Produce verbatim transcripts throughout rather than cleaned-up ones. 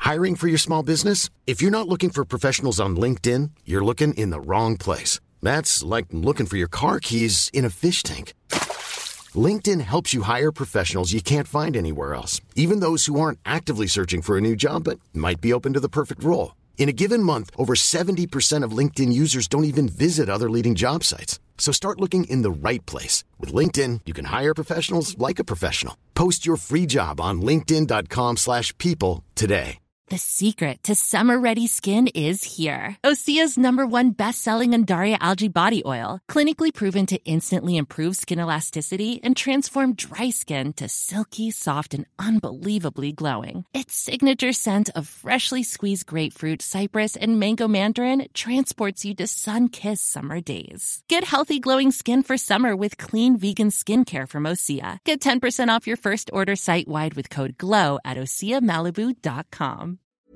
Hiring for your small business? If you're not looking for professionals on LinkedIn, you're looking in the wrong place. That's like looking for your car keys in a fish tank. LinkedIn helps you hire professionals you can't find anywhere else, even those who aren't actively searching for a new job but might be open to the perfect role. In a given month, over seventy percent of LinkedIn users don't even visit other leading job sites. So start looking in the right place. With LinkedIn, you can hire professionals like a professional. Post your free job on linkedin.com slash people today. The secret to summer-ready skin is here. Osea's number one best-selling Undaria Algae Body Oil, clinically proven to instantly improve skin elasticity and transform dry skin to silky, soft, and unbelievably glowing. Its signature scent of freshly squeezed grapefruit, cypress, and mango mandarin transports you to sun-kissed summer days. Get healthy, glowing skin for summer with clean vegan skincare from Osea. Get ten percent off your first order site-wide with code GLOW at osea malibu dot com.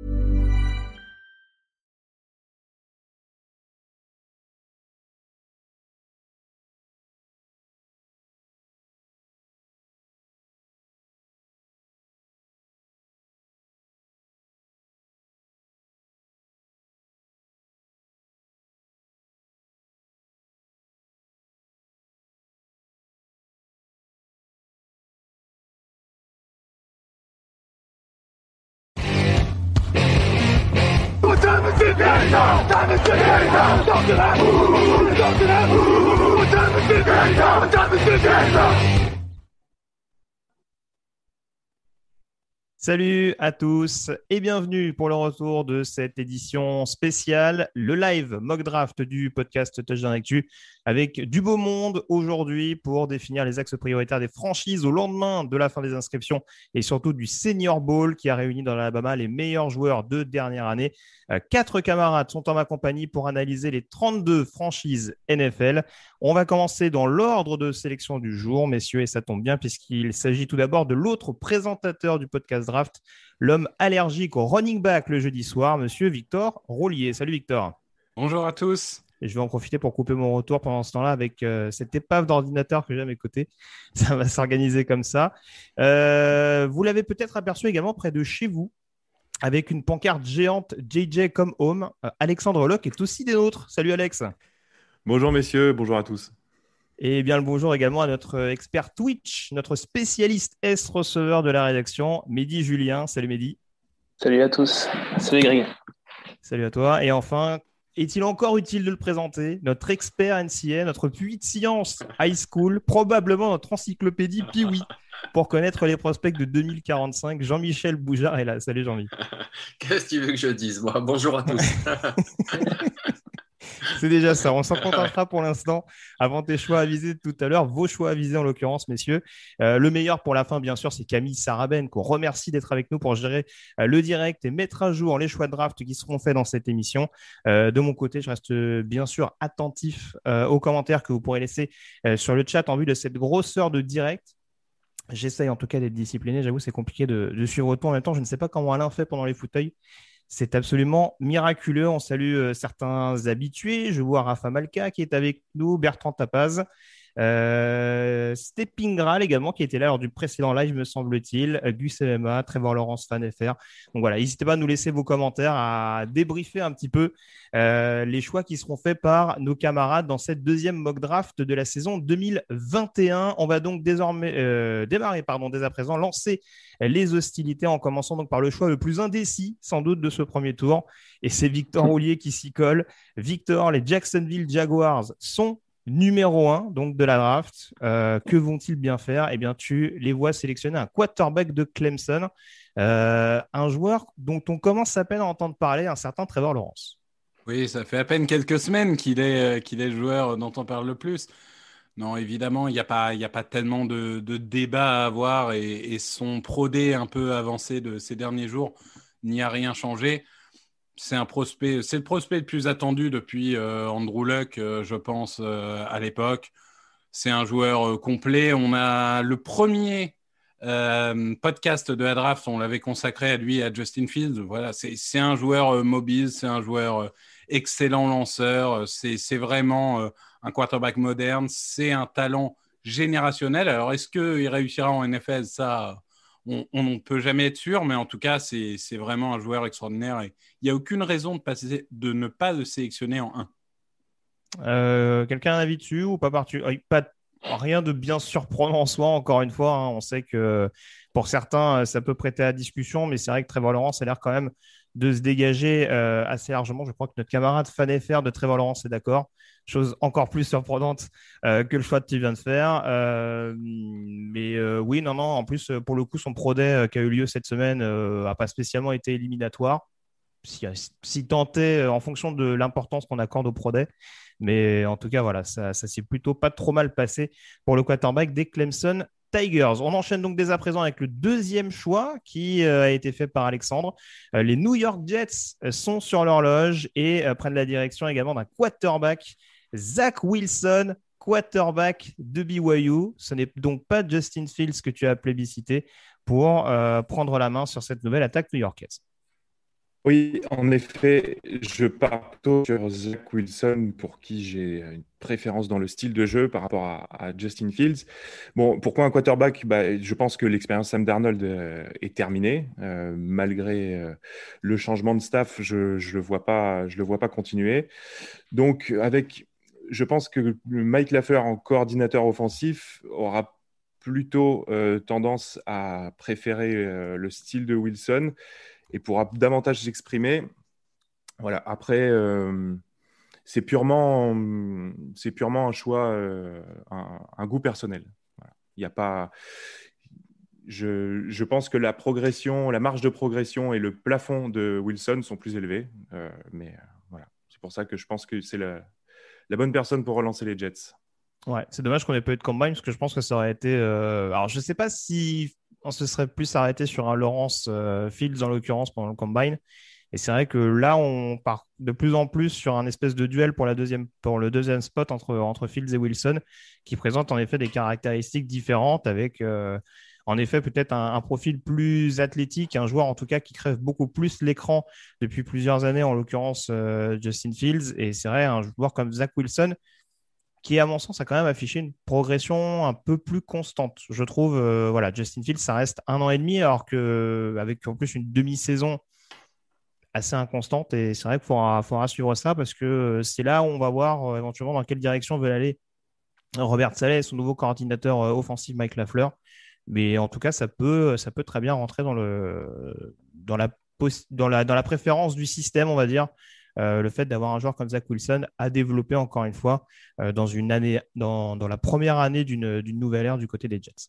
Salut à tous et bienvenue pour le retour de cette édition spéciale, le live mock draft du podcast Touchdown Actu avec du beau monde aujourd'hui pour définir les axes prioritaires des franchises au lendemain de la fin des inscriptions et surtout du Senior Bowl qui a réuni dans l'Alabama les meilleurs joueurs de dernière année. Quatre camarades sont en ma compagnie pour analyser les trente-deux franchises N F L. On va commencer dans l'ordre de sélection du jour, messieurs, et ça tombe bien puisqu'il s'agit tout d'abord de l'autre présentateur du podcast Draft, l'homme allergique au running back le jeudi soir, monsieur Victor Roulier. Salut Victor. Bonjour à tous. Et je vais en profiter pour couper mon retour pendant ce temps-là avec euh, cette épave d'ordinateur que j'ai à mes côtés. Ça va s'organiser comme ça. Euh, vous l'avez peut-être aperçu également près de chez vous, avec une pancarte géante J J Come Home. Euh, Alexandre Locke est aussi des nôtres. Salut Alex. Bonjour messieurs, bonjour à tous. Et bien le bonjour également à notre expert Twitch, notre spécialiste S-receveur de la rédaction, Mehdi Julien. Salut Mehdi. Salut à tous. Salut Greg. Salut à toi. Et enfin, est-il encore utile de le présenter, notre expert N C A A, notre puits de science high school, probablement notre encyclopédie Pee-wee, pour connaître les prospects de deux mille quarante-cinq. Jean-Michel Boujard est là. Salut Jean-Mi. Qu'est-ce que tu veux que je dise, moi ? Bonjour à tous. C'est déjà ça. On s'en contentera pour l'instant. Avant tes choix avisés de tout à l'heure, vos choix avisés en l'occurrence, messieurs. Euh, le meilleur pour la fin, bien sûr, c'est Camille Sarabène, qu'on remercie d'être avec nous pour gérer euh, le direct et mettre à jour les choix de draft qui seront faits dans cette émission. Euh, de mon côté, je reste euh, bien sûr attentif euh, aux commentaires que vous pourrez laisser euh, sur le chat en vue de cette grosseur de direct. J'essaye en tout cas d'être discipliné. J'avoue, c'est compliqué de, de suivre tout en même temps. Je ne sais pas comment Alain fait pendant les fauteuils. C'est absolument miraculeux. On salue euh, certains habitués. Je vois Rafa Malka qui est avec nous, Bertrand Tapaz, euh, Steppingral également qui était là lors du précédent live, me semble-t-il, Gus M M A, Trevor Lawrence, Fan F R. Donc voilà, n'hésitez pas à nous laisser vos commentaires, à débriefer un petit peu euh, les choix qui seront faits par nos camarades dans cette deuxième mock draft de la saison deux mille vingt et un. On va donc désormais euh, démarrer pardon, dès à présent, lancer les hostilités en commençant donc par le choix le plus indécis sans doute de ce premier tour, et c'est Victor Roulier qui s'y colle. Victor, les Jacksonville Jaguars sont numéro un donc de la draft. Euh, que vont-ils bien faire ? Eh bien, tu les vois sélectionner un quarterback de Clemson, euh, un joueur dont on commence à peine à entendre parler, un certain Trevor Lawrence. Oui, ça fait à peine quelques semaines qu'il est, qu'il est le joueur dont on parle le plus. Non, évidemment, il n'y a pas, il n'y a pas tellement de, de débat à avoir, et, et son pro-day un peu avancé de ces derniers jours n'y a rien changé. C'est un prospect, c'est le prospect le plus attendu depuis euh, Andrew Luck, euh, je pense, euh, à l'époque. C'est un joueur euh, complet. On a le premier euh, podcast de la draft, on l'avait consacré à lui, à Justin Fields. Voilà, c'est, c'est un joueur euh, mobile, c'est un joueur euh, excellent lanceur. C'est, c'est vraiment euh, un quarterback moderne. C'est un talent générationnel. Alors, est-ce qu'il réussira en N F L ? Ça, on ne peut jamais être sûr, mais en tout cas, c'est, c'est vraiment un joueur extraordinaire. Et il n'y a aucune raison de, passer, de ne pas le sélectionner en un. Euh, quelqu'un a un avis dessus ou pas parti pas Rien de bien surprenant en soi, encore une fois. Hein. On sait que pour certains, ça peut prêter à discussion, mais c'est vrai que Trevor Lawrence a l'air quand même de se dégager euh, assez largement. Je crois que notre camarade Fan F R de Trevor Lawrence est d'accord. Chose encore plus surprenante euh, que le choix que tu viens de faire. Euh, mais euh, oui, non, non. En plus, pour le coup, son Pro Day euh, qui a eu lieu cette semaine n'a euh, pas spécialement été éliminatoire. Si, si tenté en fonction de l'importance qu'on accorde au Pro Day. Mais en tout cas, voilà, ça, ça s'est plutôt pas trop mal passé pour le quarterback des Clemson Tigers. On enchaîne donc dès à présent avec le deuxième choix qui euh, a été fait par Alexandre. Euh, les New York Jets euh, sont sur l'horloge et euh, prennent la direction également d'un quarterback, Zach Wilson, quarterback de B Y U. Ce n'est donc pas Justin Fields que tu as plébiscité pour euh, prendre la main sur cette nouvelle attaque new-yorkaise. Oui, en effet, je pars plutôt sur Zach Wilson, pour qui j'ai une préférence dans le style de jeu par rapport à, à Justin Fields. Bon, pourquoi un quarterback? Bah, je pense que l'expérience Sam Darnold euh, est terminée. Euh, malgré euh, le changement de staff, je ne le vois pas, je le vois pas continuer. Donc, avec, je pense que Mike Lafleur, en coordinateur offensif, aura plutôt euh, tendance à préférer euh, le style de Wilson et pourra davantage s'exprimer. Voilà. Après, euh, c'est purement, c'est purement un choix, euh, un, un goût personnel. Voilà. Il y a pas. Je, je pense que la progression, la marge de progression et le plafond de Wilson sont plus élevés. Euh, mais euh, voilà, c'est pour ça que je pense que c'est la, la bonne personne pour relancer les Jets. Ouais, c'est dommage qu'on ait pas eu de combine parce que je pense que ça aurait été. Euh... Alors, je sais pas si on se serait plus arrêté sur un Lawrence euh, Fields en l'occurrence pendant le combine. Et c'est vrai que là, on part de plus en plus sur un espèce de duel pour, la deuxième, pour le deuxième spot entre, entre Fields et Wilson, qui présente en effet des caractéristiques différentes avec, euh, en effet, peut-être un, un profil plus athlétique, un joueur en tout cas qui crève beaucoup plus l'écran depuis plusieurs années, en l'occurrence euh, Justin Fields. Et c'est vrai, un joueur comme Zach Wilson, qui, à mon sens, a quand même affiché une progression un peu plus constante. Je trouve, euh, voilà, Justin Fields, ça reste un an et demi, alors qu'avec en plus une demi-saison assez inconstante. Et c'est vrai qu'il faudra, faudra suivre ça parce que c'est là où on va voir euh, éventuellement dans quelle direction veut aller Robert Saleh et son nouveau coordinateur euh, offensif Mike Lafleur. Mais en tout cas, ça peut, ça peut très bien rentrer dans, le, dans, la, dans, la, dans la préférence du système, on va dire. Euh, le fait d'avoir un joueur comme Zach Wilson à développer encore une fois euh, dans, une année, dans, dans la première année d'une, d'une nouvelle ère du côté des Jets.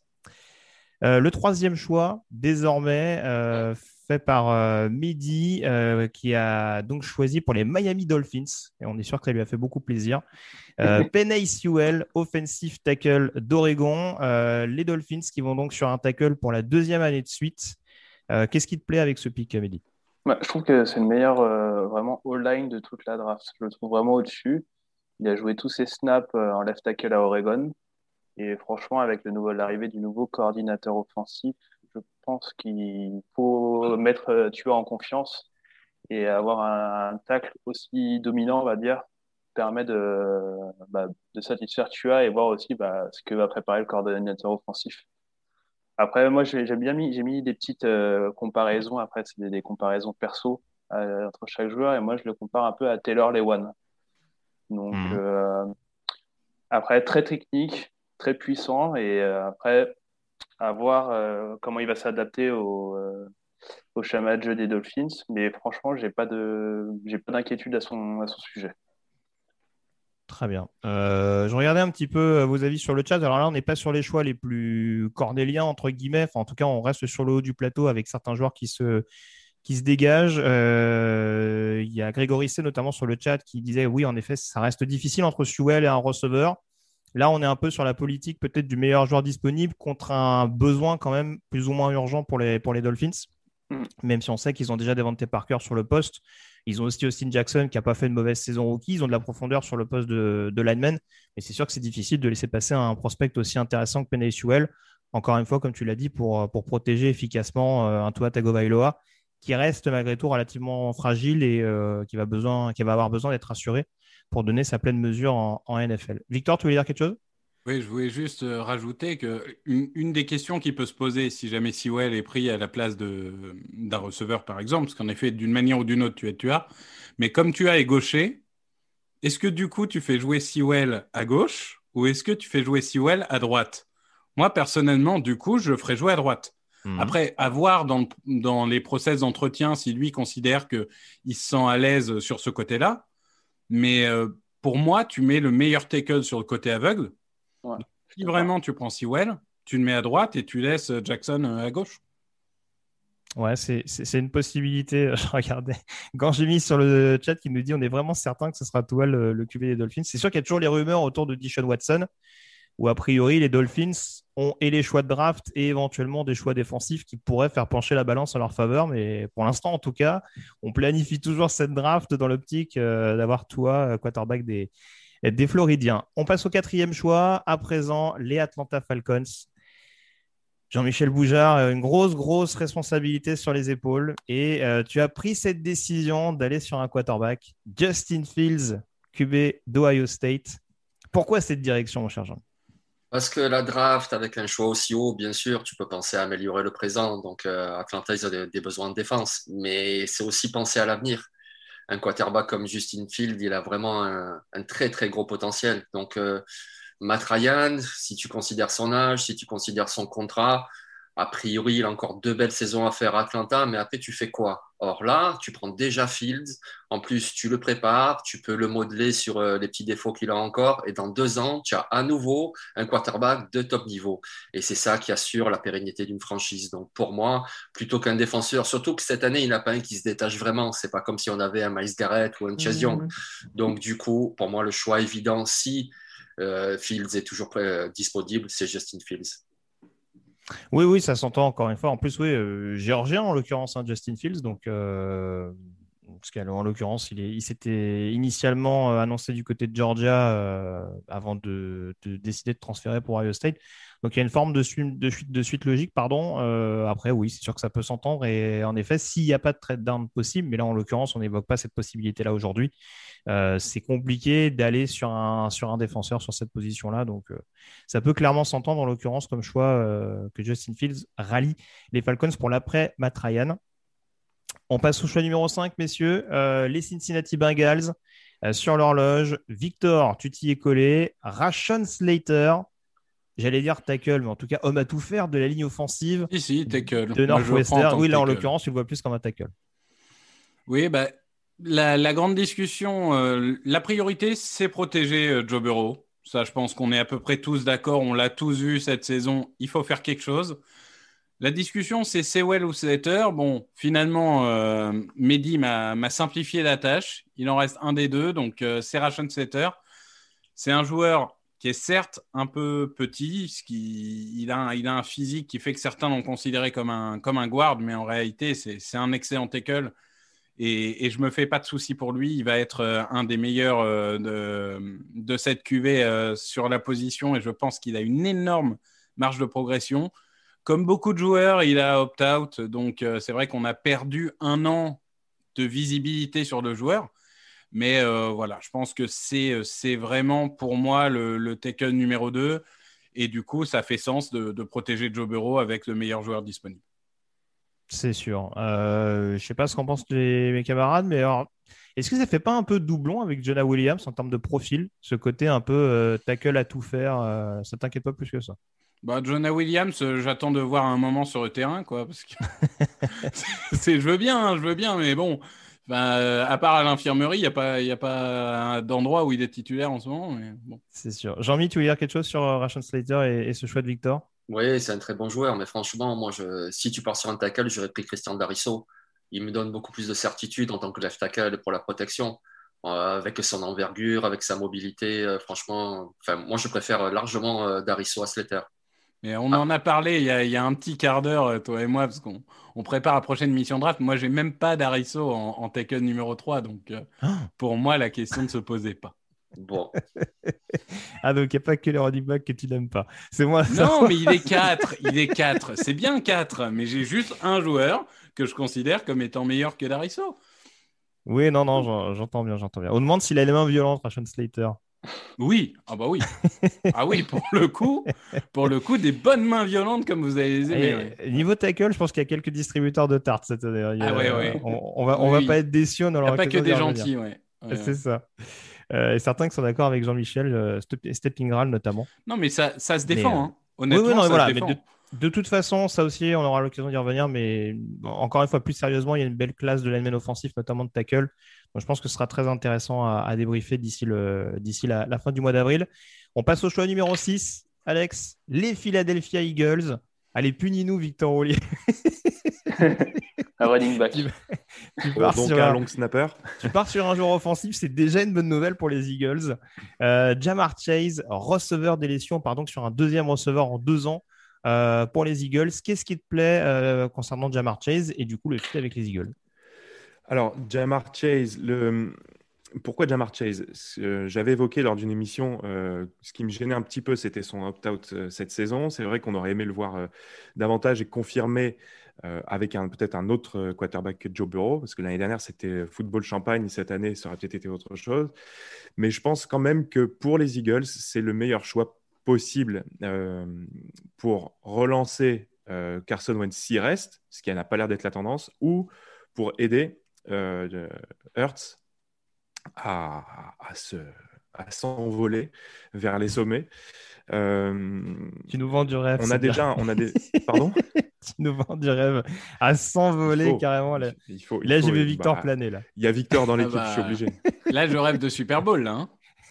Euh, le troisième choix, désormais, euh, fait par euh, Mehdi, euh, qui a donc choisi pour les Miami Dolphins, et on est sûr que ça lui a fait beaucoup plaisir. Euh, Penei Sewell, offensive tackle d'Oregon. Euh, les Dolphins qui vont donc sur un tackle pour la deuxième année de suite. Euh, qu'est-ce qui te plaît avec ce pick, Mehdi? Bah, je trouve que c'est le meilleur euh, vraiment all-line de toute la draft. Je le trouve vraiment au-dessus. Il a joué tous ses snaps euh, en left tackle à Oregon. Et franchement, avec le nouveau, l'arrivée du nouveau coordinateur offensif, je pense qu'il faut mettre euh, Tua en confiance et avoir un, un tackle aussi dominant, on va dire, permet de, bah, de satisfaire Tua et voir aussi bah, ce que va préparer le coordinateur offensif. Après, moi, j'ai, j'ai bien mis, j'ai mis des petites euh, comparaisons. Après, c'est des, des comparaisons perso euh, entre chaque joueur. Et moi, je le compare un peu à Taylor Lewan. Donc, Mmh. euh, après, très technique, très puissant. Et euh, après, à voir euh, comment il va s'adapter au, euh, au schéma de jeu des Dolphins. Mais franchement, j'ai pas de, j'ai pas d'inquiétude à son, à son sujet. Très bien. Euh, je regardais un petit peu vos avis sur le chat. Alors là, on n'est pas sur les choix les plus cornéliens, entre guillemets. Enfin, en tout cas, on reste sur le haut du plateau avec certains joueurs qui se, qui se dégagent. Euh, il y a Grégory C, notamment sur le chat, qui disait oui, en effet, ça reste difficile entre Sewell et un receveur. Là, on est un peu sur la politique peut-être du meilleur joueur disponible contre un besoin quand même plus ou moins urgent pour les, pour les Dolphins. Mm. Même si on sait qu'ils ont déjà Devontae Parker sur le poste. Ils ont aussi Austin Jackson qui n'a pas fait une mauvaise saison rookie. Ils ont de la profondeur sur le poste de, de lineman. Mais c'est sûr que c'est difficile de laisser passer un prospect aussi intéressant que Penei Sewell. Encore une fois, comme tu l'as dit, pour, pour protéger efficacement euh, un Tua Tagovailoa qui reste malgré tout relativement fragile et euh, qui, va besoin, qui va avoir besoin d'être assuré pour donner sa pleine mesure en, en N F L. Victor, tu voulais dire quelque chose? Oui, je voulais juste euh, rajouter que une, une des questions qui peut se poser si jamais Sewell est pris à la place de, d'un receveur, par exemple, parce qu'en effet, d'une manière ou d'une autre, tu es tu as, mais comme tu as est gaucher, est-ce que du coup, tu fais jouer Sewell à gauche ou est-ce que tu fais jouer Sewell à droite? Moi, personnellement, du coup, je le ferais jouer à droite. Mhm. Après, à voir dans, dans les process d'entretien si lui considère qu'il se sent à l'aise sur ce côté-là. Mais euh, pour moi, tu mets le meilleur tackle sur le côté aveugle. Ouais, Donc, je suis si d'accord. vraiment tu prends Sewell, tu le mets à droite et tu laisses Jackson euh, à gauche. Ouais, c'est, c'est, c'est une possibilité. Je regardais quand j'ai mis sur le chat qui nous dit on est vraiment certain que ce sera toi le, le Q B des Dolphins. C'est sûr qu'il y a toujours les rumeurs autour de Deshaun Watson, où a priori les Dolphins ont et les choix de draft et éventuellement des choix défensifs qui pourraient faire pencher la balance en leur faveur. Mais pour l'instant, en tout cas, on planifie toujours cette draft dans l'optique euh, d'avoir toi, quarterback des, des Floridiens. On passe au quatrième choix. À présent, les Atlanta Falcons. Jean-Michel Boujard, une grosse, grosse responsabilité sur les épaules. Et euh, tu as pris cette décision d'aller sur un quarterback, Justin Fields, Q B d'Ohio State. Pourquoi cette direction, mon cher Jean? Parce que la draft, avec un choix aussi haut, bien sûr, tu peux penser à améliorer le présent. Donc, euh, Atlanta, ils ont des, des besoins de défense. Mais c'est aussi penser à l'avenir. Un quarterback comme Justin Fields, il a vraiment un, un très, très gros potentiel. Donc, euh, Matt Ryan, si tu considères son âge, si tu considères son contrat, a priori, il a encore deux belles saisons à faire à Atlanta, mais après, tu fais quoi? Or là, tu prends déjà Fields, en plus, tu le prépares, tu peux le modeler sur euh, les petits défauts qu'il a encore, et dans deux ans, tu as à nouveau un quarterback de top niveau. Et c'est ça qui assure la pérennité d'une franchise. Donc pour moi, plutôt qu'un défenseur, surtout que cette année, il n'y en a pas un qui se détache vraiment. C'est pas comme si on avait un Myles Garrett ou un Chase Young. Donc du coup, pour moi, le choix évident, si euh, Fields est toujours euh, disponible, c'est Justin Fields. Oui, oui, ça s'entend encore une fois. En plus, oui, euh, géorgien en l'occurrence, hein, Justin Fields. Donc, euh, parce qu'en l'occurrence, il, est, il s'était initialement euh, annoncé du côté de Georgia euh, avant de, de décider de transférer pour Ohio State. Donc, il y a une forme de suite, de suite, de suite logique, pardon. Euh, après, oui, c'est sûr que ça peut s'entendre. Et en effet, s'il n'y a pas de trade down possible, mais là, en l'occurrence, on n'évoque pas cette possibilité-là aujourd'hui, euh, c'est compliqué d'aller sur un, sur un défenseur sur cette position-là. Donc, euh, ça peut clairement s'entendre, en l'occurrence, comme choix euh, que Justin Fields rallie les Falcons pour l'après Matt Ryan. On passe au choix numéro cinq, messieurs. Euh, les Cincinnati Bengals euh, sur l'horloge. Victor, tu t'y es collé. Rashawn Slater, j'allais dire tackle, mais en tout cas homme à tout faire de la ligne offensive Si, si, tackle. de Moi, je le prends en Northwestern. tant Oui, que là, en tackle. l'occurrence, tu le vois plus comme un tackle. Oui, bah, la, la grande discussion, euh, la priorité, c'est protéger euh, Joe Burrow. Ça, je pense qu'on est à peu près tous d'accord. On l'a tous vu cette saison. Il faut faire quelque chose. La discussion, c'est Sewell ou Slater. Bon, finalement, euh, Mehdi m'a, m'a simplifié la tâche. Il en reste un des deux, donc euh, c'est Rashawn Slater. C'est un joueur qui est certes un peu petit, ce qui, il, a un, il a un physique qui fait que certains l'ont considéré comme un, comme un guard, mais en réalité, c'est, c'est un excellent tackle. Et, et je me fais pas de soucis pour lui. Il va être euh, un des meilleurs euh, de, de cette Q V euh, sur la position, et je pense qu'il a une énorme marge de progression. Comme beaucoup de joueurs, il a opt-out, donc euh, c'est vrai qu'on a perdu un an de visibilité sur le joueur. Mais euh, voilà, je pense que c'est, c'est vraiment pour moi le, le tackle numéro deux. Et du coup, ça fait sens de, de protéger Joe Burrow avec le meilleur joueur disponible. C'est sûr. Euh, je ne sais pas ce qu'en pensent les, mes camarades, mais alors, est-ce que ça ne fait pas un peu doublon avec Jonah Williams en termes de profil, ce côté un peu euh, tackle à tout faire euh, ça t'inquiète pas plus que ça? Bah, Jonah Williams, euh, j'attends de voir un moment sur le terrain, quoi, parce que c'est, je veux bien, hein, je veux bien, mais bon, ben, euh, à part à l'infirmerie, il n'y a pas, il y a pas d'endroit où il est titulaire en ce moment. Mais bon. C'est sûr. Jean-Mi, tu veux dire quelque chose sur euh, Rashawn Slater et, et ce choix de Victor? Oui, c'est un très bon joueur, mais franchement, moi, je, si tu pars sur un tackle, j'aurais pris Christian Darisso. Il me donne beaucoup plus de certitude en tant que left tackle pour la protection, euh, avec son envergure, avec sa mobilité. Euh, franchement, enfin, moi, je préfère largement euh, Darisso à Slater. Et on Ah, en a parlé il y a, il y a un petit quart d'heure, toi et moi, parce qu'on on prépare la prochaine mission draft. Moi, j'ai même pas d'Arisso en, en tackle numéro trois, donc euh, Ah, pour moi, la question ne se posait pas. bon, Ah, donc il n'y a pas que les running backs que tu n'aimes pas. C'est moi ça. Non, mais il est quatre, il est quatre. C'est bien quatre, mais j'ai juste un joueur que je considère comme étant meilleur que Darisso. Oui, non, non, j'en- j'entends bien, j'entends bien. On demande s'il a les mains violentes, Rashawn Slater. Oui, ah bah oui. Ah oui, pour le coup, pour le coup, des bonnes mains violentes comme vous avez les aimés. Ouais. Niveau tackle, je pense qu'il y a quelques distributeurs de tartes cette année. Il y a, ah ouais, ouais. On, on va, oui, on va oui. pas être déçus, on Il aura n'y a pas que l'occasion des d'y revenir. gentils, ouais. ouais C'est ouais. ça. Euh, et certains qui sont d'accord avec Jean-Michel, euh, Steppingral notamment. Non, mais ça, ça se Mais, défend, euh... hein. Honnêtement, oui, oui, non, ça voilà, se mais défend. de, de toute façon, ça aussi, on aura l'occasion d'y revenir. Mais encore une fois, plus sérieusement, il y a une belle classe de linemen offensif, notamment de tackle. Donc, je pense que ce sera très intéressant à, à débriefer d'ici, le, d'ici la, la fin du mois d'avril. On passe au choix numéro six. Alex, les Philadelphia Eagles. Allez, punis-nous, Victor Roulier. Un running back. tu, tu Oh, pars donc sur un un, long snapper. tu pars sur un joueur offensif, c'est déjà une bonne nouvelle pour les Eagles. Euh, Ja'Marr Chase, receveur des Lésions, part donc sur un deuxième receveur en deux ans euh, pour les Eagles. Qu'est-ce qui te plaît euh, concernant Ja'Marr Chase et du coup le fit avec les Eagles? Alors, Ja'Marr Chase, le... pourquoi Ja'Marr Chase? euh, J'avais évoqué lors d'une émission, euh, ce qui me gênait un petit peu, c'était son opt-out euh, cette saison. C'est vrai qu'on aurait aimé le voir euh, davantage et confirmer euh, avec un, peut-être un autre quarterback que Joe Burrow, parce que l'année dernière, c'était football champagne. Cette année, ça aurait peut-être été autre chose. Mais je pense quand même que pour les Eagles, c'est le meilleur choix possible euh, pour relancer euh, Carson Wentz s'il reste, ce qui n'a pas l'air d'être la tendance, ou pour aider euh, Hurts à, à, se, à s'envoler vers les sommets. Euh, Tu nous vends du rêve. on a déjà, on a des, pardon. Tu nous vends du rêve à s'envoler il faut, carrément. Là, il faut, il là faut, j'ai vu Victor bah, planer là. Il y a Victor dans l'équipe, ah bah, je suis obligé. Là, je rêve de Super Bowl là. Hein.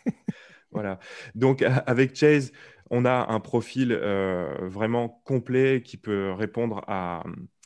Voilà. Donc avec Chase, on a un profil euh, vraiment complet qui peut répondre à,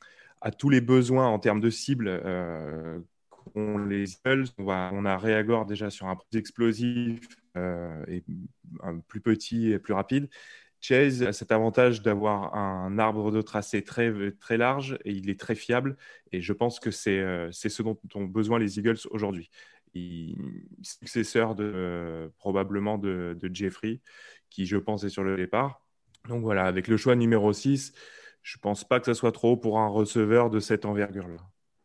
à tous les besoins en termes de cible euh, qu'ont les Eagles. On, va, on a Reagor déjà sur un plus explosif euh, et un plus petit et plus rapide. Chase a cet avantage d'avoir un arbre de tracé très, très large et il est très fiable. Et je pense que c'est, euh, c'est ce dont ont besoin les Eagles aujourd'hui. Il, successeur de, euh, probablement de, de Jeffrey, qui je pense est sur le départ. Donc voilà, avec le choix numéro six, je ne pense pas que ce soit trop pour un receveur de cette envergure-là.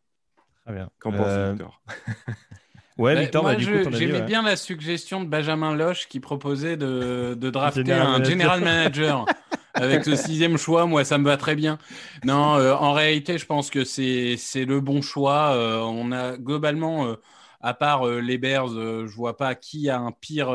Très bien. Qu'en euh... pense Victor? Ouais, bah, Victor, moi, bah, du je, coup, ton j'aimais avis, ouais. bien la suggestion de Benjamin Loche qui proposait de, de drafter General un manager. general manager avec le sixième choix. Moi, ça me va très bien. Non, euh, en réalité, je pense que c'est, c'est le bon choix. Euh, on a globalement, euh, à part euh, les Bears, euh, je vois pas qui a un pire,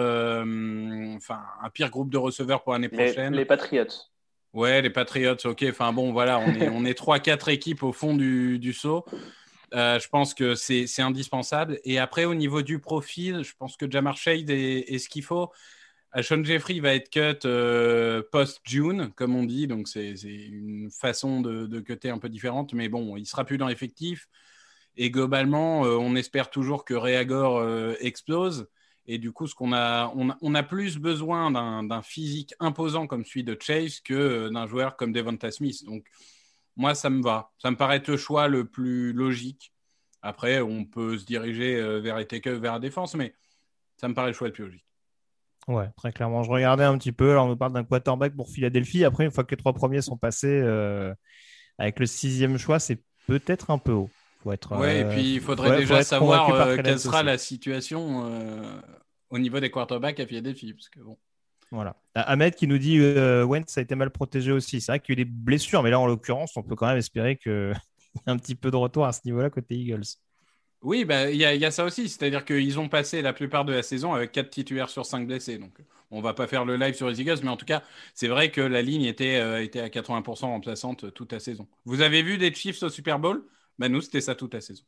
euh, enfin, un pire groupe de receveurs pour l'année Les, prochaine. les Patriots. Ouais, les Patriots, ok. Enfin bon, voilà, on est, on est trois quatre équipes au fond du, du saut. Euh, je pense que c'est, c'est indispensable. Et après, au niveau du profil, je pense que Ja'Marr Chase est, est ce qu'il faut. Sean Jeffrey va être cut euh, post-June, comme on dit. Donc, c'est, c'est une façon de, de cutter un peu différente. Mais bon, il ne sera plus dans l'effectif. Et globalement, euh, on espère toujours que Reagor euh, explose. Et du coup, ce qu'on a, on, a, on a plus besoin d'un, d'un physique imposant comme celui de Chase que euh, d'un joueur comme Devonta Smith. Donc, moi, ça me va. Ça me paraît être le choix le plus logique. Après, on peut se diriger euh, vers les take-up, vers la défense, mais ça me paraît le choix le plus logique. Ouais, très clairement. Je regardais un petit peu. Alors, on nous parle d'un quarterback pour Philadelphie. Après, une fois que les trois premiers sont passés, euh, avec le sixième choix, c'est peut-être un peu haut. Faut être, ouais, euh, et puis il faudrait faut, déjà faut savoir euh, quelle Kellen sera aussi. la situation euh, au niveau des quarterbacks à Philadelphie. Parce que bon. Voilà. Ahmed qui nous dit euh, Wentz a été mal protégé aussi. C'est vrai qu'il y a eu des blessures, mais là, en l'occurrence, on peut quand même espérer qu'il y ait un petit peu de retour à ce niveau-là côté Eagles. Oui, bah, y, a, y a ça aussi. C'est-à-dire qu'ils ont passé la plupart de la saison avec quatre titulaires sur cinq blessés. Donc, on va pas faire le live sur les Eagles, mais en tout cas, c'est vrai que la ligne était, euh, était à quatre-vingts pour cent remplaçante toute la saison. Vous avez vu des Chiefs au Super Bowl? Bah, nous, c'était ça toute la saison.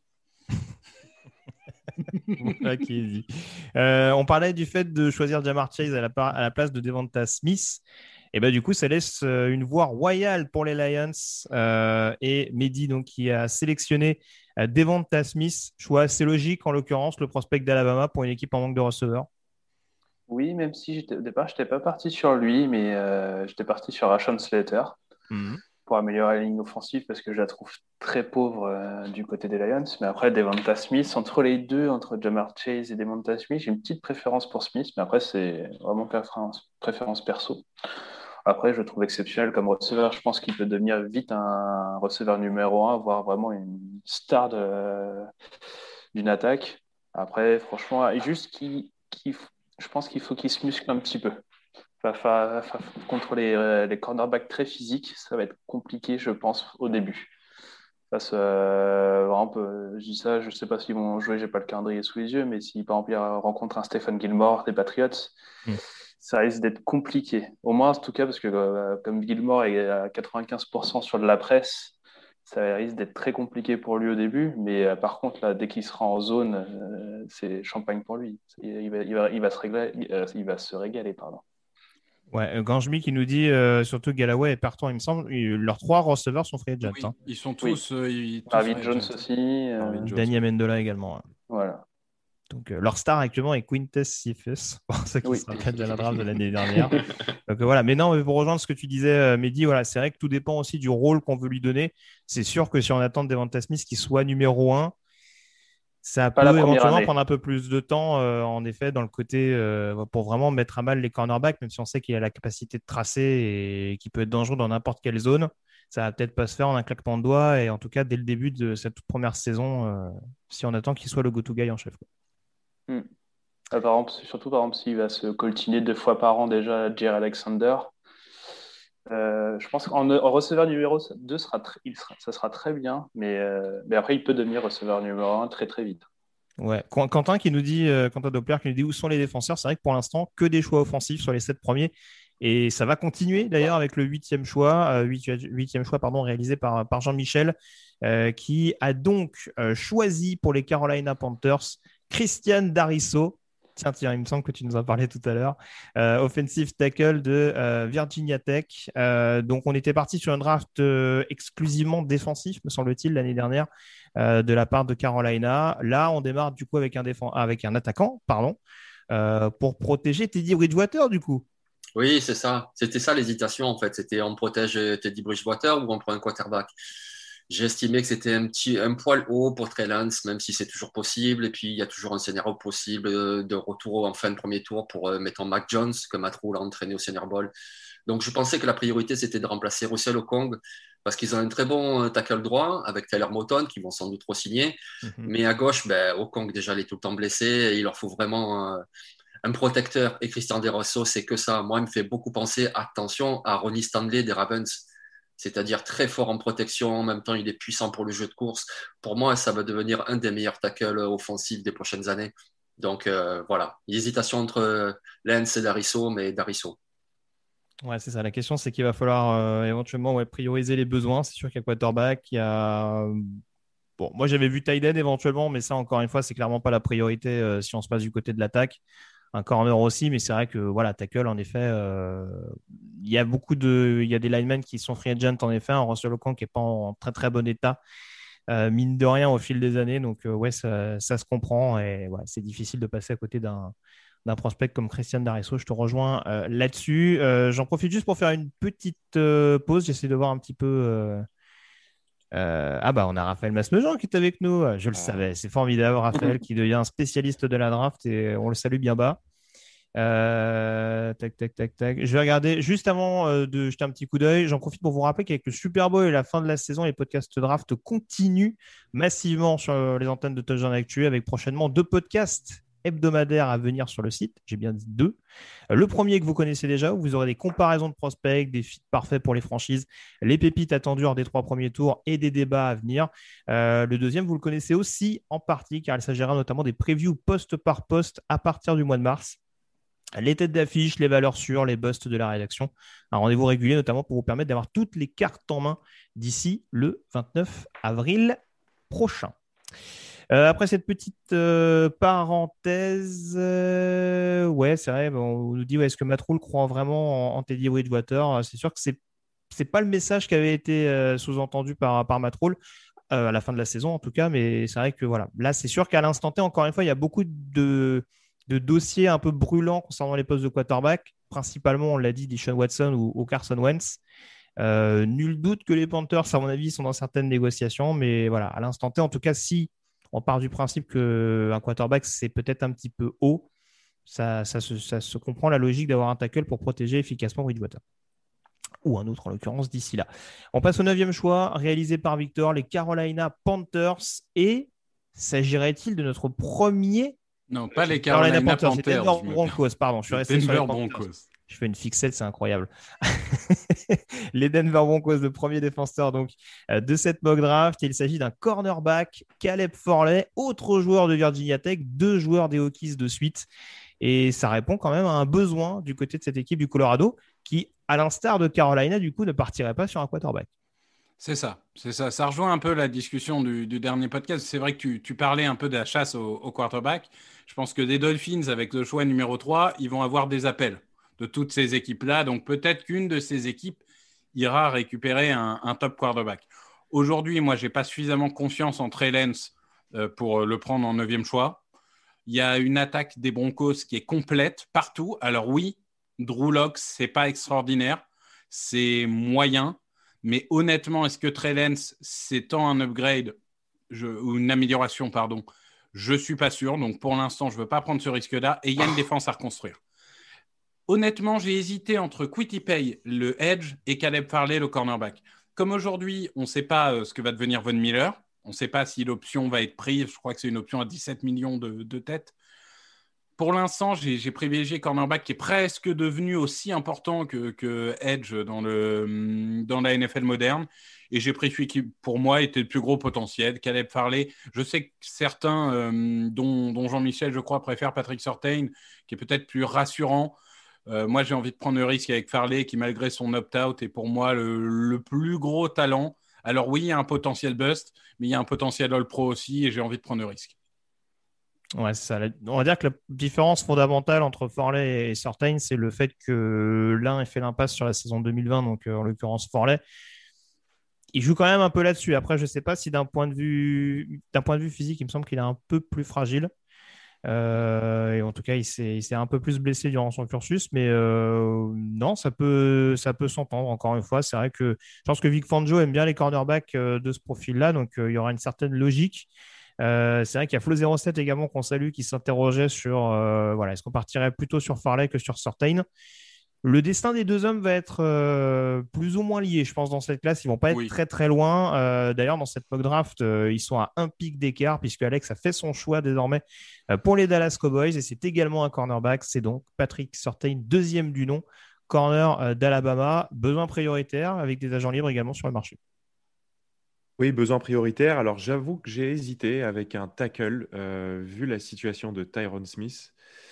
Voilà qui est dit. Euh, on parlait du fait de choisir Ja'Marr Chase à la, par- à la place de Devonta Smith. Et ben, du coup, ça laisse euh, une voie royale pour les Lions. Euh, et Mehdi, donc, qui a sélectionné euh, Devonta Smith. Choix assez logique, en l'occurrence, le prospect d'Alabama pour une équipe en manque de receveurs. Oui, même si j'étais, au départ, je n'étais pas parti sur lui, mais euh, j'étais parti sur Rashawn Slater Mm-hmm. pour améliorer la ligne offensive parce que je la trouve très pauvre euh, du côté des Lions. Mais après, Devonta Smith, entre les deux, entre Ja'Marr Chase et Devonta Smith, j'ai une petite préférence pour Smith, mais après, c'est vraiment préférence, préférence perso. Après, je le trouve exceptionnel comme receveur. Je pense qu'il peut devenir vite un receveur numéro un, voire vraiment une star de, d'une attaque. Après, franchement, juste qu'il, qu'il Je pense qu'il faut qu'il se muscle un petit peu. Fa- fa- fa- contre les, euh, les cornerbacks très physiques, ça va être compliqué, je pense, au début. Face, euh, par exemple, euh, je dis ça, je ne sais pas s'ils vont jouer, j'ai pas le calendrier sous les yeux, mais si par exemple ils rencontrent un Stephen Gilmore des Patriots, Mm. ça risque d'être compliqué. Au moins, en tout cas, parce que euh, comme Gilmore est à quatre-vingt-quinze pour cent sur de la presse, ça risque d'être très compliqué pour lui au début. Mais euh, par contre, là, dès qu'il sera en zone, euh, c'est champagne pour lui. Il va, il va, il va se régaler, euh, il va se régaler, pardon. Ouais, euh, Ganjmi qui nous dit euh, surtout Galloway est partant, il me semble. Il- Leurs trois receveurs sont free agent. Oui, Hein. ils sont tous. Oui. euh, ils- tous David free Jones agent. aussi. euh, Marvin Jones. Danny Amendola également. Hein. Voilà. Donc, euh, leur star actuellement est Quintez Cephus, pour ceux qui Oui. se rappellent de la draft de l'année dernière. Donc euh, voilà, mais non, mais pour rejoindre ce que tu disais, euh, Mehdi, voilà, c'est vrai que tout dépend aussi du rôle qu'on veut lui donner. C'est sûr que si on attend Devonta Smith qu'il soit numéro un, ça Pas la peut première éventuellement année. prendre un peu plus de temps, euh, en effet, dans le côté euh, pour vraiment mettre à mal les cornerbacks, même si on sait qu'il a la capacité de tracer et qu'il peut être dangereux dans n'importe quelle zone. Ça va peut-être pas se faire en un claquement de doigts et en tout cas dès le début de cette toute première saison, euh, si on attend qu'il soit le go-to guy en chef. Quoi. Hmm. Ah, par exemple, surtout par exemple s'il va se coltiner deux fois par an déjà Jerry Alexander. Euh, je pense qu'en en receveur numéro deux, sera tr- il sera, ça sera très bien, mais, euh, mais après il peut devenir receveur numéro un très très vite. Ouais. Qu- Quentin qui nous dit, euh, Quentin Doppler qui nous dit où sont les défenseurs. C'est vrai que pour l'instant, que des choix offensifs sur les sept premiers. Et ça va continuer d'ailleurs avec le huitième choix, euh, huit- huitième choix pardon, réalisé par, par Jean-Michel, euh, qui a donc euh, choisi pour les Carolina Panthers Christian Darisso. Tiens, tiens, il me semble que tu nous en parlais tout à l'heure. Euh, offensive tackle de euh, Virginia Tech. Euh, donc, on était parti sur un draft euh, exclusivement défensif, me semble-t-il, l'année dernière, euh, de la part de Carolina. Là, on démarre du coup avec un, défend... avec un attaquant, pardon, euh, pour protéger Teddy Bridgewater, du coup. Oui, c'est ça. C'était ça l'hésitation, en fait. C'était on protège Teddy Bridgewater ou on prend un quarterback. J'ai estimé que c'était un petit un poil haut pour Trey Lance, même si c'est toujours possible. Et puis, il y a toujours un scénario possible de retour en fin de premier tour pour, euh, mettons, Mac Jones, que Matt Rhule a entraîné au Senior Bowl. Donc, je pensais que la priorité, c'était de remplacer Russell Okong parce qu'ils ont un très bon tackle droit avec Tyler Moton, qui vont sans doute re-signer. Mm-hmm. Mais à gauche, ben, Okong, déjà, il est tout le temps blessé et il leur faut vraiment euh, un protecteur. Et Christian Darisso, c'est que ça. Moi, il me fait beaucoup penser, attention, à Ronnie Stanley des Ravens. C'est-à-dire très fort en protection, en même temps il est puissant pour le jeu de course. Pour moi, ça va devenir un des meilleurs tackles offensifs des prochaines années. Donc euh, voilà, hésitation entre Lance et Darisso, mais Darisso. Ouais, c'est ça. La question, c'est qu'il va falloir euh, éventuellement ouais, prioriser les besoins. C'est sûr qu'il y a quarterback, il y a... Bon, moi j'avais vu tight end éventuellement, mais ça encore une fois, c'est clairement pas la priorité euh, si on se passe du côté de l'attaque. Un corner aussi, mais c'est vrai que voilà, tackle, en effet, euh, il y a beaucoup de, il y a des linemen qui sont free agent en effet, un Russell Okong qui n'est pas en très très bon état, euh, mine de rien au fil des années, donc euh, ouais, ça, ça se comprend et ouais, c'est difficile de passer à côté d'un, d'un prospect comme Christian Darisso. Je te rejoins euh, là-dessus. Euh, j'en profite juste pour faire une petite euh, pause. J'essaie de voir un petit peu. Euh, Euh, ah bah on a Raphaël Masmejean qui est avec nous, je le ah. savais, c'est formidable, Raphaël qui devient un spécialiste de la draft et on le salue bien bas. Euh, tac tac tac tac. Je vais regarder juste avant euh, de jeter un petit coup d'œil. J'en profite pour vous rappeler qu'avec le Super Bowl et la fin de la saison, les podcasts draft continuent massivement sur les antennes de Touchdown Actu avec prochainement deux podcasts hebdomadaires à venir sur le site. J'ai bien dit deux. Le premier que vous connaissez déjà, où vous aurez des comparaisons de prospects, des fits parfaits pour les franchises, les pépites attendues hors des trois premiers tours et des débats à venir. Euh, le deuxième, vous le connaissez aussi en partie, car il s'agira notamment des previews poste par poste à partir du mois de mars. Les têtes d'affiche, les valeurs sûres, les busts de la rédaction. Un rendez-vous régulier, notamment pour vous permettre d'avoir toutes les cartes en main d'ici le vingt-neuf avril prochain. Euh, après cette petite euh, parenthèse, euh, ouais, c'est vrai, bon, on nous dit ouais, est-ce que Matt Rhule croit vraiment en, en Teddy Bridgewater ? C'est sûr que c'est c'est pas le message qui avait été euh, sous-entendu par, par Matt Rhule, euh, à la fin de la saison en tout cas, mais c'est vrai que voilà, là c'est sûr qu'à l'instant T, encore une fois, il y a beaucoup de, de dossiers un peu brûlants concernant les postes de quarterback, principalement, on l'a dit, Deshaun Watson ou, ou Carson Wentz. Euh, nul doute que les Panthers, à mon avis, sont dans certaines négociations, mais voilà, à l'instant T, en tout cas, si on part du principe qu'un quarterback, c'est peut-être un petit peu haut, ça, ça, se, ça se comprend la logique d'avoir un tackle pour protéger efficacement Bridgewater. Ou un autre, en l'occurrence, d'ici là. On passe au neuvième choix, réalisé par Victor, les Carolina Panthers. Et s'agirait-il de notre premier Non, pas les Carolina Carolina Panthers, c'est Panthers. Denver je me Broncos, pardon. Je suis resté sur Denver les Panthers. Broncos. Je fais une fixette, c'est incroyable. Les Denver Broncos, le premier défenseur donc, euh, de cette mock draft. Il s'agit d'un cornerback, Caleb Farley, autre joueur de Virginia Tech, deux joueurs des Hokies de suite. Et ça répond quand même à un besoin du côté de cette équipe du Colorado qui, à l'instar de Carolina, du coup, ne partirait pas sur un quarterback. C'est ça, c'est ça. Ça rejoint un peu la discussion du, du dernier podcast. C'est vrai que tu, tu parlais un peu de la chasse au, au quarterback. Je pense que des Dolphins, avec le choix numéro trois, ils vont avoir des appels de toutes ces équipes-là. Donc peut-être qu'une de ces équipes ira récupérer un, un top quarterback. Aujourd'hui, moi, je n'ai pas suffisamment confiance en Trey Lance euh, pour le prendre en neuvième choix. Il y a une attaque des Broncos qui est complète partout. Alors oui, Drew Lock, ce n'est pas extraordinaire, c'est moyen. Mais honnêtement, est-ce que Trey Lance, c'est tant un upgrade je, ou une amélioration, pardon, je ne suis pas sûr. Donc, pour l'instant, je ne veux pas prendre ce risque-là. Et il y a une défense à reconstruire. Honnêtement, j'ai hésité entre Kwity Paye, le edge, et Caleb Farley, le cornerback. Comme aujourd'hui, on ne sait pas euh, ce que va devenir Von Miller. On ne sait pas si l'option va être prise. Je crois que c'est une option à dix-sept millions de, de têtes. Pour l'instant, j'ai, j'ai privilégié cornerback qui est presque devenu aussi important que, que Edge dans, le, dans la N F L moderne. Et j'ai pris celui qui, pour moi, était le plus gros potentiel, Caleb Farley. Je sais que certains, euh, dont, dont Jean-Michel, je crois, préfèrent Patrick Surtain, qui est peut-être plus rassurant. Euh, moi, j'ai envie de prendre le risque avec Farley, qui, malgré son opt-out, est pour moi le, le plus gros talent. Alors oui, il y a un potentiel bust, mais il y a un potentiel All-Pro aussi, et j'ai envie de prendre le risque. Ouais, c'est ça. On va dire que la différence fondamentale entre Farley et Surtain, c'est le fait que l'un ait fait l'impasse sur la saison deux mille vingt, donc euh, en l'occurrence Farley. Il joue quand même un peu là-dessus. Après, je ne sais pas si d'un point de vue, d'un point de vue physique, il me semble qu'il est un peu plus fragile. Euh, et en tout cas, il s'est, il s'est un peu plus blessé durant son cursus. Mais euh, non, ça peut, ça peut s'entendre. Encore une fois, c'est vrai que je pense que Vic Fangio aime bien les cornerbacks euh, de ce profil-là. Donc, euh, il y aura une certaine logique. Euh, c'est vrai qu'il y a Flo zéro sept également qu'on salue qui s'interrogeait sur euh, voilà, est-ce qu'on partirait plutôt sur Farley que sur Surtain. Le destin des deux hommes va être euh, plus ou moins lié, je pense, dans cette classe. Ils ne vont pas être Oui. très très loin. Euh, d'ailleurs, dans cette mock draft, euh, ils sont à un pic d'écart puisque Alex a fait son choix désormais euh, pour les Dallas Cowboys et c'est également un cornerback. C'est donc Patrick Surtain, deuxième du nom, corner euh, d'Alabama. Besoin prioritaire avec des agents libres également sur le marché. Oui, besoin prioritaire. Alors, j'avoue que j'ai hésité avec un tackle, euh, vu la situation de Tyron Smith,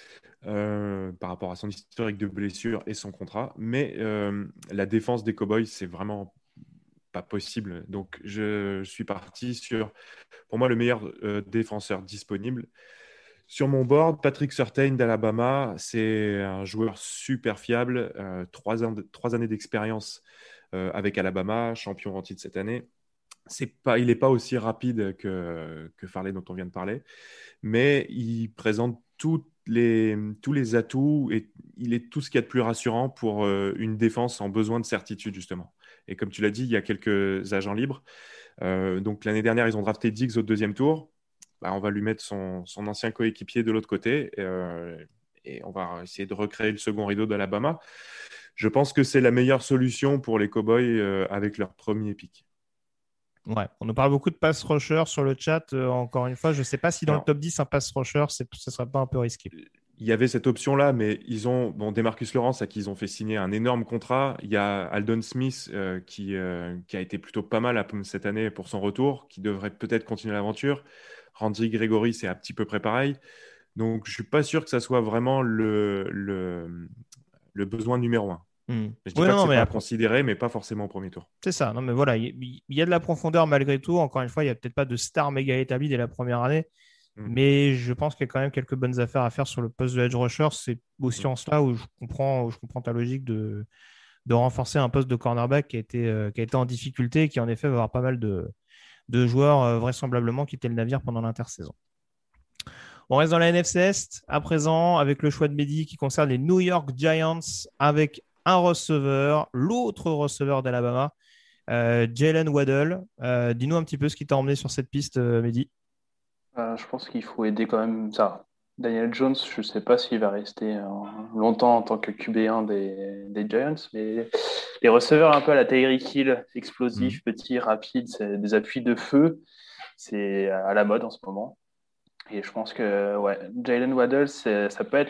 euh, par rapport à son historique de blessure et son contrat. Mais euh, la défense des Cowboys, c'est vraiment pas possible. Donc, je, je suis parti sur, pour moi, le meilleur euh, défenseur disponible. Sur mon board, Patrick Surtain d'Alabama, c'est un joueur super fiable, euh, trois, ans de- trois années d'expérience euh, avec Alabama, champion en titre cette année. C'est pas, il n'est pas aussi rapide que, que Farley dont on vient de parler, mais il présente toutes les, tous les atouts et il est tout ce qu'il y a de plus rassurant pour euh, une défense en besoin de certitude, justement. Et comme tu l'as dit, il y a quelques agents libres. Euh, donc l'année dernière, ils ont drafté Diggs au deuxième tour. Bah, on va lui mettre son, son ancien coéquipier de l'autre côté euh, et on va essayer de recréer le second rideau d'Alabama. Je pense que c'est la meilleure solution pour les Cowboys euh, avec leur premier pick. Ouais, on nous parle beaucoup de pass rusher sur le chat. Euh, encore une fois, je ne sais pas si dans Alors, le top dix, un pass rusher, c'est, ce ne serait pas un peu risqué. il y avait cette option-là, mais ils ont, bon, Demarcus Lawrence, à qui ils ont fait signer un énorme contrat. Il y a Aldon Smith euh, qui, euh, qui a été plutôt pas mal à- cette année pour son retour, qui devrait peut-être continuer l'aventure. Randy Gregory, c'est un petit peu près pareil. Donc, je ne suis pas sûr que ça soit vraiment le, le, le besoin numéro un. Hmm. Je dis Oui, pas non, que c'est mais pas à après, considérer, mais pas forcément au premier tour. c'est ça. Non, mais voilà, il y, il y a de la profondeur malgré tout. Encore une fois, il n'y a peut-être pas de star méga établie dès la première année, Mm. mais je pense qu'il y a quand même quelques bonnes affaires à faire sur le poste de edge rusher. C'est aussi Mm. en cela où je comprends, où je comprends ta logique de, de renforcer un poste de cornerback qui a été, euh, qui a été en difficulté et qui en effet va avoir pas mal de, de joueurs euh, vraisemblablement quitter le navire pendant l'intersaison. On reste dans la N F C Est à présent avec le choix de Mehdi qui concerne les New York Giants avec un receveur, l'autre receveur d'Alabama, euh, Jalen Waddle. Euh, dis-nous un petit peu ce qui t'a emmené sur cette piste, euh, Mehdi. Euh, je pense qu'il faut aider quand même ça. Daniel Jones, je ne sais pas s'il va rester euh, longtemps en tant que Q B un des, des Giants, mais les receveurs un peu à la Tyreek Hill, explosifs, Mhm. petits, rapides, c'est des appuis de feu, c'est à la mode en ce moment. Et je pense que ouais, Jalen Waddle, c'est, ça peut être.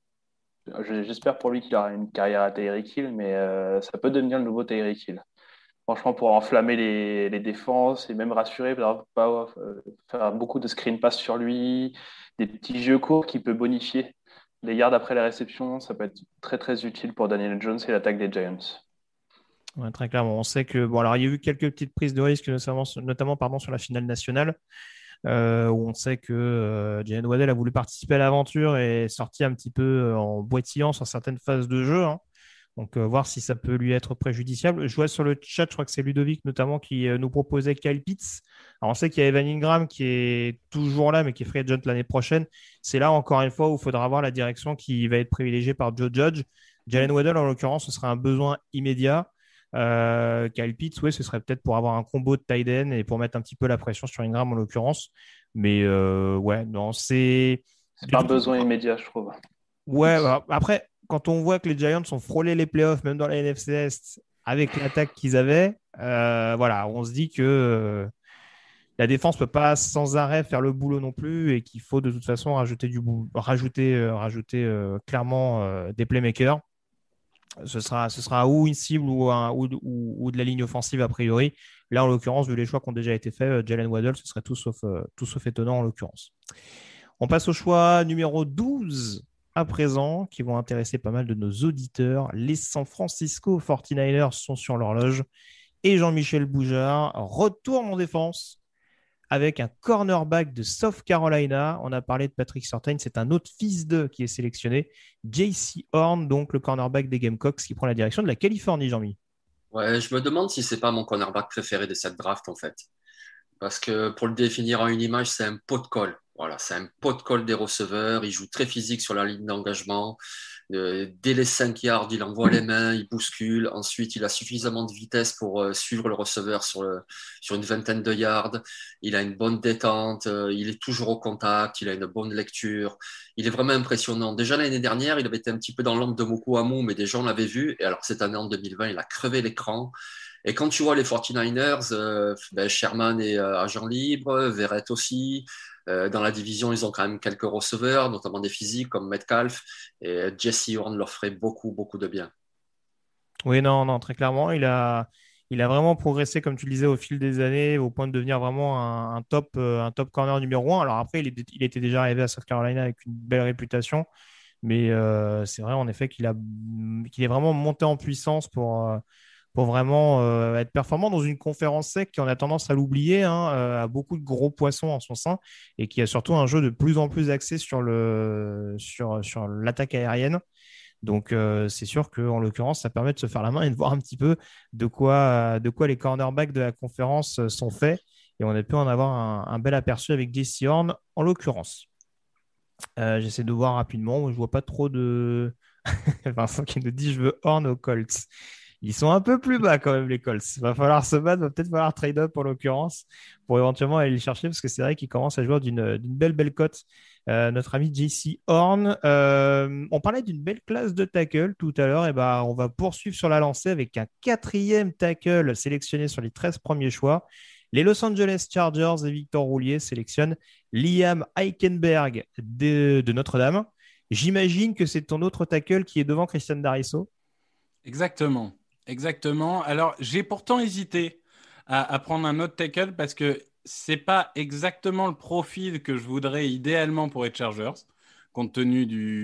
J'espère pour lui qu'il aura une carrière à Tyreek Hill, mais euh, ça peut devenir le nouveau Tyreek Hill. Franchement, pour enflammer les, les défenses et même rassurer, pas, pas euh, faire beaucoup de screen pass sur lui, des petits jeux courts qui peut bonifier les yards après la réception, ça peut être très très utile pour Daniel Jones et l'attaque des Giants. Ouais, très clairement, on sait que bon, alors il y a eu quelques petites prises de risque, notamment, notamment pardon, sur la finale nationale, euh, où on sait que euh, Jalen Waddell a voulu participer à l'aventure et est sorti un petit peu euh, en boitillant sur certaines phases de jeu. Hein. Donc, euh, voir si ça peut lui être préjudiciable. Je vois sur le chat, je crois que c'est Ludovic notamment qui euh, nous proposait Kyle Pitts. Alors, on sait qu'il y a Evan Ingram qui est toujours là, mais qui est free agent l'année prochaine. C'est là, encore une fois, où il faudra voir la direction qui va être privilégiée par Joe Judge. Jalen Waddell, en l'occurrence, ce sera un besoin immédiat. Euh, Kyle Pitts, oui, ce serait peut-être pour avoir un combo de tight end et pour mettre un petit peu la pression sur Ingram, en l'occurrence. Mais euh, ouais, non, c'est... C'est pas un besoin immédiat, je trouve. Ouais, bah, après, quand on voit que les Giants ont frôlé les playoffs, même dans la N F C Est, avec l'attaque qu'ils avaient, euh, voilà, on se dit que euh, la défense ne peut pas sans arrêt faire le boulot non plus et qu'il faut de toute façon rajouter, du bou- rajouter, euh, rajouter euh, clairement euh, des playmakers. Ce sera, ce sera ou une cible ou, un, ou, ou, ou de la ligne offensive a priori. Là, en l'occurrence, vu les choix qui ont déjà été faits, euh, Jalen Waddle, ce serait tout sauf, euh, tout sauf étonnant en l'occurrence. On passe au choix numéro douze à présent, qui vont intéresser pas mal de nos auditeurs. Les San Francisco forty-niners sont sur l'horloge et Jean-Michel Boujard retourne en défense avec un cornerback de South Carolina. On a parlé de Patrick Surtain, c'est un autre fils d'eux qui est sélectionné. J C Horn, donc le cornerback des Gamecocks, qui prend la direction de la Californie, Jean-Mi. Ouais, je me demande si c'est pas mon cornerback préféré de cette draft, en fait. Parce que pour le définir en une image, c'est un pot de colle. Voilà, c'est un pot de colle des receveurs. Il joue très physique sur la ligne d'engagement. Euh, dès les cinq yards, il envoie les mains, il bouscule. Ensuite, il a suffisamment de vitesse pour euh, suivre le receveur sur, le, sur une vingtaine de yards. Il a une bonne détente. Euh, il est toujours au contact. Il a une bonne lecture. Il est vraiment impressionnant. Déjà l'année dernière, il avait été un petit peu dans l'ombre de Moko Hamu, mais des gens l'avaient vu. Et alors cette année, en deux mille vingt, il a crevé l'écran. Et quand tu vois les forty-niners, euh, ben Sherman est euh, agent libre, Verrett aussi. Euh, dans la division, ils ont quand même quelques receveurs, notamment des physiques comme Metcalf. Et Jesse Horn leur ferait beaucoup, beaucoup de bien. Oui, non, non, très clairement. Il a, il a vraiment progressé, comme tu le disais, au fil des années, au point de devenir vraiment un, un top, euh, un top corner numéro un. Alors après, il, est- il était déjà arrivé à South Carolina avec une belle réputation. Mais euh, c'est vrai, en effet, qu'il a, qu'il est vraiment monté en puissance pour, euh, pour vraiment euh, être performant dans une conférence sec qui en a tendance à l'oublier, hein, euh, a beaucoup de gros poissons en son sein et qui a surtout un jeu de plus en plus axé sur le, sur, sur l'attaque aérienne. Donc, euh, c'est sûr qu'en l'occurrence, ça permet de se faire la main et de voir un petit peu de quoi, de quoi les cornerbacks de la conférence euh, sont faits. Et on a pu en avoir un, un bel aperçu avec Jesse Horn, en l'occurrence. Euh, j'essaie de voir rapidement. Je vois pas trop de. Vincent qui nous dit je veux Horn aux Colts. Ils sont un peu plus bas quand même, les Colts. Il va falloir se battre, va peut-être falloir trade up en l'occurrence pour éventuellement aller les chercher parce que c'est vrai qu'ils commencent à jouer d'une, d'une belle, belle cote. Euh, notre ami J C Horn. Euh, on parlait d'une belle classe de tackle tout à l'heure. Et ben, on va poursuivre sur la lancée avec un quatrième tackle sélectionné sur les treize premiers choix. Les Los Angeles Chargers et Victor Roulier sélectionnent Liam Eichenberg de, de Notre-Dame. J'imagine que c'est ton autre tackle qui est devant Christian Darisso. Exactement. Exactement. Alors, j'ai pourtant hésité à, à prendre un autre tackle parce que c'est pas exactement le profil que je voudrais idéalement pour les Chargers, compte tenu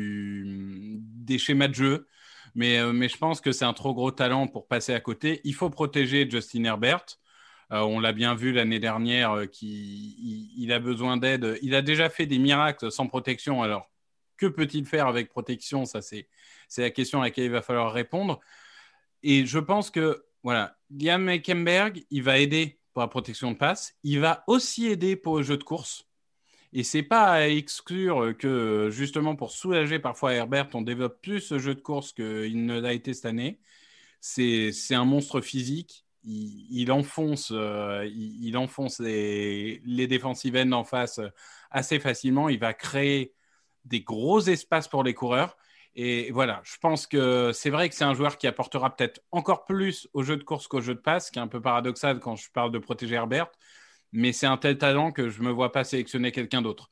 du, des schémas de jeu. Mais, euh, mais je pense que c'est un trop gros talent pour passer à côté. Il faut protéger Justin Herbert. Euh, on l'a bien vu l'année dernière euh, qu'il il, il a besoin d'aide. Il a déjà fait des miracles sans protection. Alors, que peut-il faire avec protection? Ça, c'est, c'est la question à laquelle il va falloir répondre. Et je pense que, voilà, Liam Eichenberg, il va aider pour la protection de passe. Il va aussi aider pour le jeu de course. Et c'est pas à exclure que, justement, pour soulager parfois Herbert, on développe plus ce jeu de course qu'il ne l'a été cette année. C'est, c'est un monstre physique. Il, il enfonce, euh, il, il enfonce les, les defensive ends en face assez facilement. Il va créer des gros espaces pour les coureurs. Et voilà, je pense que c'est vrai que c'est un joueur qui apportera peut-être encore plus au jeu de course qu'au jeu de passe, ce qui est un peu paradoxal quand je parle de protéger Herbert, mais c'est un tel talent que je ne me vois pas sélectionner quelqu'un d'autre.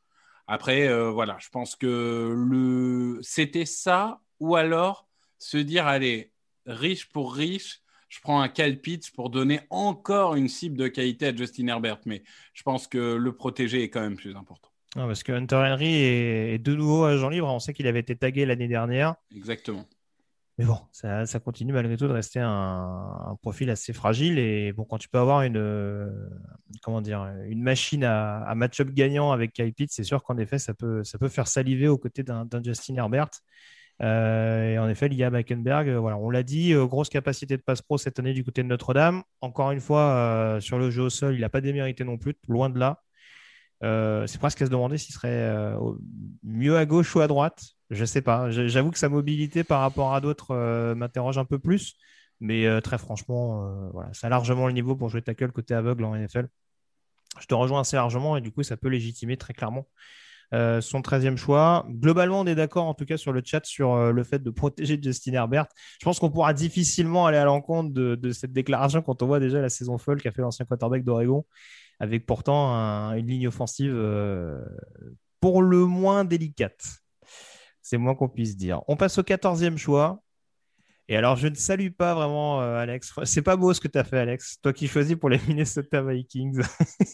Après, euh, voilà, je pense que le... c'était ça, ou alors se dire, allez, riche pour riche, je prends un Kyle Pitts pour donner encore une cible de qualité à Justin Herbert. Mais je pense que le protéger est quand même plus important. Non, parce que Hunter Henry est, est de nouveau agent libre. On sait qu'il avait été tagué l'année dernière. Exactement. Mais bon, ça, ça continue malgré tout de rester un, un profil assez fragile. Et bon, quand tu peux avoir une, euh, comment dire, une machine à, à match-up gagnant avec Kyle Pitts, c'est sûr qu'en effet, ça peut, ça peut faire saliver aux côtés d'un, d'un Justin Herbert. Euh, et en effet, Liam Hülkenberg, euh, voilà, on l'a dit, euh, grosse capacité de passe pro cette année du côté de Notre-Dame. Encore une fois, euh, sur le jeu au sol, il n'a pas démérité non plus, loin de là. Euh, c'est presque à se demander s'il serait euh, mieux à gauche ou à droite. Je ne sais pas. J'avoue que sa mobilité par rapport à d'autres euh, m'interroge un peu plus. Mais euh, très franchement, euh, voilà, ça a largement le niveau pour jouer tackle côté aveugle en N F L. Je te rejoins assez largement et du coup, ça peut légitimer très clairement euh, son treizième choix. Globalement, on est d'accord en tout cas sur le chat sur euh, le fait de protéger Justin Herbert. Je pense qu'on pourra difficilement aller à l'encontre de, de cette déclaration quand on voit déjà la saison folle qu'a fait l'ancien quarterback d'Oregon, avec pourtant un, une ligne offensive euh, pour le moins délicate. C'est moins qu'on puisse dire. On passe au quatorzième choix. Et alors, je ne salue pas vraiment euh, Alex. C'est pas beau ce que tu as fait, Alex. Toi qui choisis pour les Minnesota Vikings.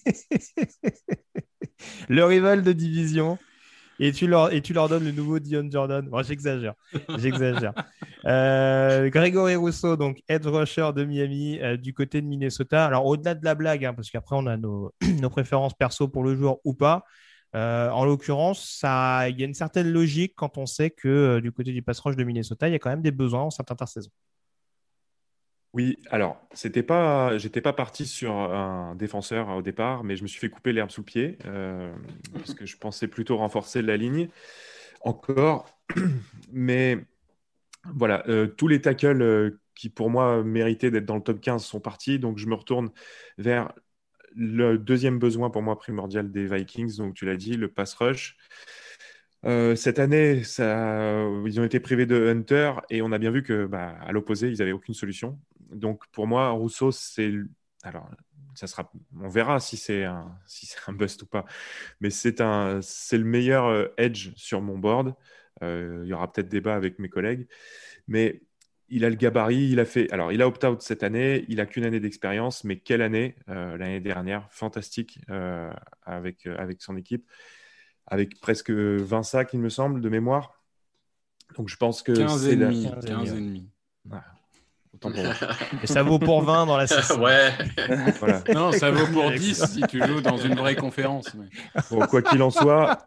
Le rival de division. Et tu leur, et tu leur donnes le nouveau Dion Jordan. Bon, j'exagère. J'exagère. Euh, Grégory Rousseau, donc edge rusher de Miami, euh, du côté de Minnesota. Alors, au-delà de la blague, hein, parce qu'après, on a nos, nos préférences perso pour le joueur ou pas. Euh, en l'occurrence, ça, il y a une certaine logique quand on sait que euh, du côté du pass rush de Minnesota, il y a quand même des besoins en cette intersaison. Oui, alors, c'était pas, j'étais pas parti sur un défenseur au départ, mais je me suis fait couper l'herbe sous le pied euh, parce que je pensais plutôt renforcer la ligne encore. Mais voilà, euh, tous les tackles euh, qui pour moi méritaient d'être dans le top quinze sont partis, donc je me retourne vers le deuxième besoin pour moi primordial des Vikings, donc tu l'as dit, le pass rush. Euh, cette année, ça, ils ont été privés de Hunter et on a bien vu que, bah, à l'opposé, ils n'avaient aucune solution. Donc pour moi, Rousseau, c'est, alors, ça sera, on verra si c'est un, si c'est un bust ou pas, mais c'est un, c'est le meilleur edge sur mon board. Euh, il y aura peut-être débat avec mes collègues, mais il a le gabarit, il a fait, alors il a opt-out cette année, il a qu'une année d'expérience, mais quelle année euh, l'année dernière, fantastique euh, avec euh, avec son équipe, avec presque vingt sacs, il me semble, de mémoire. Donc je pense que quinze c'est et la... demi, quinze et demi. Ah, autant pour moi. Et ça vaut pour vingt dans la saison. Ouais. Voilà. Non, ça vaut pour dix si tu joues dans une vraie conférence. Mais... Bon, quoi qu'il en soit,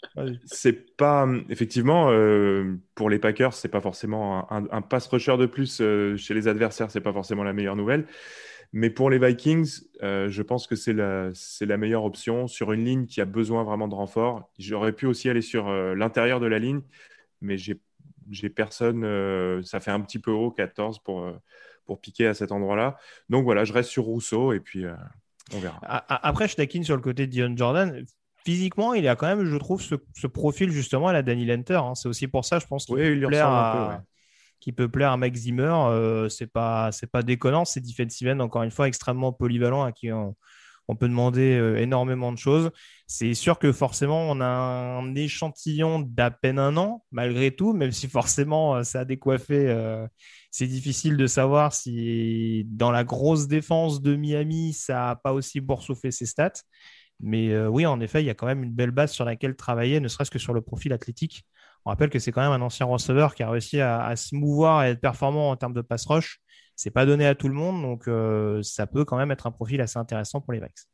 c'est pas effectivement euh, pour les Packers, c'est pas forcément un, un, un pass rusher de plus euh, chez les adversaires, c'est pas forcément la meilleure nouvelle. Mais pour les Vikings, euh, je pense que c'est la, c'est la meilleure option sur une ligne qui a besoin vraiment de renfort. J'aurais pu aussi aller sur euh, l'intérieur de la ligne, mais j'ai, j'ai personne. Euh, ça fait un petit peu haut, quatorze, pour, euh, pour piquer à cet endroit-là. Donc voilà, je reste sur Rousseau et puis euh, on verra. Après, je taquine sur le côté de Dion Jordan. Physiquement, il a quand même, je trouve, ce, ce profil justement à la Danny Lenter. Hein. C'est aussi pour ça, je pense, qu'il oui, peut, il lui plaire ressemble à, un peu, ouais. qui peut plaire à Mike Zimmer. Euh, c'est pas, c'est pas déconnant. C'est defensive end, encore une fois, extrêmement polyvalent, à qui on, on peut demander euh, énormément de choses. C'est sûr que forcément, on a un échantillon d'à peine un an, malgré tout, même si forcément, euh, ça a décoiffé. Euh, c'est difficile de savoir si dans la grosse défense de Miami, ça n'a pas aussi boursouflé ses stats. Mais euh, oui, en effet, il y a quand même une belle base sur laquelle travailler, ne serait-ce que sur le profil athlétique. On rappelle que c'est quand même un ancien receveur qui a réussi à, à se mouvoir et être performant en termes de pass rush. C'est pas donné à tout le monde, donc euh, ça peut quand même être un profil assez intéressant pour les Vikes.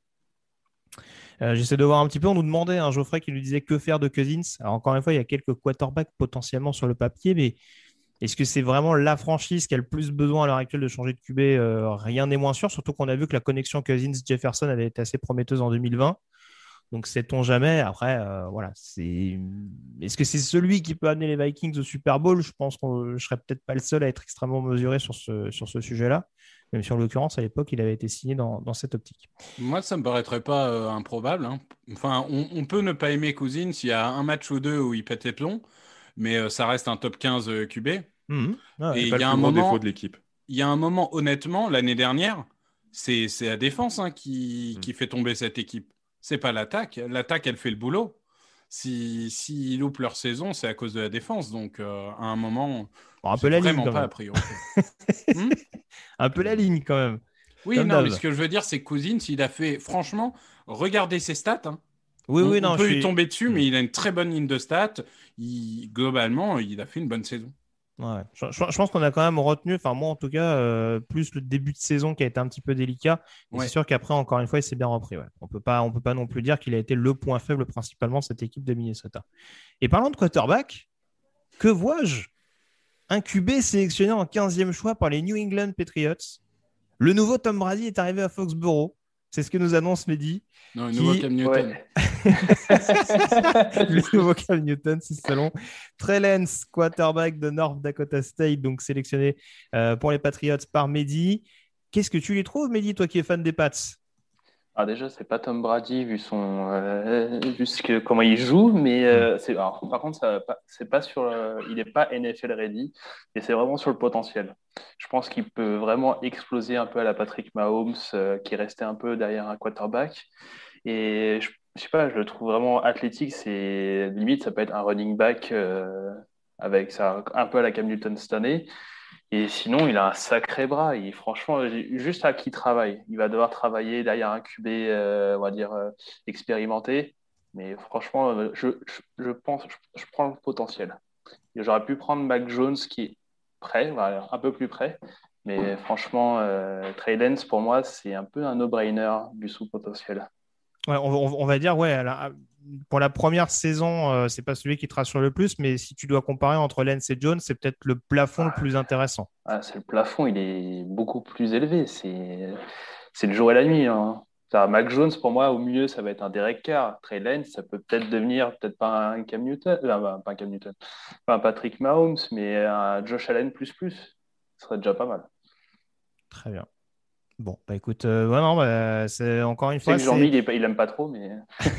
Euh, j'essaie de voir un petit peu. On nous demandait, hein, Geoffrey qui nous disait que faire de Cousins. Alors encore une fois, il y a quelques quarterbacks potentiellement sur le papier, mais est-ce que c'est vraiment la franchise qui a le plus besoin à l'heure actuelle de changer de Q B? euh, Rien n'est moins sûr, surtout qu'on a vu que la connexion Cousins-Jefferson avait été assez prometteuse en deux mille vingt. Donc, sait-on jamais. Après, euh, voilà. C'est... Est-ce que c'est celui qui peut amener les Vikings au Super Bowl? Je pense que je ne serais peut-être pas le seul à être extrêmement mesuré sur ce, sur ce sujet-là. Même si, en l'occurrence, à l'époque, il avait été signé dans, dans cette optique. Moi, ça ne me paraîtrait pas euh, improbable. Hein. Enfin, on, on peut ne pas aimer Cousins s'il y a un match ou deux où il pète les plombs, mais euh, ça reste un top quinze euh, Q B. Mmh. Ah, et il y y a un moment, défaut de l'équipe. Il y a un moment, honnêtement, l'année dernière, c'est, c'est la défense hein, qui, mmh. qui fait tomber cette équipe. C'est pas l'attaque. L'attaque, elle fait le boulot. si, si ils loupent leur saison, c'est à cause de la défense. Donc, euh, à un moment, bon, un c'est peu la vraiment ligne, pas même. a priori. hmm un peu la ligne, quand même. Oui, Comme non, d'hab. mais ce que je veux dire, c'est que Cousins, il a fait, franchement, regardez ses stats. Hein. Oui, on, oui, on non, peut je lui suis... tomber dessus, mais il a une très bonne ligne de stats. Il, globalement, il a fait une bonne saison. Ouais. Je, je- je pense qu'on a quand même retenu, enfin moi en tout cas, euh, plus le début de saison qui a été un petit peu délicat. Mais Ouais. c'est sûr qu'après, encore une fois, il s'est bien repris. Ouais. On peut pas, on peut pas non plus dire qu'il a été le point faible principalement de cette équipe de Minnesota. Et parlant de quarterback, que vois-je? Un Q B sélectionné en quinzième choix par les New England Patriots. Le nouveau Tom Brady est arrivé à Foxborough. C'est ce que nous annonce Mehdi. Non, le qui... nouveau Cam Newton. Ouais. le nouveau Cam Newton, c'est salon. Trey Lance, quarterback de North Dakota State, donc sélectionné euh, pour les Patriots par Mehdi. Qu'est-ce que tu lui trouves, Mehdi, toi qui es fan des Pats? Alors déjà, c'est pas Tom Brady vu son, euh, vu ce que, comment il joue, mais euh, c'est, alors, par contre, ça, va pas- c'est pas sur, euh, il n'est pas N F L ready, et c'est vraiment sur le potentiel. Je pense qu'il peut vraiment exploser un peu à la Patrick Mahomes, euh, qui est resté un peu derrière un quarterback. Et je, je sais pas, je le trouve vraiment athlétique. C'est limite, ça peut être un running back euh, avec ça, un peu à la Cam Newton cette année. Et sinon, il a un sacré bras. Il, franchement, juste à qui il travaille. Il va devoir travailler derrière un Q B, euh, on va dire, euh, expérimenté. Mais franchement, euh, je, je, je pense, je, je prends le potentiel. Et j'aurais pu prendre Mac Jones qui est prêt, voilà, un peu plus près. Mais franchement, euh, Trey Lance, pour moi, c'est un peu un no-brainer du sous-potentiel. Ouais, on, on- on va dire, ouais, la- pour la première saison, euh, c'est pas celui qui te rassure le plus, mais si tu dois comparer entre Lance et Jones, c'est peut-être le plafond le plus intéressant. Ah, c'est le plafond, il est beaucoup plus élevé. C'est, c'est le jour et la nuit. Hein. Ça, Mac Jones, pour moi, au mieux, ça va être un Derek Carr. Trey Lance, ça peut peut-être devenir, peut-être pas un Cam Newton, euh, bah, pas un Cam Newton, pas un Patrick Mahomes, mais un Josh Allen plus plus. Ce serait déjà pas mal. Très bien. Bon, bah écoute, euh, ouais, non, bah, c'est encore une Je sais fois, que Jean-Mi, c'est il, est pas- il aime pas trop, mais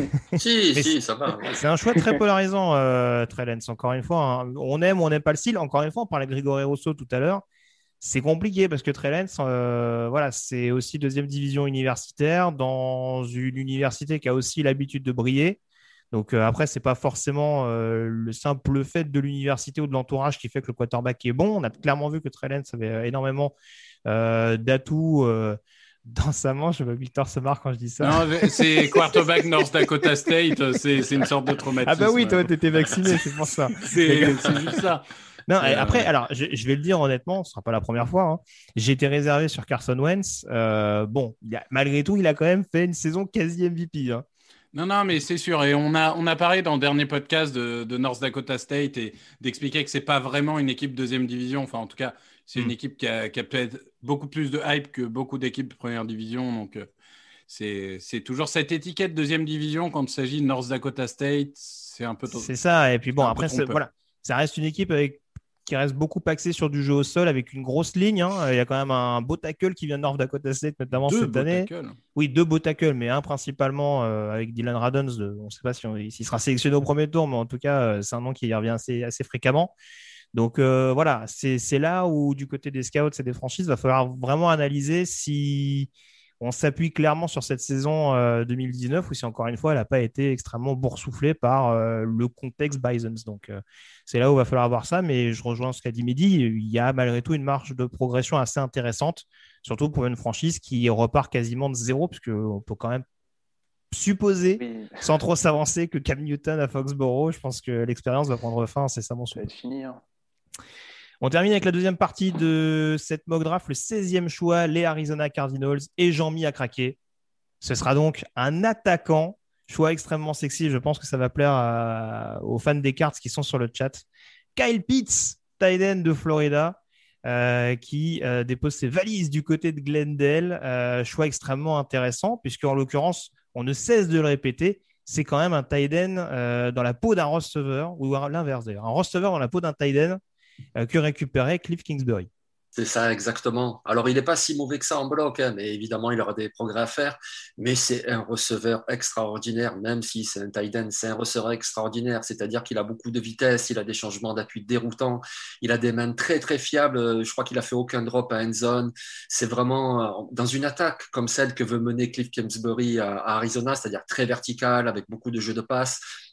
Si, mais si, ça va. ouais. c'est un choix très polarisant, euh, Trey Lance. Encore une fois, hein. On aime ou on n'aime pas le style. Encore une fois, on parlait de Grégory Rousseau tout à l'heure. C'est compliqué parce que Trey Lance, euh, voilà, c'est aussi deuxième division universitaire dans une université qui a aussi l'habitude de briller. Donc euh, après, c'est pas forcément euh, le simple fait de l'université ou de l'entourage qui fait que le quarterback est bon. On a clairement vu que Trey Lance avait euh, énormément euh, d'atouts euh, dans sa manche. Je vois Victor se marre quand je dis ça. Non, c'est quarterback North Dakota State. C'est, c'est une sorte de traumatisme. Ah bah oui, toi, t'étais vacciné, c'est pour ça. C'est, c'est juste ça. Non, et Euh, après, alors, je, je vais le dire honnêtement, ce sera pas la première fois. Hein. J'ai été réservé sur Carson Wentz. Euh, bon, il a- malgré tout, il a quand même fait une saison quasi M V P. Hein. Non, non, mais c'est sûr. Et on a, on a parlé dans le dernier podcast de, de North Dakota State et d'expliquer que c'est pas vraiment une équipe deuxième division. Enfin, en tout cas, c'est Mm. une équipe qui a, qui a peut-être beaucoup plus de hype que beaucoup d'équipes de première division. Donc, euh, c'est, c'est toujours cette étiquette deuxième division quand il s'agit de North Dakota State. C'est un peu tôt. C'est ça. Et puis bon, C'est un peu après, c'est- trompeur. voilà, ça reste une équipe avec, qui reste beaucoup axée sur du jeu au sol avec une grosse ligne. Hein. Il y a quand même un beau tackle qui vient de North Dakota State, notamment Deux cette beaux année. tackles. Oui, deux beaux tackles, mais un principalement euh, avec Dylan Radons. De- on ne sait pas si on- s'il sera sélectionné au premier tour, mais en tout cas, euh, c'est un nom qui revient assez, assez fréquemment. Donc euh, voilà, c'est c'est là où du côté des scouts et des franchises, il va falloir vraiment analyser si on s'appuie clairement sur cette saison euh, deux mille dix-neuf ou si encore une fois, elle n'a pas été extrêmement boursouflée par euh, le contexte Bisons. Donc euh, c'est là où il va falloir voir ça, mais je rejoins ce qu'a dit Mehdi, il y a malgré tout une marge de progression assez intéressante, surtout pour une franchise qui repart quasiment de zéro, puisqu'on peut quand même supposer, oui, sans trop s'avancer, que Cam Newton à Foxborough, je pense que l'expérience va prendre fin incessamment sous ça va être fini. Hein. On termine avec la deuxième partie de cette mock draft, le seizième choix, les Arizona Cardinals et Jean-Mi a craqué. Ce sera donc un attaquant, choix extrêmement sexy. Je pense que ça va plaire à- aux fans des Cards qui sont sur le chat. Kyle Pitts, tight end de Florida, euh, qui euh, dépose ses valises du côté de Glendale. Euh, choix extrêmement intéressant, puisque en l'occurrence, on ne cesse de le répéter, c'est quand même un tight end euh, dans la peau d'un receveur, ou l'inverse d'ailleurs, un receveur dans la peau d'un tight end euh, que récupérait Cliff Kingsbury. C'est ça, exactement. Alors, il n'est pas si mauvais que ça en bloc, hein, mais évidemment, il aura des progrès à faire. Mais c'est un receveur extraordinaire, même si c'est un tight end, c'est un receveur extraordinaire. C'est-à-dire qu'il a beaucoup de vitesse, il a des changements d'appui déroutants, il a des mains très, très fiables. Je crois qu'il n'a fait aucun drop à end zone. C'est vraiment dans une attaque comme celle que veut mener Cliff Kingsbury à, à Arizona, c'est-à-dire très verticale, avec beaucoup de jeux de passe.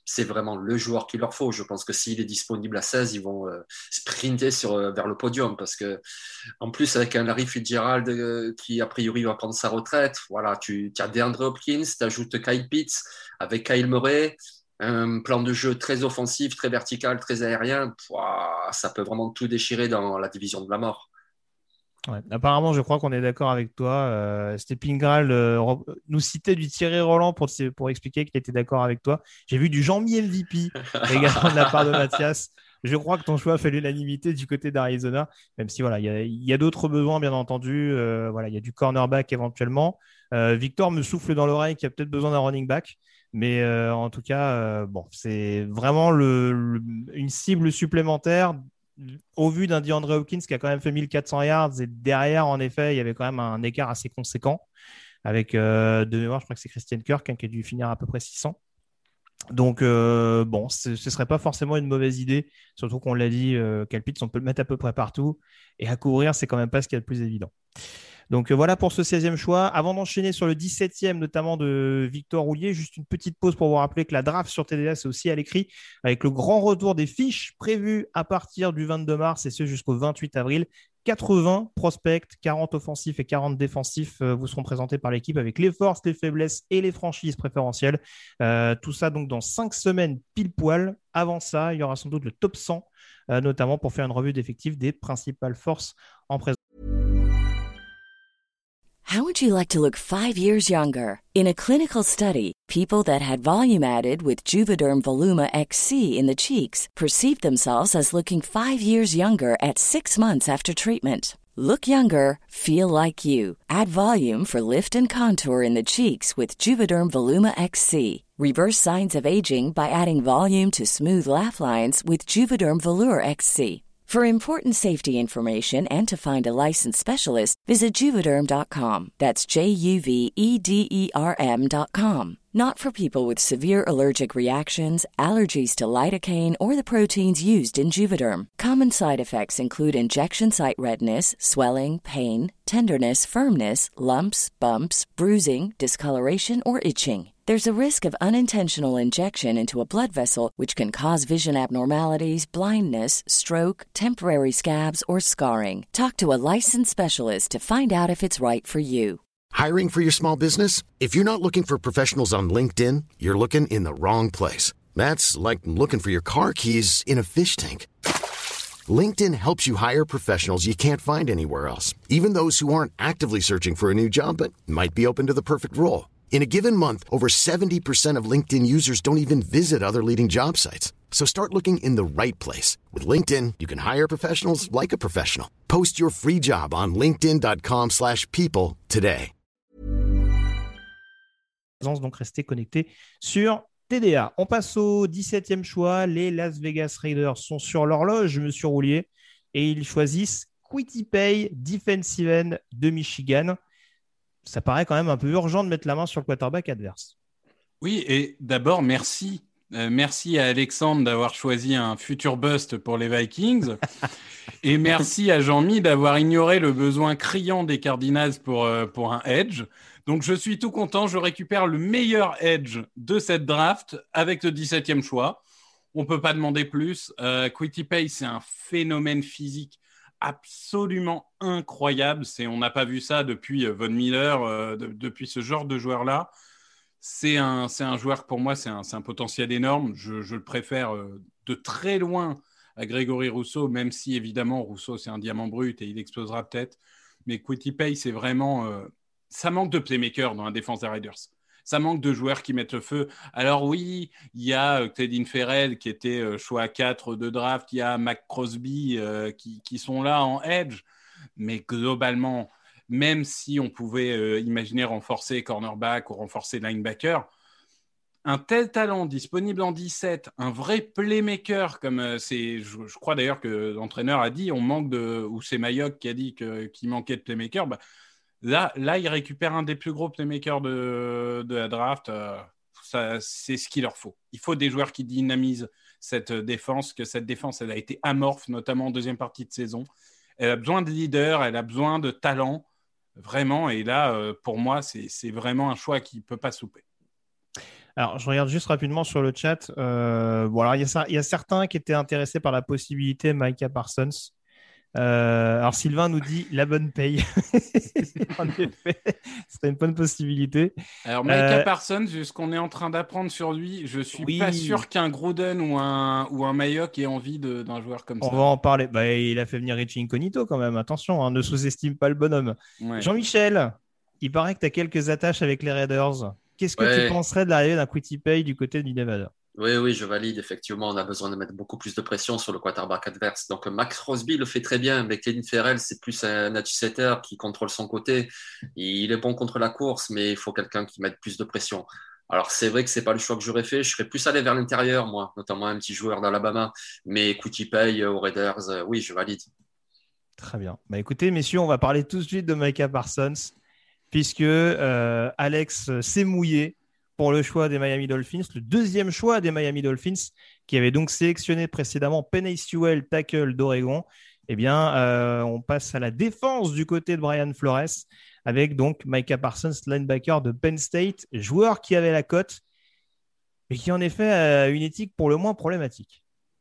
c'est vraiment le joueur qu'il leur faut. Je pense que s'il est disponible à seize, ils vont euh, sprinter sur, euh, vers le podium parce que, en plus, avec un Larry Fitzgerald euh, qui, a priori, va prendre sa retraite, voilà, tu, tu as DeAndre Hopkins, tu ajoutes Kyle Pitts avec Kyle Murray, un plan de jeu très offensif, très vertical, très aérien. Pouah, ça peut vraiment tout déchirer dans la division de la mort. Ouais. Apparemment, je crois qu'on est d'accord avec toi. Euh, Stepping Graal euh, re- nous citait du Thierry Roland pour, pour expliquer qu'il était d'accord avec toi. J'ai vu du Jean-Mi M V P également de la part de Mathias. Je crois que ton choix fait l'unanimité du côté d'Arizona, même si voilà, il y a, il y a d'autres besoins, bien entendu. Euh, voilà, il y a du cornerback éventuellement. Euh, Victor me souffle dans l'oreille qu'il y a peut-être besoin d'un running back. Mais euh, en tout cas, euh, bon, c'est vraiment le, le- une cible supplémentaire au vu d'un DeAndre Hopkins qui a quand même fait mille quatre cents yards et derrière, en effet, il y avait quand même un écart assez conséquent avec euh, de mémoire, je crois que c'est Christian Kirk hein, qui a dû finir à peu près six cents. Donc, euh, bon, ce ne serait pas forcément une mauvaise idée, surtout qu'on l'a dit, euh, Kyle Pitts, on peut le mettre à peu près partout et à couvrir, c'est quand même pas ce qu'il y a de plus évident. Donc euh, voilà pour ce seizième choix. Avant d'enchaîner sur le dix-septième, notamment de Victor Roulier, juste une petite pause pour vous rappeler que la draft sur T D A, c'est aussi à l'écrit, avec le grand retour des fiches prévues à partir du vingt-deux mars et ce jusqu'au vingt-huit avril. quatre-vingts prospects, quarante offensifs et quarante défensifs euh, vous seront présentés par l'équipe avec les forces, les faiblesses et les franchises préférentielles. Euh, tout ça donc dans cinq semaines pile poil. Avant ça, il y aura sans doute le top cent, euh, notamment pour faire une revue d'effectifs des principales forces en présence. How would you like to look five years younger? In a clinical study, people that had volume added with Juvederm Voluma X C in the cheeks perceived themselves as looking five years younger at six months after treatment. Look younger, feel like you. Add volume for lift and contour in the cheeks with Juvederm Voluma X C. Reverse signs of aging by adding volume to smooth laugh lines with Juvederm Volure X C. For important safety information and to find a licensed specialist, visit Juvederm dot com. That's J U V E D E R M dot com. Not for people with severe allergic reactions, allergies to lidocaine, or the proteins used in Juvederm. Common side effects include injection site redness, swelling, pain, tenderness, firmness, lumps, bumps, bruising, discoloration, or itching. There's a risk of unintentional injection into a blood vessel, which can cause vision abnormalities, blindness, stroke, temporary scabs, or scarring. Talk to a licensed specialist to find out if it's right for you. Hiring for your small business? If you're not looking for professionals on LinkedIn, you're looking in the wrong place. That's like looking for your car keys in a fish tank. LinkedIn helps you hire professionals you can't find anywhere else, even those who aren't actively searching for a new job but might be open to the perfect role. In a given month, over seventy percent of LinkedIn users don't even visit other leading job sites. So start looking in the right place. With LinkedIn, you can hire professionals like a professional. Post your free job on linkedin dot com slash people today. Donc restez connectés sur T D A. On passe au dix-septième choix. Les Las Vegas Raiders sont sur l'horloge, Monsieur Roulier, et ils choisissent Quitty defensive end de Michigan. Ça paraît quand même un peu urgent de mettre la main sur le quarterback adverse. Oui, et d'abord, merci. Euh, merci à Alexandre d'avoir choisi un futur bust pour les Vikings. Et merci à Jean-Mi d'avoir ignoré le besoin criant des Cardinals pour, euh, pour un edge. Donc, je suis tout content. Je récupère le meilleur edge de cette draft avec le dix-septième choix. On ne peut pas demander plus. Euh, Quitty Paye, c'est un phénomène physique absolument incroyable. C'est, on n'a pas vu ça depuis Von Miller, euh, de, depuis ce genre de joueur-là. C'est un, c'est un joueur, pour moi, c'est un, c'est un potentiel énorme. Je, je le préfère euh, de très loin à Grégory Rousseau, même si, évidemment, Rousseau, c'est un diamant brut et il explosera peut-être. Mais Quitty Paye, c'est vraiment... Euh, ça manque de playmaker dans la défense des Raiders. Ça manque de joueurs qui mettent le feu. Alors oui, il y a euh, Teddy Ferrell qui était euh, choix quatre de draft, il y a Mac Crosby euh, qui, qui sont là en edge, mais globalement, même si on pouvait euh, imaginer renforcer cornerback ou renforcer linebacker, un tel talent disponible en dix-sept, un vrai playmaker, comme euh, c'est, je, je crois d'ailleurs que l'entraîneur a dit, on manque de, ou c'est Mayock qui a dit que, qu'il manquait de playmaker, bah, Là, là, ils récupèrent un des plus gros playmakers de, de la draft. Euh, ça, c'est ce qu'il leur faut. Il faut des joueurs qui dynamisent cette défense, que cette défense, elle a été amorphe, notamment en deuxième partie de saison. Elle a besoin de leaders, elle a besoin de talent, vraiment. Et là, euh, pour moi, c'est, c'est vraiment un choix qui ne peut pas souper. Alors, je regarde juste rapidement sur le chat. Euh, bon, alors, il y a ça- il y a certains qui étaient intéressés par la possibilité Micah Parsons. Euh, alors, Sylvain nous dit la bonne paye. En effet, ce serait une bonne possibilité. Alors, Micah Euh, Parsons, vu ce qu'on est en train d'apprendre sur lui, je suis Oui. pas sûr qu'un Gruden ou un, ou un Mayock ait envie de- d'un joueur comme On ça. va en parler. Bah, il a fait venir Richie Incognito quand même. Attention, hein, ne sous-estime pas le bonhomme. Ouais. Jean-Michel, il paraît que tu as quelques attaches avec les Raiders. Qu'est-ce que tu Ouais. penserais de l'arrivée d'un Quitty Pay du côté du Nevada? Oui, oui, je valide. Effectivement, on a besoin de mettre beaucoup plus de pression sur le quarterback adverse. Donc, Max Crosby le fait très bien, mais Clelin Ferrell, c'est plus un setter qui contrôle son côté. Il est bon contre la course, mais il faut quelqu'un qui mette plus de pression. Alors, c'est vrai que c'est pas le choix que j'aurais fait. Je serais plus allé vers l'intérieur, moi, notamment un petit joueur d'Alabama. Mais Quitty Pay aux Raiders, euh, oui, je valide. Très bien. Bah, écoutez, messieurs, on va parler tout de suite de Micah Parsons, puisque euh, Alex s'est mouillé pour le choix des Miami Dolphins, le deuxième choix des Miami Dolphins, qui avait donc sélectionné précédemment Penei Sewell, tackle d'Oregon. Eh bien, euh, on passe à la défense du côté de Brian Flores, avec donc Micah Parsons, linebacker de Penn State, joueur qui avait la cote, mais qui en effet a une éthique pour le moins problématique.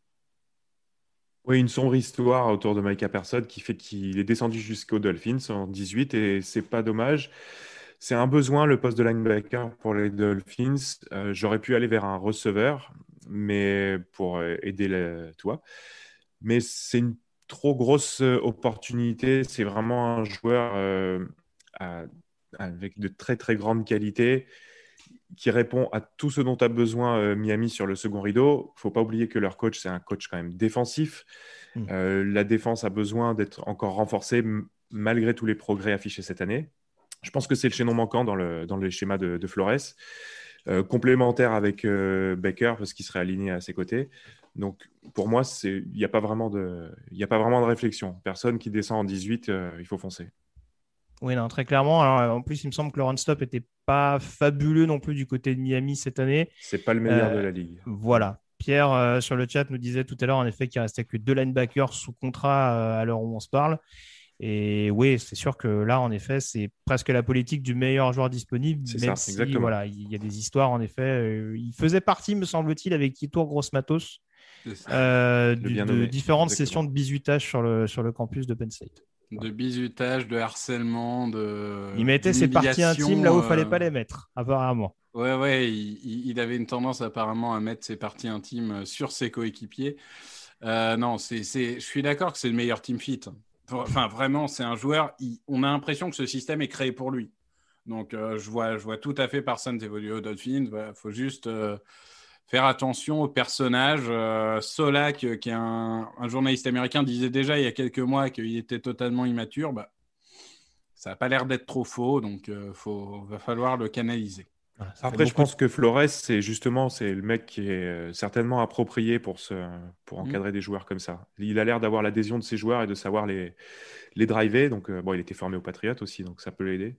Oui, une sombre histoire autour de Micah Parsons qui fait qu'il est descendu jusqu'aux Dolphins en dix-huit et c'est pas dommage. C'est un besoin, le poste de linebacker pour les Dolphins. Euh, j'aurais pu aller vers un receveur, mais pour euh, aider le, toi. Mais c'est une trop grosse euh, opportunité. C'est vraiment un joueur euh, à- avec de très très grandes qualités qui répond à tout ce dont a besoin euh, Miami sur le second rideau. Il ne faut pas oublier que leur coach, c'est un coach quand même défensif. Mm. Euh, la défense a besoin d'être encore renforcée m- malgré tous les progrès affichés cette année. Je pense que c'est le chaînon manquant dans le, dans le schéma de, de Flores. Euh, complémentaire avec euh, Baker parce qu'il serait aligné à ses côtés. Donc, pour moi, il n'y a pas vraiment de, il n'y a pas vraiment de réflexion. Personne qui descend en dix-huit, euh, il faut foncer. Oui, non, très clairement. Alors, en plus, il me semble que le run-stop n'était pas fabuleux non plus du côté de Miami cette année. C'est pas le meilleur Euh, de la ligue. Voilà. Pierre, euh, sur le chat, nous disait tout à l'heure, en effet, qu'il restait que deux linebackers sous contrat euh, à l'heure où on se parle. Et oui, c'est sûr que là, en effet, c'est presque la politique du meilleur joueur disponible. C'est Même ça, si, exactement. voilà, il y a des histoires, en effet. Euh, il faisait partie, me semble-t-il, avec Kitour Gross Matos, C'est ça. euh, Le du- bien de nommé, différentes exactement. sessions de bisutage sur le, sur le campus de Penn State. De bizutage, de harcèlement, de. Il mettait ses parties d'humiliation, intimes là où il euh, fallait pas les mettre, apparemment. Ouais, ouais, il, il- il avait une tendance apparemment à mettre ses parties intimes sur ses coéquipiers. Euh, non, c'est, c'est, je suis d'accord que c'est le meilleur team fit. Enfin, vraiment, c'est un joueur. il- on a l'impression que ce système est créé pour lui. Donc, euh, je vois, je vois tout à fait Parsons évoluer aux Dolphins. Il faut juste euh, faire attention aux personnages. Euh, Solak, euh, qui est un, un journaliste américain, disait déjà il y a quelques mois qu'il était totalement immature. Bah, ça n'a pas l'air d'être trop faux, donc il euh, va falloir le canaliser. Voilà, ça fait Après, je beaucoup pense que Flores, c'est justement c'est le mec qui est euh, certainement approprié pour, ce, pour encadrer des joueurs comme ça. Il a l'air d'avoir l'adhésion de ses joueurs et de savoir les, les driver. Donc, euh, bon, il était formé au Patriots aussi, donc ça peut l'aider.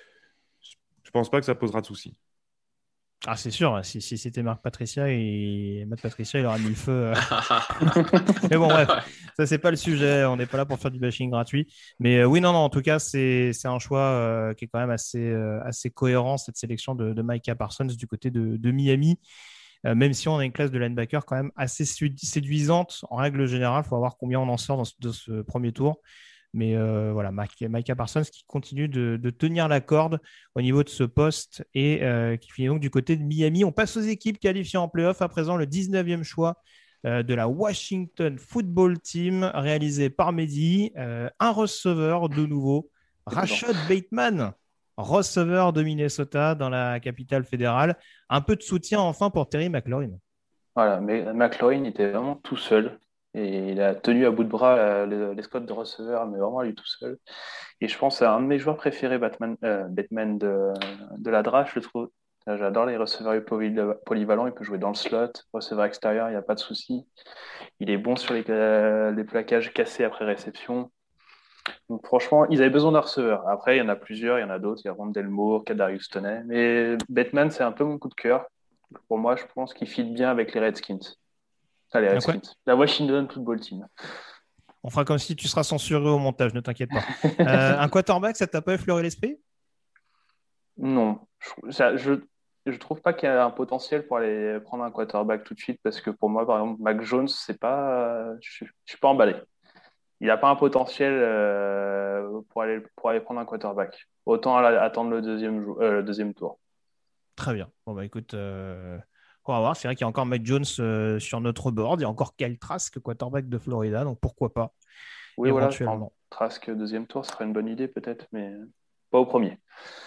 Je pense pas que ça posera de soucis. Ah, c'est sûr, si, si c'était Marc Patricia et Matt Patricia, il aurait mis le feu. euh. Mais bon, bref, ça, c'est pas le sujet. On n'est pas là pour faire du bashing gratuit. Mais euh, oui, non, non, en tout cas, c'est, c'est un choix euh, qui est quand même assez, euh, assez cohérent, cette sélection de, de Micah Parsons du côté de, de Miami. Euh, même si on a une classe de linebacker quand même assez séduisante en règle générale. Il faut voir combien on en sort dans ce, de ce premier tour. Mais euh, voilà, Micah Parsons qui continue de, de tenir la corde au niveau de ce poste et euh, qui finit donc du côté de Miami. On passe aux équipes qualifiées en playoff. À présent, le dix-neuvième choix euh, de la Washington Football Team réalisé par Mehdi. Euh, un receveur de nouveau, Rashad Bateman, receveur de Minnesota dans la capitale fédérale. Un peu de soutien enfin pour Terry McLaurin. Voilà, mais McLaurin était vraiment tout seul. Et il a tenu à bout de bras la- les, les squads de receveurs, mais vraiment lui tout seul. Et je pense que c'est un de mes joueurs préférés, Batman, euh, Bateman de, de la draft, je le trouve. J'adore les receveurs poly- polyvalents. Il peut jouer dans le slot, receveur extérieur, il n'y a pas de souci. Il est bon sur les, euh, les plaquages cassés après réception. Donc franchement, ils avaient besoin d'un receveur. Après, il y en a plusieurs, il y en a d'autres. Il y a Rondell Moore, Kadarius Toney. Mais Bateman, c'est un peu mon coup de cœur. Pour moi, je pense qu'il fit bien avec les Redskins. Ah, les Redskins. La Washington Football Team. On fera comme si tu seras censuré au montage, ne t'inquiète pas. euh, un quarterback, ça t'a pas effleuré l'esprit? Non. Je, ça, je, je trouve pas qu'il y a un potentiel pour aller prendre un quarterback tout de suite parce que pour moi, par exemple, Mac Jones, c'est pas, je suis, je suis pas emballé. Il n'a pas un potentiel euh, pour aller, pour aller prendre un quarterback. Autant aller attendre le deuxième, jou- euh, le deuxième tour. Très bien. Bon, bah écoute, euh, on va voir. C'est vrai qu'il y a encore Mac Jones euh, sur notre board. Il y a encore Kyle Trask, quarterback de Florida. Donc pourquoi pas, Oui, voilà, je pense éventuellement. Trask deuxième tour, ce serait une bonne idée peut-être, mais pas au premier.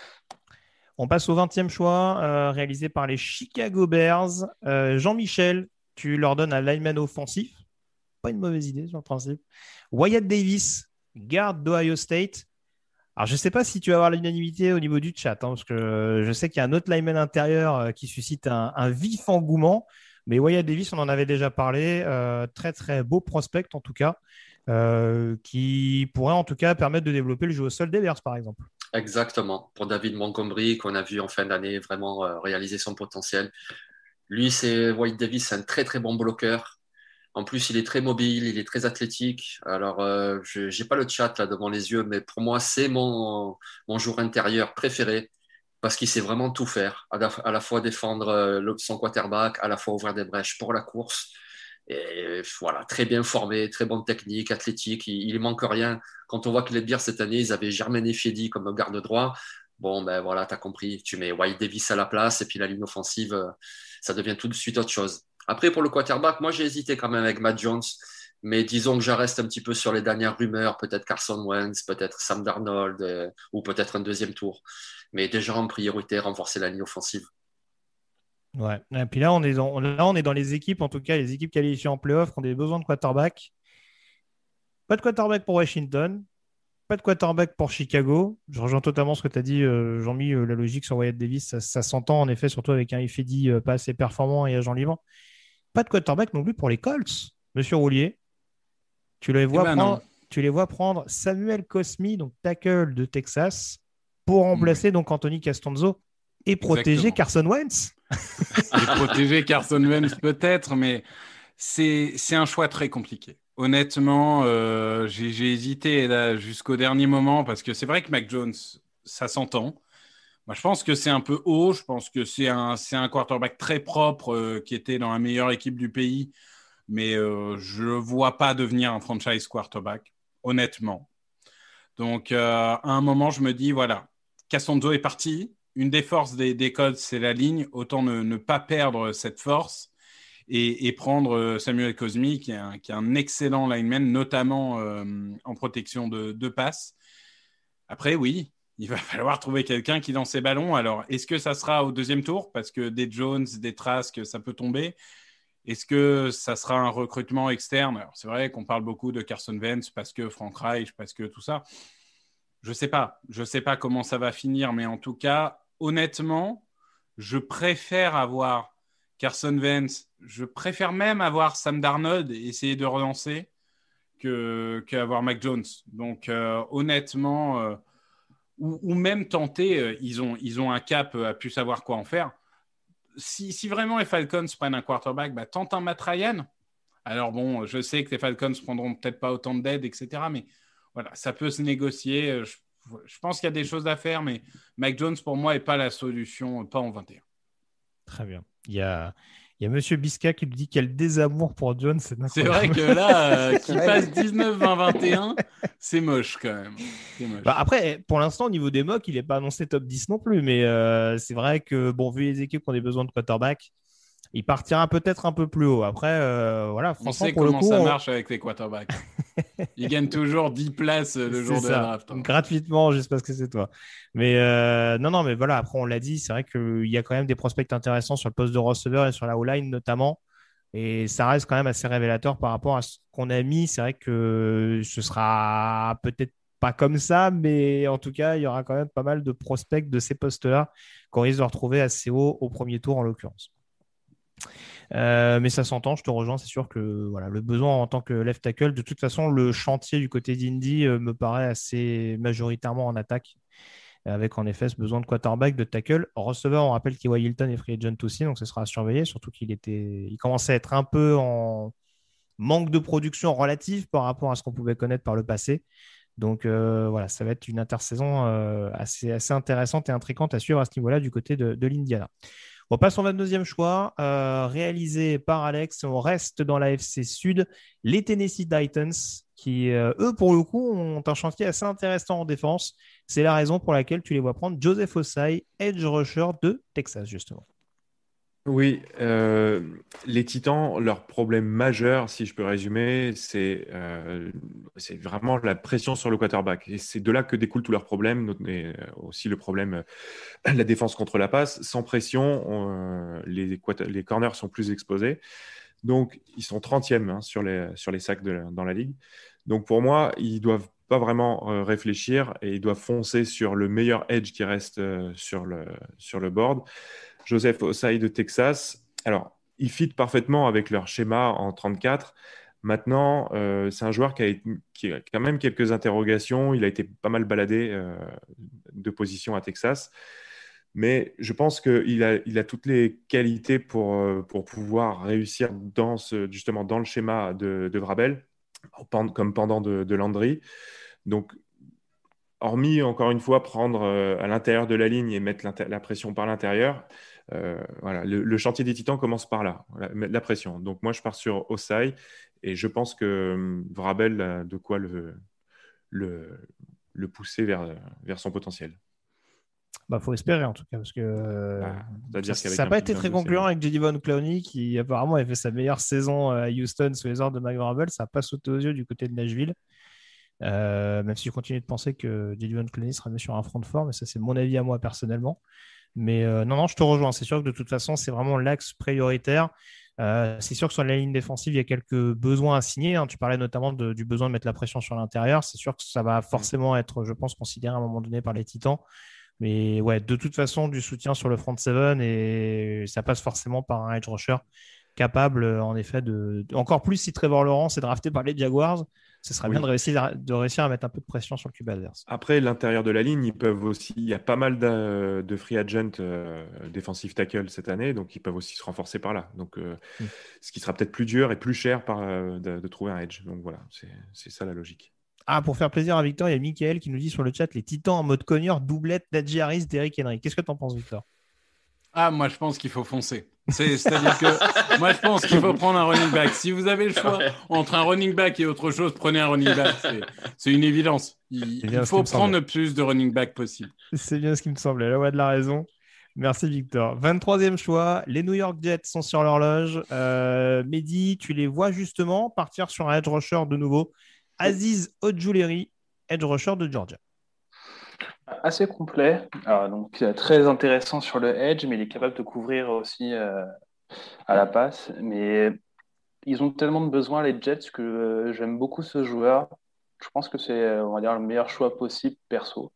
On passe au vingtième choix, euh, réalisé par les Chicago Bears. Euh, Jean-Michel, tu leur donnes un lineman offensif. Pas une mauvaise idée sur le principe. Wyatt Davis, garde d'Ohio State. Alors, je ne sais pas si tu vas avoir l'unanimité au niveau du chat, hein, parce que je sais qu'il y a un autre lineman intérieur euh, qui suscite un, un vif engouement. Mais Wyatt Davis, on en avait déjà parlé. Euh, très, très beau prospect, en tout cas, euh, qui pourrait en tout cas permettre de développer le jeu au sol des Bears, par exemple. Exactement. Pour David Montgomery, qu'on a vu en fin d'année vraiment euh, réaliser son potentiel. Lui, c'est Wyatt Davis, c'est un très très bon bloqueur. En plus, il est très mobile, il est très athlétique. Alors, euh, je n'ai pas le chat là devant les yeux, mais pour moi, c'est mon, mon joueur intérieur préféré parce qu'il sait vraiment tout faire, à la, à la fois défendre euh, le- son quarterback, à la fois ouvrir des brèches pour la course. Et voilà, très bien formé, très bonne technique, athlétique. Il, il manque rien. Quand on voit que les Bears cette année, ils avaient Jermaine Effiedi comme garde droit. Bon, ben voilà, t'as compris. Tu mets Wyatt Davis à la place et puis la ligne offensive, euh, ça devient tout de suite autre chose. Après, pour le quarterback, moi, j'ai hésité quand même avec Matt Jones. Mais disons que je reste un petit peu sur les dernières rumeurs. Peut-être Carson Wentz, peut-être Sam Darnold euh, ou peut-être un deuxième tour. Mais déjà en priorité, renforcer la ligne offensive. Ouais. Et puis là, on est dans, là, on est dans les équipes, en tout cas, les équipes qualifiées en playoff qui ont des besoins de quarterback. Pas de quarterback pour Washington, pas de quarterback pour Chicago. Je rejoins totalement ce que tu as dit, euh, Jean-Mi, euh, la logique sur Wyatt Davis, ça, ça s'entend en effet, surtout avec un Effiedi euh, pas assez performant et agent libre. Pas de quarterback non plus pour les Colts, Monsieur Roulier. Tu les Eh vois ben prendre, non. tu les vois prendre Samuel Cosmi, donc tackle de Texas, pour remplacer donc Anthony Castonzo et protéger Exactement. Carson Wentz. Et protéger Carson Wentz peut-être, mais c'est, c'est un choix très compliqué. Honnêtement, euh, j'ai, j'ai hésité là, jusqu'au dernier moment parce que c'est vrai que Mac Jones, ça s'entend. Moi, je pense que c'est un peu haut. Je pense que c'est un, c'est un quarterback très propre euh, qui était dans la meilleure équipe du pays. Mais euh, je ne vois pas devenir un franchise quarterback, honnêtement. Donc, euh, à un moment, je me dis, voilà, Castonzo est parti. Une des forces des, des Colts, c'est la ligne. Autant ne, ne pas perdre cette force et, et prendre Samuel Cosmi, qui est un, qui est un excellent lineman, notamment euh, en protection de, de passe. Après, oui, il va falloir trouver quelqu'un qui lance ses ballons. Alors, est-ce que ça sera au deuxième tour? Parce que des Jones, des Trask, ça peut tomber. Est-ce que ça sera un recrutement externe? Alors, c'est vrai qu'on parle beaucoup de Carson Wentz parce que Frank Reich, parce que tout ça. Je ne sais pas. Je ne sais pas comment ça va finir, mais en tout cas, honnêtement, je préfère avoir Carson Wentz. Je préfère même avoir Sam Darnold et essayer de relancer que, qu'avoir Mac Jones. Donc, euh, honnêtement, euh, ou, ou même tenter, euh, ils, ont, ils ont un cap euh, à plus savoir quoi en faire. Si, si vraiment les Falcons prennent un quarterback, bah, tente un Matt Ryan. Alors bon, je sais que les Falcons prendront peut-être pas autant d'aide, et cetera. Mais voilà, ça peut se négocier. Je, je pense qu'il y a des choses à faire, mais Mac Jones, pour moi, n'est pas la solution, pas en vingt et un. Très bien. Il y a, il y a Monsieur Bisca qui lui dit quel désamour pour Jones. C'est, c'est vrai que là, euh, qu'il passe dix-neuf vingt vingt et un, c'est moche quand même. C'est moche. Bah après, pour l'instant, au niveau des mocks, il n'est pas annoncé top dix non plus. Mais euh, c'est vrai que, bon, vu les équipes qui ont des besoins de quarterback, il partira peut-être un peu plus haut. Après, euh, voilà, franchement, on sait pour comment le coup, ça on... marche avec les quarterbacks. Ils gagnent toujours dix places le c'est jour de ça, la draft. Hein. Gratuitement, juste parce que c'est toi. Mais euh, non, non, mais voilà, après, on l'a dit, c'est vrai qu'il y a quand même des prospects intéressants sur le poste de receveur et sur la O-line notamment. Et ça reste quand même assez révélateur par rapport à ce qu'on a mis. C'est vrai que ce sera peut-être pas comme ça, mais en tout cas, il y aura quand même pas mal de prospects de ces postes-là qu'on risque de retrouver assez haut au premier tour en l'occurrence. Euh, mais ça s'entend, je te rejoins, c'est sûr que voilà, le besoin en tant que left tackle, de toute façon, le chantier du côté d'Indy euh, me paraît assez majoritairement en attaque, avec en effet ce besoin de quarterback, de tackle. Receveur, on rappelle qu'E Y Hilton est free agent aussi, donc ce sera à surveiller, surtout qu'il était, il commençait à être un peu en manque de production relative par rapport à ce qu'on pouvait connaître par le passé. Donc euh, voilà, ça va être une intersaison euh, assez, assez intéressante et intrigante à suivre à ce niveau-là du côté de, de l'Indiana. On passe au vingt-deuxième choix, euh, réalisé par Alex. On reste dans la F C Sud. Les Tennessee Titans, qui, euh, eux, pour le coup, ont un chantier assez intéressant en défense. C'est la raison pour laquelle tu les vois prendre Joseph Ossai, edge rusher de Texas, justement. Oui, euh, les Titans, leur problème majeur, si je peux résumer, c'est euh, c'est vraiment la pression sur le quarterback. Et c'est de là que découlent tous leurs problèmes, et aussi le problème, euh, la défense contre la passe. Sans pression, on, euh, les, les corners sont plus exposés. Donc, ils sont trentième hein, sur, les, sur les sacs de la, dans la ligue. Donc, pour moi, ils doivent pas vraiment euh, réfléchir et ils doivent foncer sur le meilleur edge qui reste euh, sur, le, sur le board. Joseph Ossai de Texas. Alors, il fit parfaitement avec leur schéma en trente-quatre. Maintenant, euh, c'est un joueur qui a, qui a quand même quelques interrogations. Il a été pas mal baladé euh, de position à Texas. Mais je pense qu'il a, il a toutes les qualités pour, pour pouvoir réussir dans ce, justement dans le schéma de, de Vrabel, comme pendant de, de Landry. Donc, hormis, encore une fois, prendre à l'intérieur de la ligne et mettre la pression par l'intérieur, euh, voilà, le, le chantier des Titans commence par là, la, la pression. Donc, moi, je pars sur Ossai et je pense que Vrabel a de quoi le, le, le pousser vers, vers son potentiel. Bah, faut espérer en tout cas, parce que bah, ça n'a pas été très concluant avec Jadeveon Clowney, qui apparemment a fait sa meilleure saison à Houston sous les ordres de Mike Vrabel. Ça n'a pas sauté aux yeux du côté de Nashville. Euh, même si je continue de penser que Jadeveon Clowney sera mis sur un front de forme, mais ça c'est mon avis à moi personnellement. Mais euh, non, non, je te rejoins. C'est sûr que de toute façon, c'est vraiment l'axe prioritaire. Euh, c'est sûr que sur la ligne défensive, il y a quelques besoins à signer. Hein. Tu parlais notamment de, du besoin de mettre la pression sur l'intérieur. C'est sûr que ça va forcément être, je pense, considéré à un moment donné par les Titans. Mais ouais, de toute façon, du soutien sur le front seven et ça passe forcément par un edge rusher capable, en effet, de. Encore plus si Trevor Lawrence est drafté par les Jaguars, ce serait oui. bien de réussir, de réussir à mettre un peu de pression sur le Q B adverse. Après, l'intérieur de la ligne, ils peuvent aussi. Il y a pas mal de, de free agent euh, defensive tackle cette année, donc ils peuvent aussi se renforcer par là. Donc, euh, mm. ce qui sera peut-être plus dur et plus cher par, euh, de, de trouver un edge. Donc voilà, c'est, c'est ça la logique. Ah, pour faire plaisir à Victor, il y a Mickaël qui nous dit sur le chat les Titans en mode cogneur, doublette, Najee Harris, Derrick Henry. Qu'est-ce que tu en penses, Victor? Ah, moi, je pense qu'il faut foncer. C'est, c'est-à-dire que moi, je pense qu'il faut prendre un running back. Si vous avez le choix entre un running back et autre chose, prenez un running back. C'est, c'est une évidence. Il, il faut prendre le plus de running back possible. C'est bien ce qui me semblait. Là, ouais, de la raison. Merci, Victor. vingt-troisième choix. Les New York Jets sont sur l'horloge. Euh, Mehdi, tu les vois justement partir sur un edge rusher de nouveau. Aziz Ojulari, edge rusher de Georgia. Assez complet, alors, donc très intéressant sur le edge, mais il est capable de couvrir aussi euh, à la passe. Mais ils ont tellement de besoins, les Jets, que euh, j'aime beaucoup ce joueur. Je pense que c'est, on va dire, le meilleur choix possible perso.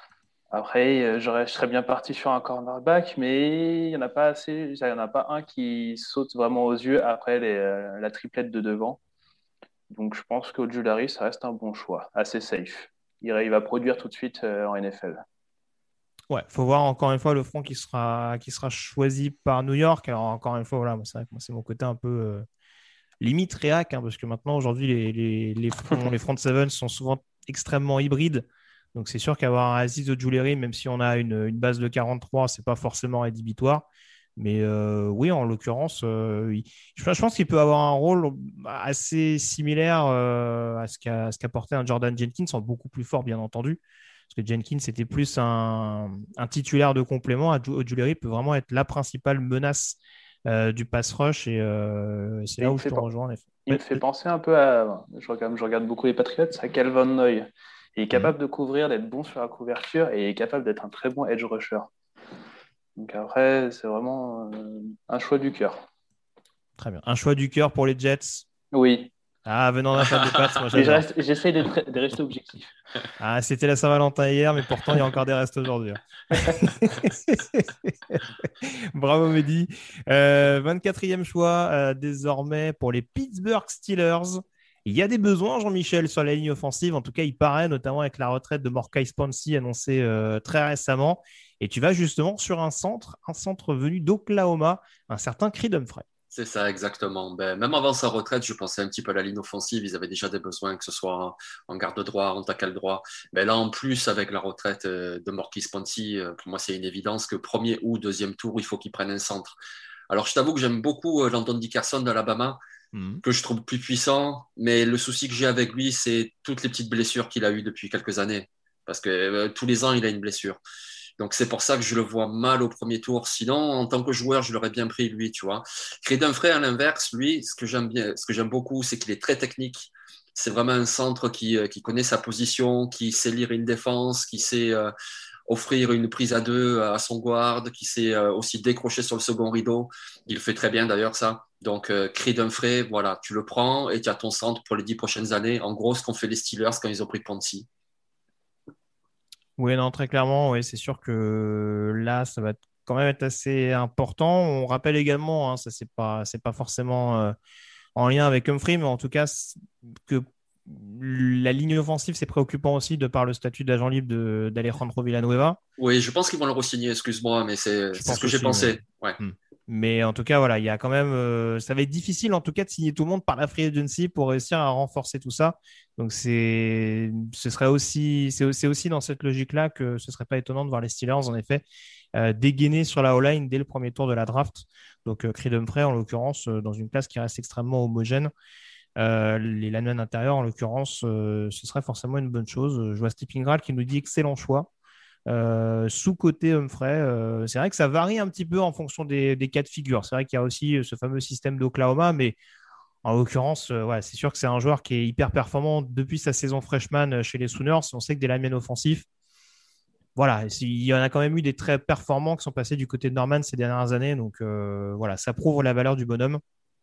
Après, euh, je serais bien parti sur un cornerback, mais il n'y en a pas assez. Il n'y en a pas un qui saute vraiment aux yeux après les, euh, la triplette de devant. Donc, je pense qu'Ojulari, ça reste un bon choix, assez safe. Il va produire tout de suite en N F L. Ouais, il faut voir encore une fois le front qui sera, qui sera choisi par New York. Alors, encore une fois, voilà, c'est vrai que moi, c'est mon côté un peu euh, limite réac, hein, parce que maintenant, aujourd'hui, les, les, les, fronts, les front seven sont souvent extrêmement hybrides. Donc, c'est sûr qu'avoir un Aziz Ojulari, même si on a une, une base de quarante-trois, ce n'est pas forcément rédhibitoire. Mais euh, oui, en l'occurrence, euh, il, je pense qu'il peut avoir un rôle assez similaire euh, à ce qu'a, ce qu'a porté un Jordan Jenkins, en beaucoup plus fort, bien entendu. Parce que Jenkins, c'était plus un, un titulaire de complément. Ojulari peut vraiment être la principale menace euh, du pass rush. Et euh, c'est et là où je te rejoins, en effet. Il me fait penser un peu à... Je regarde, je regarde beaucoup les Patriots, à Calvin Noy. Il est capable mmh. de couvrir, d'être bon sur la couverture et il est capable d'être un très bon edge rusher. Donc après, c'est vraiment euh, un choix du cœur. Très bien. Un choix du cœur pour les Jets. Oui. Ah, venant d'un fan de Pats, moi j'adore. Reste, j'essaie de, de rester objectif. Ah, c'était la Saint-Valentin hier, mais pourtant, il y a encore des restes aujourd'hui. Bravo, Mehdi. Euh, vingt-quatrième choix, euh, désormais, pour les Pittsburgh Steelers. Il y a des besoins, Jean-Michel, sur la ligne offensive. En tout cas, il paraît, notamment avec la retraite de Maurkice Pouncey annoncée euh, très récemment. Et tu vas justement sur un centre, un centre venu d'Oklahoma, un certain Creed Humphrey. C'est ça, exactement. Ben, même avant sa retraite, je pensais un petit peu à la ligne offensive. Ils avaient déjà des besoins, que ce soit en, en garde droit, en tackle droit. Ben, là, en plus, avec la retraite euh, de Maurkice Pouncey, euh, pour moi, c'est une évidence que premier ou deuxième tour, il faut qu'il prenne un centre. Alors, je t'avoue que j'aime beaucoup euh, Landon Dickerson d'Alabama, Mmh. que je trouve plus puissant. Mais le souci que j'ai avec lui, c'est toutes les petites blessures qu'il a eues depuis quelques années. Parce que euh, tous les ans, il a une blessure. Donc, c'est pour ça que je le vois mal au premier tour. Sinon, en tant que joueur, je l'aurais bien pris, lui, tu vois. Creed Humphrey, à l'inverse, lui, ce que j'aime bien, ce que j'aime beaucoup, c'est qu'il est très technique. C'est vraiment un centre qui, euh, qui connaît sa position, qui sait lire une défense, qui sait euh, offrir une prise à deux à son guard, qui sait euh, aussi décrocher sur le second rideau. Il fait très bien, d'ailleurs, ça. Donc, euh, Creed Humphrey, voilà, tu le prends et tu as ton centre pour les dix prochaines années. En gros, ce qu'ont fait les Steelers quand ils ont pris Pouncey. Oui, non, très clairement, oui, c'est sûr que là, ça va quand même être assez important. On rappelle également, hein, ça, c'est pas, c'est pas forcément euh, en lien avec Humphrey, mais en tout cas, c- que la ligne offensive, c'est préoccupant aussi de par le statut d'agent libre de- d'Alejandro Villanueva. Oui, je pense qu'ils vont le re-signer, excuse-moi, mais c'est Je c'est ce pense que j'ai aussi, ouais. pensé. Ouais. Hmm. Mais en tout cas, voilà, il y a quand même, euh, ça va être difficile en tout cas de signer tout le monde par la free agency pour réussir à renforcer tout ça. Donc c'est, ce serait aussi, c'est c'est aussi dans cette logique-là que ce serait pas étonnant de voir les Steelers en effet euh, dégainer sur la O-line dès le premier tour de la draft. Donc euh, Creed Humphrey en l'occurrence euh, dans une classe qui reste extrêmement homogène. Euh, les linemen intérieurs en l'occurrence, euh, ce serait forcément une bonne chose. Je vois Steve Ingral qui nous dit excellent choix. Euh, sous-côté Humphrey, euh, c'est vrai que ça varie un petit peu en fonction des, des cas de figure. C'est vrai qu'il y a aussi euh, ce fameux système d'Oklahoma, mais en l'occurrence, euh, ouais, c'est sûr que c'est un joueur qui est hyper performant depuis sa saison freshman euh, chez les Sooners. On sait que des linemen offensifs, voilà, il y en a quand même eu des très performants qui sont passés du côté de Norman ces dernières années. Donc euh, voilà, ça prouve la valeur du bonhomme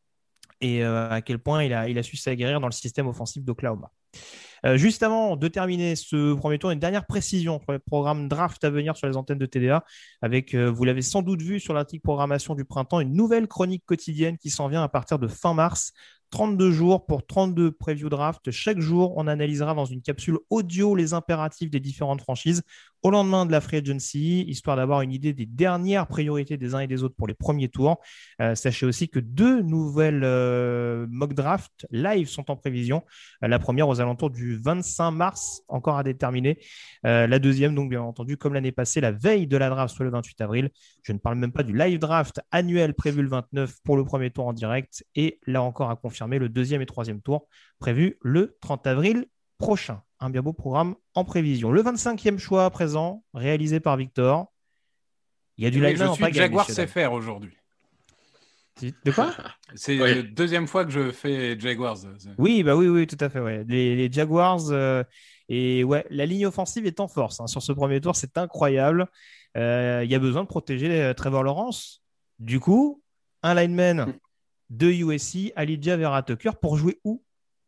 et euh, à quel point il a, il a su s'aguerrir dans le système offensif d'Oklahoma. Euh, juste avant de terminer ce premier tour, une dernière précision sur le programme draft à venir sur les antennes de T D A, avec, euh, vous l'avez sans doute vu sur l'article programmation du printemps, une nouvelle chronique quotidienne qui s'en vient à partir de fin mars. trente-deux jours pour trente-deux preview draft. Chaque jour, on analysera dans une capsule audio les impératifs des différentes franchises au lendemain de la free agency, histoire d'avoir une idée des dernières priorités des uns et des autres pour les premiers tours. Euh, sachez aussi que deux nouvelles euh, mock drafts live sont en prévision. Euh, la première aux alentours du vingt-cinq mars, encore à déterminer. Euh, la deuxième, donc bien entendu, comme l'année passée, la veille de la draft, soit le vingt-huit avril. Je ne parle même pas du live draft annuel prévu le vingt-neuf pour le premier tour en direct. Et là encore à confirmer, le deuxième et troisième tour prévu le trente avril prochain. Un bien beau programme en prévision. Le vingt-cinquième choix à présent, réalisé par Victor. Il y a du Oui, lineman je en suis pagaille, Jaguar messieurs, C F R aujourd'hui. dames. De quoi? C'est Oui. la deuxième fois que je fais Jaguars. Oui, bah oui, oui, tout à fait. Ouais. Les, les Jaguars euh, et ouais, la ligne offensive est en force hein, sur ce premier tour, c'est incroyable. Euh, Il y a besoin de protéger euh, Trevor Lawrence. Du coup, un lineman de U S C, Alijah Vera Tucker, pour jouer où?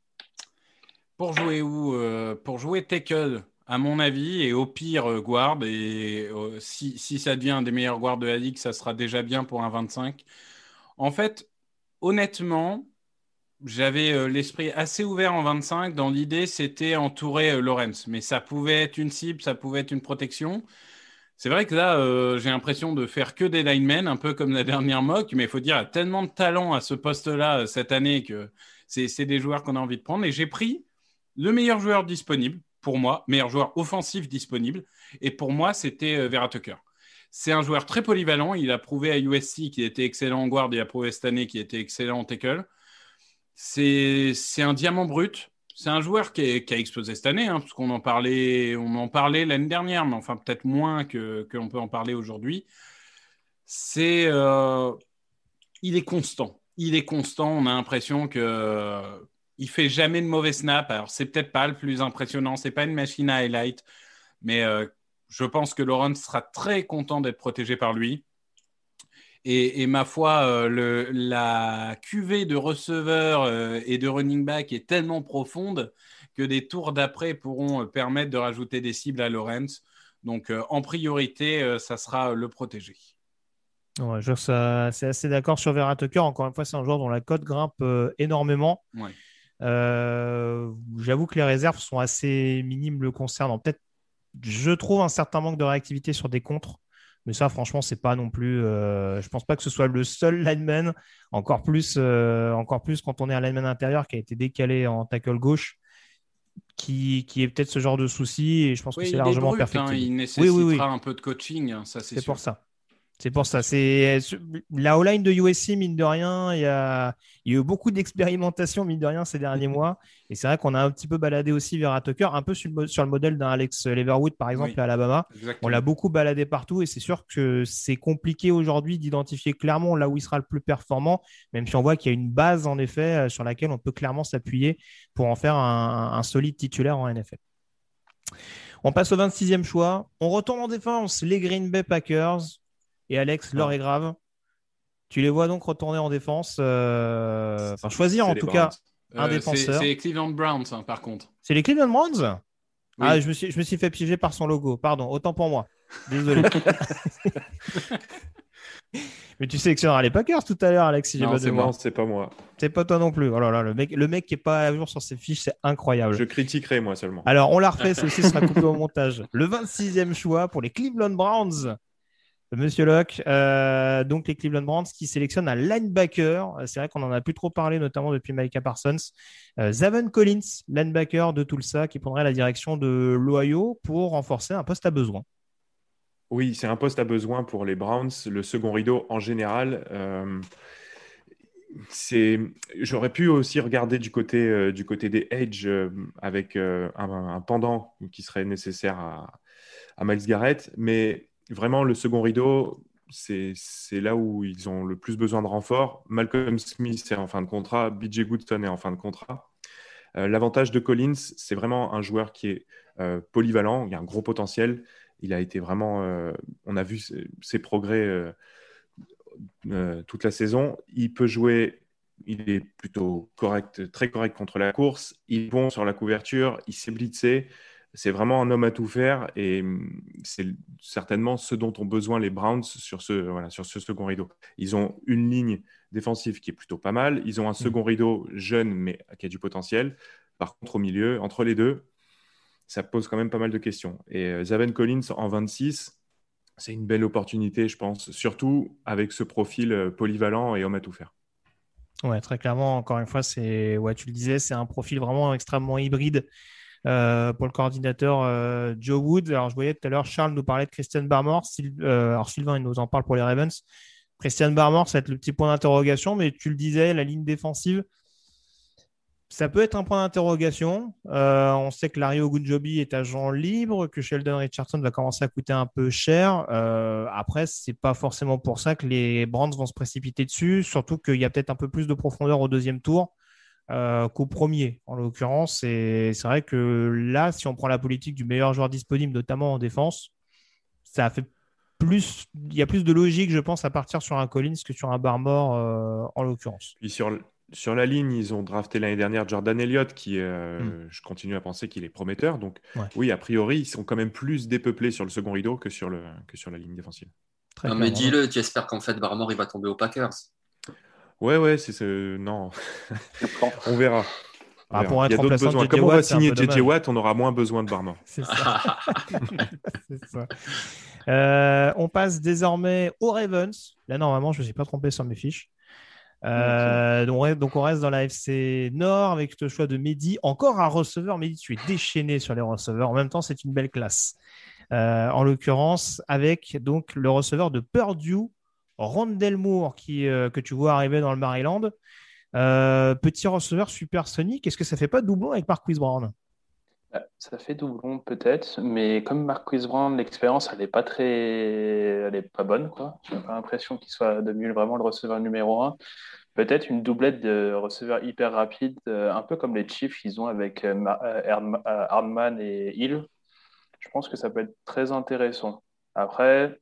Pour jouer où euh, Pour jouer tackle, à mon avis, et au pire euh, guard. Et euh, si, si ça devient un des meilleurs guards de la ligue, ça sera déjà bien pour un vingt-cinq. En fait, honnêtement, j'avais euh, l'esprit assez ouvert en vingt-cinq. Dans l'idée, c'était entourer euh, Lawrence. Mais ça pouvait être une cible, ça pouvait être une protection. C'est vrai que là, euh, j'ai l'impression de faire que des linemen, un peu comme la dernière mock. Mais il faut dire, il y a tellement de talent à ce poste-là euh, cette année que c'est, c'est des joueurs qu'on a envie de prendre. Et j'ai pris le meilleur joueur disponible, pour moi, meilleur joueur offensif disponible. Et pour moi, c'était euh, Vera Tucker. C'est un joueur très polyvalent. Il a prouvé à U S C qu'il était excellent en guard. Il a prouvé cette année qu'il était excellent en tackle. C'est, c'est un diamant brut. C'est un joueur qui, est, qui a explosé cette année, hein, parce qu'on en parlait, on en parlait l'année dernière, mais enfin peut-être moins que, que l'on peut en parler aujourd'hui. C'est, euh, il est constant. Il est constant. On a l'impression que euh, il fait jamais de mauvais snap. Alors c'est peut-être pas le plus impressionnant. C'est pas une machine à highlight, mais euh, je pense que Lawrence sera très content d'être protégé par lui. Et, et ma foi, euh, le, la cuvée de receveurs euh, et de running back est tellement profonde que des tours d'après pourront euh, permettre de rajouter des cibles à Lawrence. Donc, euh, en priorité, euh, ça sera le protégé. Ouais, je suis assez d'accord sur Vera Tucker. Encore une fois, c'est un joueur dont la cote grimpe euh, énormément. Ouais. Euh, j'avoue que les réserves sont assez minimes le concernant. Peut-être, je trouve un certain manque de réactivité sur des contres. Mais ça, franchement, c'est pas non plus. Euh, je pense pas que ce soit le seul lineman, encore plus, euh, encore plus quand on est un lineman intérieur qui a été décalé en tackle gauche, qui, qui est peut-être ce genre de souci. Et je pense Oui, que c'est il est largement brut, hein, perfectible. il Oui, nécessitera oui, oui. un peu de coaching, hein, ça c'est, C'est sûr. pour ça. C'est pour ça. C'est la O-line de U S C, mine de rien. Il y a, il y a eu beaucoup d'expérimentation, mine de rien, ces derniers mois. Et c'est vrai qu'on a un petit peu baladé aussi vers Tucker, un peu sur le, sur le modèle d'un Alex Leatherwood, par exemple, Oui, à Alabama. exactement. On l'a beaucoup baladé partout et c'est sûr que c'est compliqué aujourd'hui d'identifier clairement là où il sera le plus performant, même si on voit qu'il y a une base, en effet, sur laquelle on peut clairement s'appuyer pour en faire un, un solide titulaire en N F L. On passe au vingt-sixième choix. On retourne en défense, les Green Bay Packers. Et Alex, l'heure est grave. Tu les vois donc retourner en défense, euh... enfin choisir C'est en les tout Browns. cas un Euh, défenseur. C'est, c'est les Cleveland Browns, hein, par contre. C'est les Cleveland Browns. Oui. Ah, je me, suis, je me suis fait piéger par son logo. Pardon, autant pour moi. Désolé. Mais tu sélectionneras les Packers tout à l'heure, Alex, si j'ai Non, pas c'est de moi. Non, c'est pas moi. C'est pas toi non plus. Oh là là, le mec, le mec qui est pas à jour sur ses fiches, c'est incroyable. Je critiquerai moi seulement. Alors, on la refait, ceci sera coupé au montage. Le vingt-sixième choix pour les Cleveland Browns. Monsieur Locke, euh, donc les Cleveland Browns qui sélectionnent un linebacker. C'est vrai qu'on en a plus trop parlé, notamment depuis Micah Parsons. Euh, Zaven Collins, linebacker de Tulsa, qui prendrait la direction de l'Ohio pour renforcer un poste à besoin. Oui, c'est un poste à besoin pour les Browns. Le second rideau, en général, euh, c'est... j'aurais pu aussi regarder du côté, euh, du côté des edge euh, avec euh, un, un pendant qui serait nécessaire à, à Myles Garrett, mais vraiment, le second rideau, c'est, c'est là où ils ont le plus besoin de renfort. Malcolm Smith est en fin de contrat, B J Goodson est en fin de contrat. Euh, l'avantage de Collins, c'est vraiment un joueur qui est euh, polyvalent, il a un gros potentiel. Il a été vraiment, euh, on a vu ses, ses progrès euh, euh, toute la saison. Il peut jouer, il est plutôt correct, très correct contre la course. Il est bon sur la couverture, il sait blitzer. C'est vraiment un homme à tout faire et c'est certainement ce dont ont besoin les Browns sur ce, voilà, sur ce second rideau. Ils ont une ligne défensive qui est plutôt pas mal. Ils ont un second rideau jeune mais qui a du potentiel. Par contre, au milieu, entre les deux, ça pose quand même pas mal de questions. Et euh, Zaven Collins en vingt-six, c'est une belle opportunité, je pense, surtout avec ce profil euh, polyvalent et homme à tout faire. Ouais, très clairement, encore une fois, c'est, ouais, tu le disais, c'est un profil vraiment extrêmement hybride. Euh, pour le coordinateur euh, Joe Wood. Alors, je voyais tout à l'heure, Charles nous parlait de Christian Barmore. Syl- euh, alors, Sylvain, il nous en parle pour les Ravens. Christian Barmore, ça va être le petit point d'interrogation, mais tu le disais, la ligne défensive, ça peut être un point d'interrogation. Euh, on sait que Larry Ogunjobi est agent libre, que Sheldon Richardson va commencer à coûter un peu cher. Euh, après, c'est pas forcément pour ça que les Browns vont se précipiter dessus, surtout qu'il y a peut-être un peu plus de profondeur au deuxième tour. Euh, qu'au premier, en l'occurrence. Et c'est vrai que là, si on prend la politique du meilleur joueur disponible, notamment en défense, ça fait plus, il y a plus de logique, je pense, à partir sur un Collins que sur un Barmore, euh, en l'occurrence. Puis sur, sur la ligne, ils ont drafté l'année dernière Jordan Elliott, qui, euh, Mm. je continue à penser qu'il est prometteur. Donc, Ouais. oui, a priori, ils sont quand même plus dépeuplés sur le second rideau que sur, le, que sur la ligne défensive. Très Non, mais clairement. dis-le, tu espères qu'en fait Barmore il va tomber aux Packers. Ouais, ouais, c'est ce. Non, on verra. On Ah, verra. pour Il être y a d'autres remplaçant de besoins. J J Comme on va Watt, c'est un signer peu J J dommage. Watt, on aura moins besoin de Barmore. C'est ça. C'est ça. Euh, on passe désormais aux Ravens. Là, normalement, je ne me suis pas trompé sur mes fiches. Euh, donc, donc, on reste dans la F C Nord avec le choix de Mehdi. Encore un receveur. Mehdi, tu es déchaîné sur les receveurs. En même temps, c'est une belle classe. Euh, en l'occurrence, avec donc le receveur de Purdue, Rondell Moore, qui, euh, que tu vois arriver dans le Maryland. Euh, petit receveur supersonique. Est-ce que ça ne fait pas doublon avec Marquise Brown? Ça fait doublon peut-être, mais comme Marquise Brown, l'expérience, elle n'est pas très, elle est pas bonne, quoi. J'ai pas l'impression qu'il soit devenu vraiment le receveur numéro un. Peut-être une doublette de receveurs hyper rapides, euh, un peu comme les Chiefs qu'ils ont avec euh, Ma- euh, Hardman euh, Hardman et Hill. Je pense que ça peut être très intéressant. Après,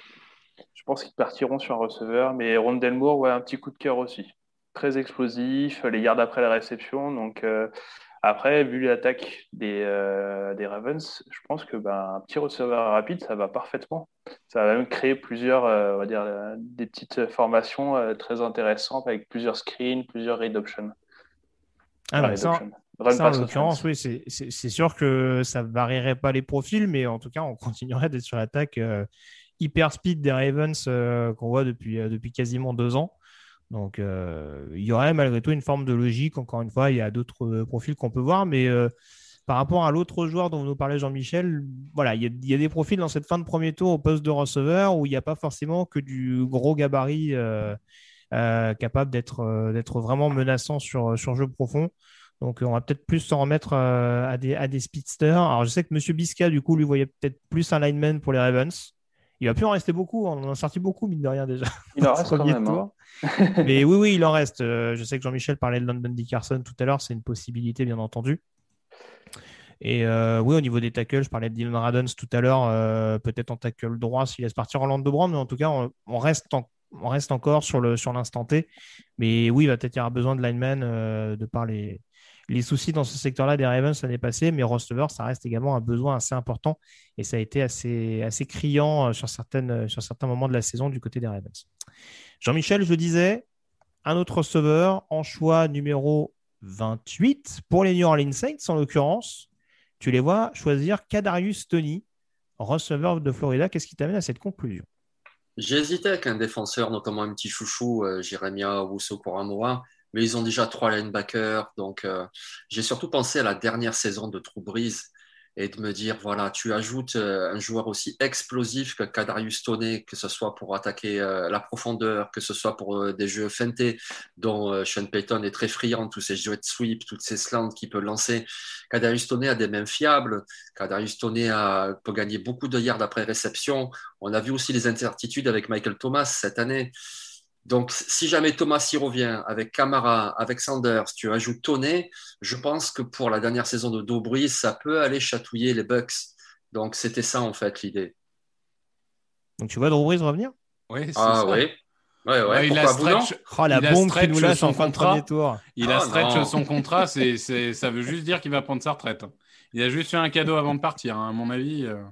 je pense qu'ils partiront sur un receveur, mais Rondell Moore, ouais, un petit coup de cœur aussi. Très explosif, les yards après la réception, donc. euh, Après, vu l'attaque des, euh, des Ravens, je pense que ben, un petit receveur rapide, ça va parfaitement. Ça va même créer plusieurs, euh, on va dire, euh, des petites formations euh, très intéressantes avec plusieurs screens, plusieurs read options. Ah Enfin, bah, read ça, options. Run ça, en pass l'occurrence, offense. oui, c'est, c'est, c'est sûr que ça ne varierait pas les profils, mais en tout cas, on continuerait d'être sur l'attaque. Euh, hyper speed des Ravens euh, qu'on voit depuis, euh, depuis quasiment deux ans. Donc, euh, il y aurait malgré tout une forme de logique. Encore une fois, il y a d'autres euh, profils qu'on peut voir, mais euh, par rapport à l'autre joueur dont nous parlait Jean-Michel, voilà, il y, a, il y a des profils dans cette fin de premier tour au poste de receveur où il n'y a pas forcément que du gros gabarit euh, euh, capable d'être, euh, d'être vraiment menaçant sur, sur jeu profond. Donc, on va peut-être plus s'en remettre euh, à, des, à des speedsters. Alors, je sais que M. Bisca, du coup, lui voyait peut-être plus un lineman pour les Ravens. Il va plus en rester beaucoup. On en a sorti beaucoup, mine de rien, déjà. Il en reste quand même. Hein. Mais oui, oui, il en reste. Euh, je sais que Jean-Michel parlait de London Dickerson tout à l'heure. C'est une possibilité, bien entendu. Et euh, oui, au niveau des tackles, je parlais de Dylan Radons tout à l'heure. Euh, peut-être en tackle droit s'il laisse partir Orlando Brown. Mais en tout cas, on, on, reste, en, on reste encore sur, le, sur l'instant T. Mais oui, il va peut-être y avoir besoin de lineman euh, de par les... les soucis dans ce secteur-là des Ravens l'année passée, mais receveur, ça reste également un besoin assez important et ça a été assez, assez criant sur, certaines, sur certains moments de la saison du côté des Ravens. Jean-Michel, je disais, un autre receveur en choix numéro vingt-huit pour les New Orleans Saints, en l'occurrence. Tu les vois choisir Kadarius Toney, receveur de Florida. Qu'est-ce qui t'amène à cette conclusion? J'ai hésité avec un défenseur, notamment un petit chouchou, euh, Jeremiah Owusu-Koramoah. Mais ils ont déjà trois linebackers. Donc, euh, j'ai surtout pensé à la dernière saison de Drew Brees et de me dire, voilà, tu ajoutes euh, un joueur aussi explosif que Kadarius Toney, que ce soit pour attaquer euh, la profondeur, que ce soit pour euh, des jeux feintés, dont euh, Sean Payton est très friand, tous ces jeux de sweep, toutes ces slants qu'il peut lancer. Kadarius Toney a des mains fiables. Kadarius Toney a, peut gagner beaucoup de yards après réception. On a vu aussi les incertitudes avec Michael Thomas cette année. Donc, si jamais Thomas y revient avec Kamara, avec Sanders, tu ajoutes Toney, je pense que pour la dernière saison de Drew Brees, ça peut aller chatouiller les Bucks. Donc, c'était ça, en fait, l'idée. Donc, tu vois Drew Brees revenir? Oui, c'est ah, ça. oui. Ouais, ouais. Ouais, il a stretch, oh, la il a bombe qui nous lâche son en fin de premier tour. Il a oh, stretch non. son contrat, c'est, c'est, ça veut juste dire qu'il va prendre sa retraite. Il a juste fait un cadeau avant de partir, hein, à mon avis. Euh...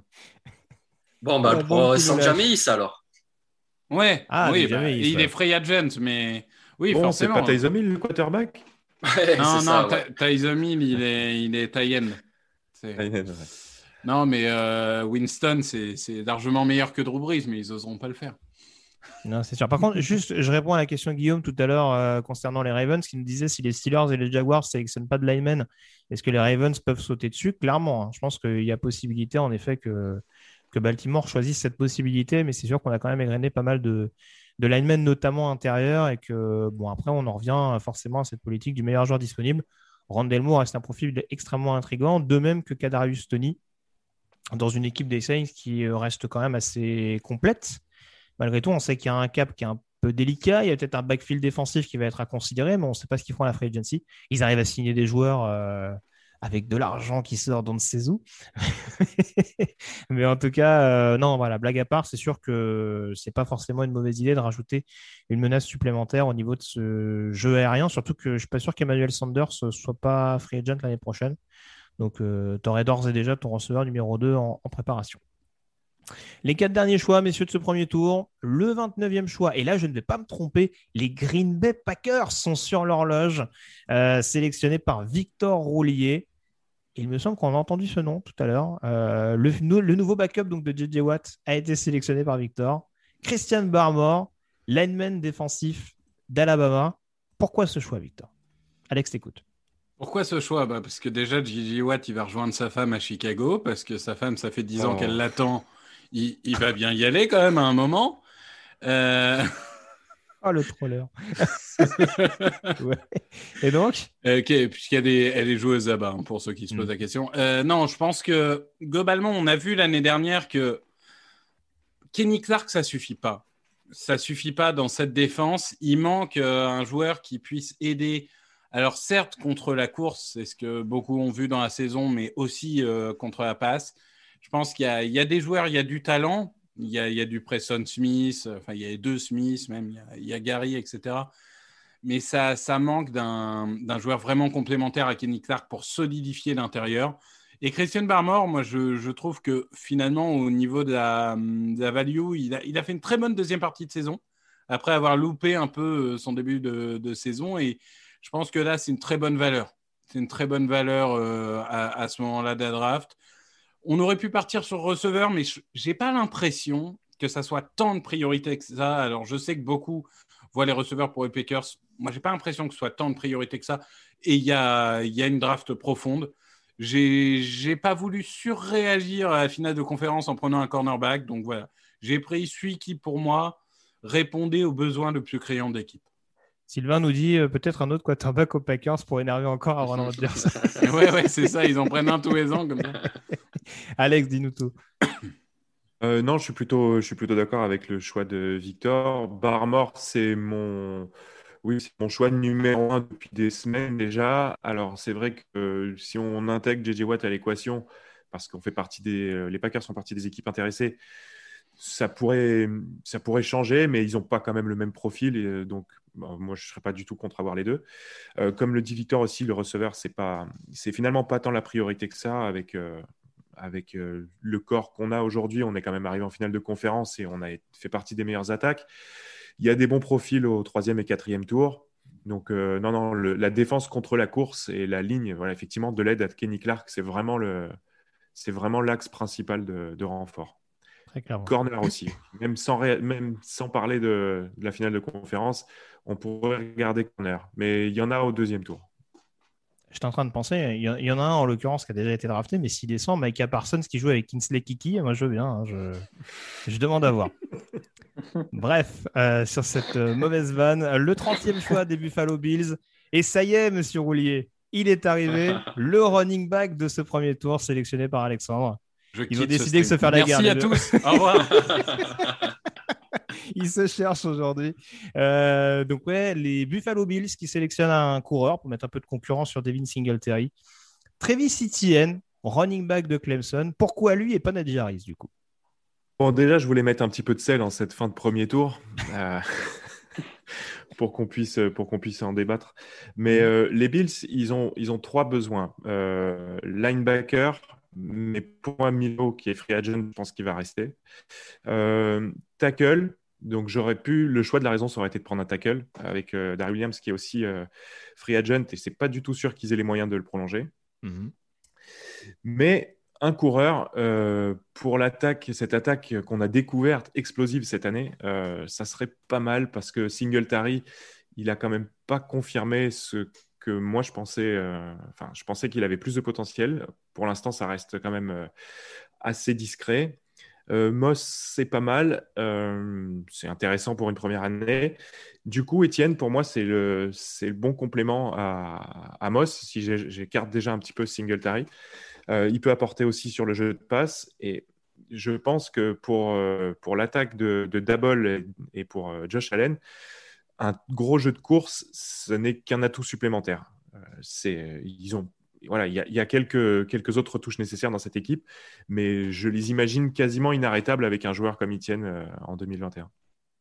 Bon, bah, oh, pour San Jamis, alors. Ouais, ah, oui, bah, Jamis, il ouais. est free agent, mais oui, bon, forcément. C'est pas Tyson Hill, le quarterback? Ouais, non, c'est non, ça, ouais. Tyson Hill, il est, il est tie-end. C'est... ouais. Non, mais euh, Winston, c'est, c'est largement meilleur que Drew Brees, mais ils n'oseront pas le faire. Non, c'est sûr. Par contre, juste, je réponds à la question de Guillaume tout à l'heure euh, concernant les Ravens, qui nous disait si les Steelers et les Jaguars ne sélectionnent pas de linemen, est-ce que les Ravens peuvent sauter dessus? Clairement, hein. Je pense qu'il y a possibilité, en effet, que, que Baltimore choisisse cette possibilité, mais c'est sûr qu'on a quand même égrené pas mal de, de linemen, notamment intérieurs, et que, bon, après, on en revient forcément à cette politique du meilleur joueur disponible. Rondale Moore reste un profil extrêmement intriguant, de même que Kadarius Toney, dans une équipe des Saints qui reste quand même assez complète. Malgré tout, on sait qu'il y a un cap qui est un peu délicat. Il y a peut-être un backfield défensif qui va être à considérer, mais on ne sait pas ce qu'ils font à la free agency. Ils arrivent à signer des joueurs euh, avec de l'argent qui sort d'on ne sait où. Mais en tout cas, euh, non, voilà, blague à part, c'est sûr que ce n'est pas forcément une mauvaise idée de rajouter une menace supplémentaire au niveau de ce jeu aérien, surtout que je ne suis pas sûr qu'Emmanuel Sanders ne soit pas free agent l'année prochaine. Donc, euh, tu aurais d'ores et déjà ton receveur numéro deux en, en préparation. Les quatre derniers choix, messieurs, de ce premier tour. Le vingt-neuvième choix, et là, je ne vais pas me tromper, les Green Bay Packers sont sur l'horloge, euh, sélectionnés par Victor Roulier. Il me semble qu'on a entendu ce nom tout à l'heure. Euh, le, le nouveau backup donc, de J J Watt a été sélectionné par Victor. Christian Barmore, lineman défensif d'Alabama. Pourquoi ce choix, Victor? Alex, t'écoute. Pourquoi ce choix? Bah, parce que déjà, J J Watt, il va rejoindre sa femme à Chicago, parce que sa femme, ça fait dix ans oh. qu'elle l'attend. Il, il va bien y aller quand même à un moment. Euh... Oh, le troller. Ouais. Et donc okay, puisqu'il y a des, elle est joueuse là-bas, hein, pour ceux qui se posent mm. la question. Euh, non, je pense que globalement, on a vu l'année dernière que Kenny Clark, ça suffit pas. Ça suffit pas dans cette défense. Il manque euh, un joueur qui puisse aider. Alors certes, contre la course, c'est ce que beaucoup ont vu dans la saison, mais aussi euh, contre la passe. Je pense qu'il y a, il y a des joueurs, il y a du talent, il y a, il y a du Preston Smith, enfin il y a deux Smith même, il y a, il y a Gary, et cetera. Mais ça, ça manque d'un, d'un joueur vraiment complémentaire à Kenny Clark pour solidifier l'intérieur. Et Christian Barmore, moi je, je trouve que finalement au niveau de la, de la value, il a, il a fait une très bonne deuxième partie de saison, après avoir loupé un peu son début de, de saison. Et je pense que là c'est une très bonne valeur. C'est une très bonne valeur euh, à, à ce moment-là de la draft. On aurait pu partir sur receveur, mais je n'ai pas l'impression que ça soit tant de priorité que ça. Alors, je sais que beaucoup voient les receveurs pour les Packers. Moi, je n'ai pas l'impression que ce soit tant de priorité que ça. Et il y a, y a une draft profonde. Je n'ai pas voulu surréagir à la finale de conférence en prenant un cornerback. Donc, voilà. J'ai pris celui qui, pour moi, répondait aux besoins le plus criants de l'équipe. Sylvain nous dit euh, peut-être un autre quarterback aux Packers pour énerver encore Aaron Rodgers. ouais, ouais, c'est ça. Ils en prennent un tous les ans comme ça. Alex, dis-nous tout. Euh, non, je suis plutôt, je suis plutôt d'accord avec le choix de Victor. Barmore, c'est mon, oui, c'est mon choix numéro un depuis des semaines déjà. Alors, c'est vrai que euh, si on intègre J J Watt à l'équation, parce qu'on fait partie des, euh, les Packers font partie des équipes intéressées, ça pourrait, ça pourrait changer, mais ils n'ont pas quand même le même profil. Et, euh, donc, bon, moi, je ne serais pas du tout contre avoir les deux. Euh, comme le dit Victor aussi, le receveur, c'est pas, c'est finalement pas tant la priorité que ça avec. Euh, Avec euh, le corps qu'on a aujourd'hui, on est quand même arrivé en finale de conférence et on a fait partie des meilleures attaques. Il y a des bons profils au troisième et quatrième tour. Donc, euh, non, non, le, la défense contre la course et la ligne, voilà, effectivement, de l'aide à Kenny Clark, c'est vraiment, le, c'est vraiment l'axe principal de, de renfort. Très clairement. Corner aussi. Même sans, ré, même sans parler de, de la finale de conférence, on pourrait regarder corner. Mais il y en a au deuxième tour. J'étais en train de penser, il y, y en a un en l'occurrence qui a déjà été drafté, mais s'il descend, Micah Parsons qui joue avec Kingsley Kiki, moi je veux bien, hein, je, je demande à voir. Bref, euh, sur cette euh, mauvaise vanne, le trentième choix des Buffalo Bills, et ça y est, monsieur Roulier, il est arrivé, le running back de ce premier tour sélectionné par Alexandre. Je Ils ont décidé de se faire la Merci guerre. Merci à tous, au revoir. Ils se cherchent aujourd'hui. Euh, donc, ouais, les Buffalo Bills qui sélectionnent un coureur pour mettre un peu de concurrence sur Devin Singletary. Travis Etienne, running back de Clemson. Pourquoi lui et pas Najee Harris, du coup? Bon, déjà, je voulais mettre un petit peu de sel en cette fin de premier tour euh, pour qu'on puisse, pour qu'on puisse en débattre. Mais euh, les Bills, ils ont, ils ont trois besoins. Euh, linebacker, mais pour moi, Milo, qui est free agent, je pense qu'il va rester. Euh, tackle. Donc, j'aurais pu, le choix de la raison, ça aurait été de prendre un tackle avec euh, Darryl Williams qui est aussi euh, free agent et c'est pas du tout sûr qu'ils aient les moyens de le prolonger. Mm-hmm. Mais un coureur, euh, pour l'attaque, cette attaque qu'on a découverte, explosive cette année, euh, ça serait pas mal parce que Singletary, il a quand même pas confirmé ce que moi je pensais, euh, enfin, je pensais qu'il avait plus de potentiel. Pour l'instant, ça reste quand même euh, assez discret. Euh, Moss, c'est pas mal. Euh, c'est intéressant pour une première année. Du coup, Etienne, pour moi, c'est le, c'est le bon complément à, à Moss. Si j'écarte déjà un petit peu Singletary, euh, il peut apporter aussi sur le jeu de passe. Et je pense que pour, euh, pour l'attaque de, de Dabble et, et pour euh, Josh Allen, un gros jeu de course, ce n'est qu'un atout supplémentaire. Euh, c'est, ils ont Voilà, il y a, il y a quelques, quelques autres touches nécessaires dans cette équipe, mais je les imagine quasiment inarrêtables avec un joueur comme Etienne euh, en deux mille vingt et un.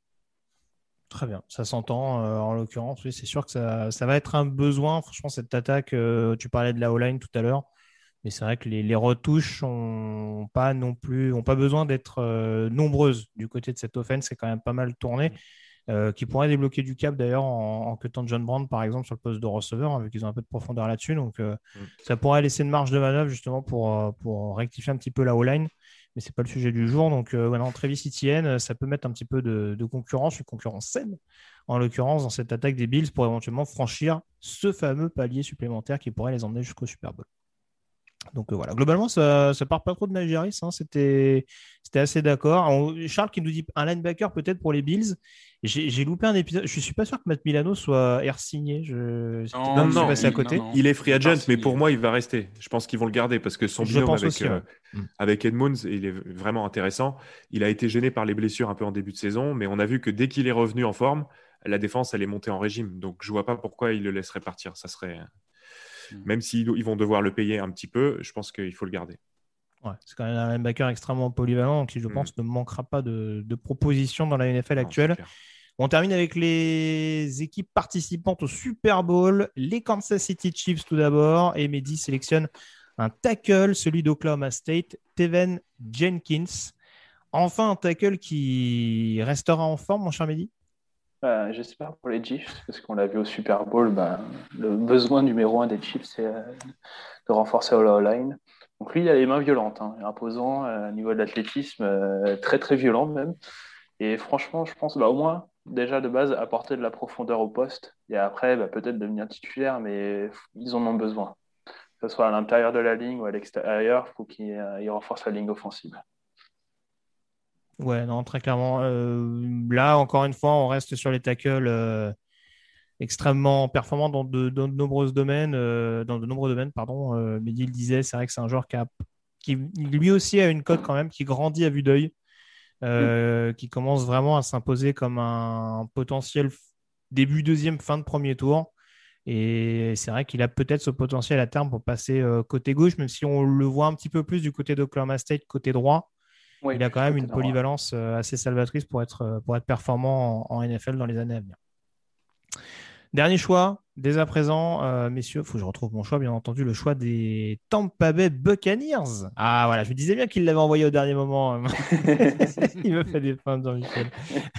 Très bien, ça s'entend. Euh, en l'occurrence, oui, c'est sûr que ça, ça va être un besoin. Franchement, cette attaque, euh, tu parlais de la O-line tout à l'heure, mais c'est vrai que les, les retouches n'ont pas non plus, ont pas besoin d'être euh, nombreuses du côté de cette offense. C'est quand même pas mal tourné. Euh, qui pourrait débloquer du cap d'ailleurs en, en cutant John Brown par exemple sur le poste de receveur, hein, vu qu'ils ont un peu de profondeur là-dessus. Donc euh, mm. ça pourrait laisser une marge de manœuvre justement pour, pour rectifier un petit peu la O-line, mais c'est pas le sujet du jour. Donc euh, ouais, non, Travis Etienne, ça peut mettre un petit peu de, de concurrence, une concurrence saine en l'occurrence dans cette attaque des Bills pour éventuellement franchir ce fameux palier supplémentaire qui pourrait les emmener jusqu'au Super Bowl. Donc euh, voilà, globalement, ça ne part pas trop de Najee Harris, hein. C'était, c'était assez d'accord. On, Charles qui nous dit un linebacker peut-être pour les Bills. J'ai, j'ai loupé un épisode. Je ne suis pas sûr que Matt Milano soit air signé. Je... Non, non, non, passé il, à côté. non, non. Il est free agent, mais pour moi, il va rester. Je pense qu'ils vont le garder parce que son binôme avec, aussi, euh, ouais. avec Edmunds, il est vraiment intéressant. Il a été gêné par les blessures un peu en début de saison, mais on a vu que dès qu'il est revenu en forme, la défense, elle est montée en régime. Donc, je ne vois pas pourquoi il le laisserait partir. Ça serait... Même s'ils ils vont devoir le payer un petit peu, je pense qu'il faut le garder. Ouais, c'est quand même un linebacker extrêmement polyvalent qui, je pense, mmh. ne manquera pas de, de propositions dans la N F L non, actuelle. On termine avec les équipes participantes au Super Bowl. Les Kansas City Chiefs tout d'abord. Et Mehdi sélectionne un tackle, celui d'Oklahoma State, Teven Jenkins. Enfin, un tackle qui restera en forme, mon cher Mehdi. Bah, j'espère pour les Chiefs, parce qu'on l'a vu au Super Bowl, bah, le besoin numéro un des Chiefs, c'est euh, de renforcer la O-line. Donc lui, il a les mains violentes, hein, imposant euh, au niveau de l'athlétisme, euh, très très violent même. Et franchement, je pense bah, au moins, déjà de base, apporter de la profondeur au poste. Et après, bah, peut-être devenir titulaire, mais ils en ont besoin. Que ce soit à l'intérieur de la ligne ou à l'extérieur, il faut qu'ils euh, ils renforcent la ligne offensive. Ouais, non, très clairement. Euh, là, encore une fois, on reste sur les tackles euh, extrêmement performants dans de, dans de nombreux domaines. Euh, dans de nombreux domaines, pardon. Euh, Mehdi le disait, c'est vrai que c'est un joueur qui, a, qui lui aussi a une cote quand même, qui grandit à vue d'œil, euh, qui commence vraiment à s'imposer comme un potentiel début deuxième, fin de premier tour. Et c'est vrai qu'il a peut-être ce potentiel à terme pour passer euh, côté gauche, même si on le voit un petit peu plus du côté d'Oklahoma State, côté droit. Oui, Il a quand même une droit. polyvalence euh, assez salvatrice pour être, euh, pour être performant en, en N F L dans les années à venir. Dernier choix, dès à présent, euh, messieurs, il faut que je retrouve mon choix, bien entendu, le choix des Tampa Bay Buccaneers. Ah voilà, je me disais bien qu'il l'avait envoyé au dernier moment. Il me fait des fins, Jean-Michel.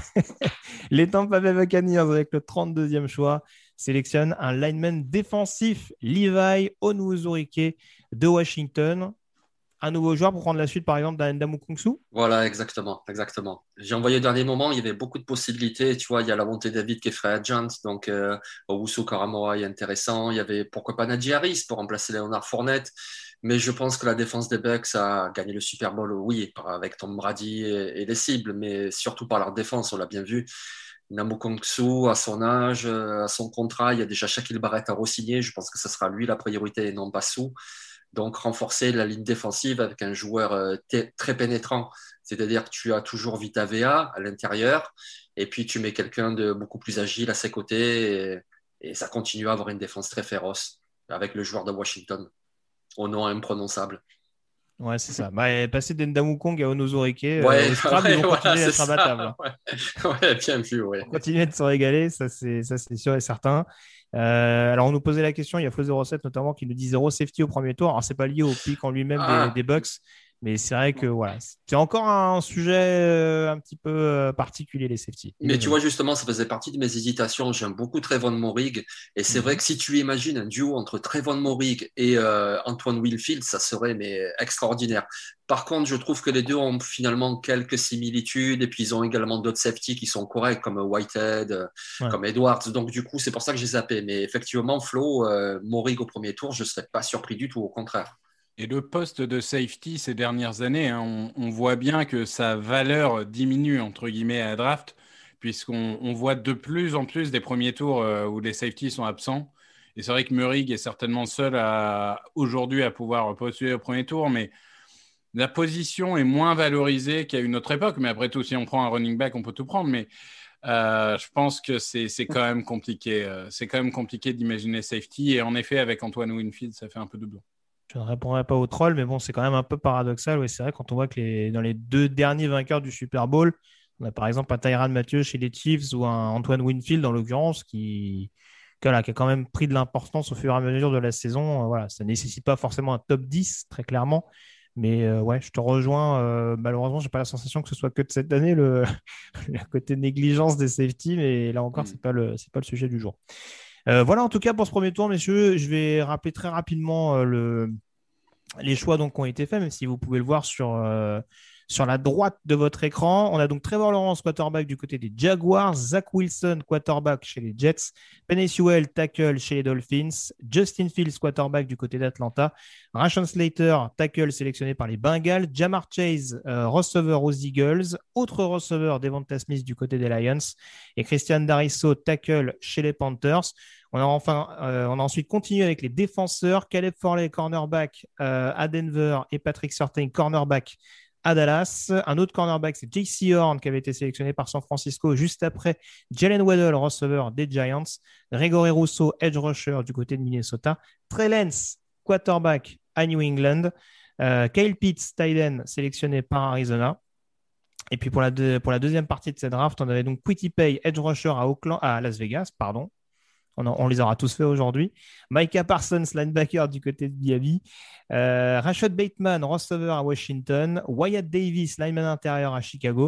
Les Tampa Bay Buccaneers, avec le trente-deuxième choix, sélectionnent un lineman défensif, Levi Onwuzurike de Washington. Un nouveau joueur pour prendre la suite, par exemple, d'un Ndamukong Suh. Voilà, exactement, exactement. J'ai envoyé au dernier moment, il y avait beaucoup de possibilités. Tu vois, il y a la montée David qui est free agent, donc euh, Owusu Koramoah est intéressant. Il y avait pourquoi pas Najee Harris pour remplacer Leonard Fournette. Mais je pense que la défense des Bucks a gagné le Super Bowl, oui, avec Tom Brady et, et les cibles, mais surtout par leur défense, on l'a bien vu. Ndamukong Suh, à son âge, à son contrat, il y a déjà Shaquille Barrett à re-signer. Je pense que ce sera lui la priorité et non pas Suh. Donc, renforcer la ligne défensive avec un joueur euh, t- très pénétrant. C'est-à-dire que tu as toujours Vita Vea à l'intérieur et puis tu mets quelqu'un de beaucoup plus agile à ses côtés et, et ça continue à avoir une défense très féroce avec le joueur de Washington au nom imprononçable. Ouais, c'est ça. Bah, passer d'Ndamukong à Onwuzurike, Ouais, euh, au Scrabble, ouais, ils vont voilà, continuer d'être c'est imbattables. ça. Ouais. Ouais, bien vu, ouais. Ils vont continuer de se régaler, ça c'est, ça, c'est sûr et certain. Euh, alors, on nous posait la question, il y a Flo zéro sept notamment qui nous dit zéro safety au premier tour. Alors, c'est pas lié au pic en lui-même Ah. des, des Bucks, mais c'est vrai que voilà, c'est encore un sujet euh, un petit peu euh, particulier, les safety. Mais tu vois, justement, ça faisait partie de mes hésitations. J'aime beaucoup Trevon Moehrig. Et c'est mm-hmm. vrai que si tu imagines un duo entre Trevon Moehrig et euh, Antoine Winfield, ça serait mais extraordinaire. Par contre, je trouve que les deux ont finalement quelques similitudes. Et puis, ils ont également d'autres safety qui sont corrects, comme Whitehead, ouais. comme Edwards. Donc, du coup, c'est pour ça que j'ai zappé. Mais effectivement, Flo, euh, Moehrig au premier tour, je ne serais pas surpris du tout, au contraire. Et le poste de safety ces dernières années, hein, on, on voit bien que sa valeur diminue, entre guillemets, à la draft, puisqu'on on voit de plus en plus des premiers tours euh, où les safeties sont absents. Et c'est vrai que Moehrig est certainement seul à, aujourd'hui à pouvoir postuler au premier tour, mais la position est moins valorisée qu'à une autre époque. Mais après tout, si on prend un running back, on peut tout prendre. Mais euh, je pense que c'est, c'est quand même compliqué. Euh, c'est quand même compliqué d'imaginer safety. Et en effet, avec Antoine Winfield, ça fait un peu doublon. Je ne répondrai pas au troll, mais bon, c'est quand même un peu paradoxal. Oui, c'est vrai, quand on voit que les, dans les deux derniers vainqueurs du Super Bowl, on a par exemple un Tyrann Mathieu chez les Chiefs ou un Antoine Winfield, en l'occurrence, qui, qui, voilà, qui a quand même pris de l'importance au fur et à mesure de la saison. Voilà, ça ne nécessite pas forcément un top dix, très clairement. Mais euh, ouais, je te rejoins. Euh, malheureusement, je n'ai pas la sensation que ce soit que de cette année, le, le côté négligence des safety. Mais là encore, mmh. ce n'est pas, pas le sujet du jour. Euh, voilà en tout cas pour ce premier tour, messieurs. Je vais rappeler très rapidement euh, le, les choix donc, qui ont été faits, même si vous pouvez le voir sur, euh, sur la droite de votre écran. On a donc Trevor Lawrence, quarterback du côté des Jaguars, Zach Wilson, quarterback chez les Jets, Penei Sewell, tackle chez les Dolphins, Justin Fields, quarterback du côté d'Atlanta, Rashawn Slater, tackle sélectionné par les Bengals, Ja'Marr Chase, euh, receveur aux Eagles, autre receveur Devonta Smith du côté des Lions et Christian Darrisaw, tackle chez les Panthers. On a, enfin, euh, on a ensuite continué avec les défenseurs, Caleb Farley, cornerback euh, à Denver et Patrick Surtain, cornerback à Dallas. Un autre cornerback, c'est J C Horn qui avait été sélectionné par San Francisco juste après Jalen Waddle, receveur des Giants, Gregory Rousseau, edge rusher du côté de Minnesota, Trey Lance, quarterback à New England, euh, Kyle Pitts, tight end sélectionné par Arizona. Et puis pour la, deux, pour la deuxième partie de cette draft, on avait donc Kwity Paye, edge rusher à, Oakland, à Las Vegas, pardon. On, en, on les aura tous fait aujourd'hui. Micah Parsons, linebacker du côté de Miami. Euh, Rashad Bateman, receveur à Washington. Wyatt Davis, lineman intérieur à Chicago.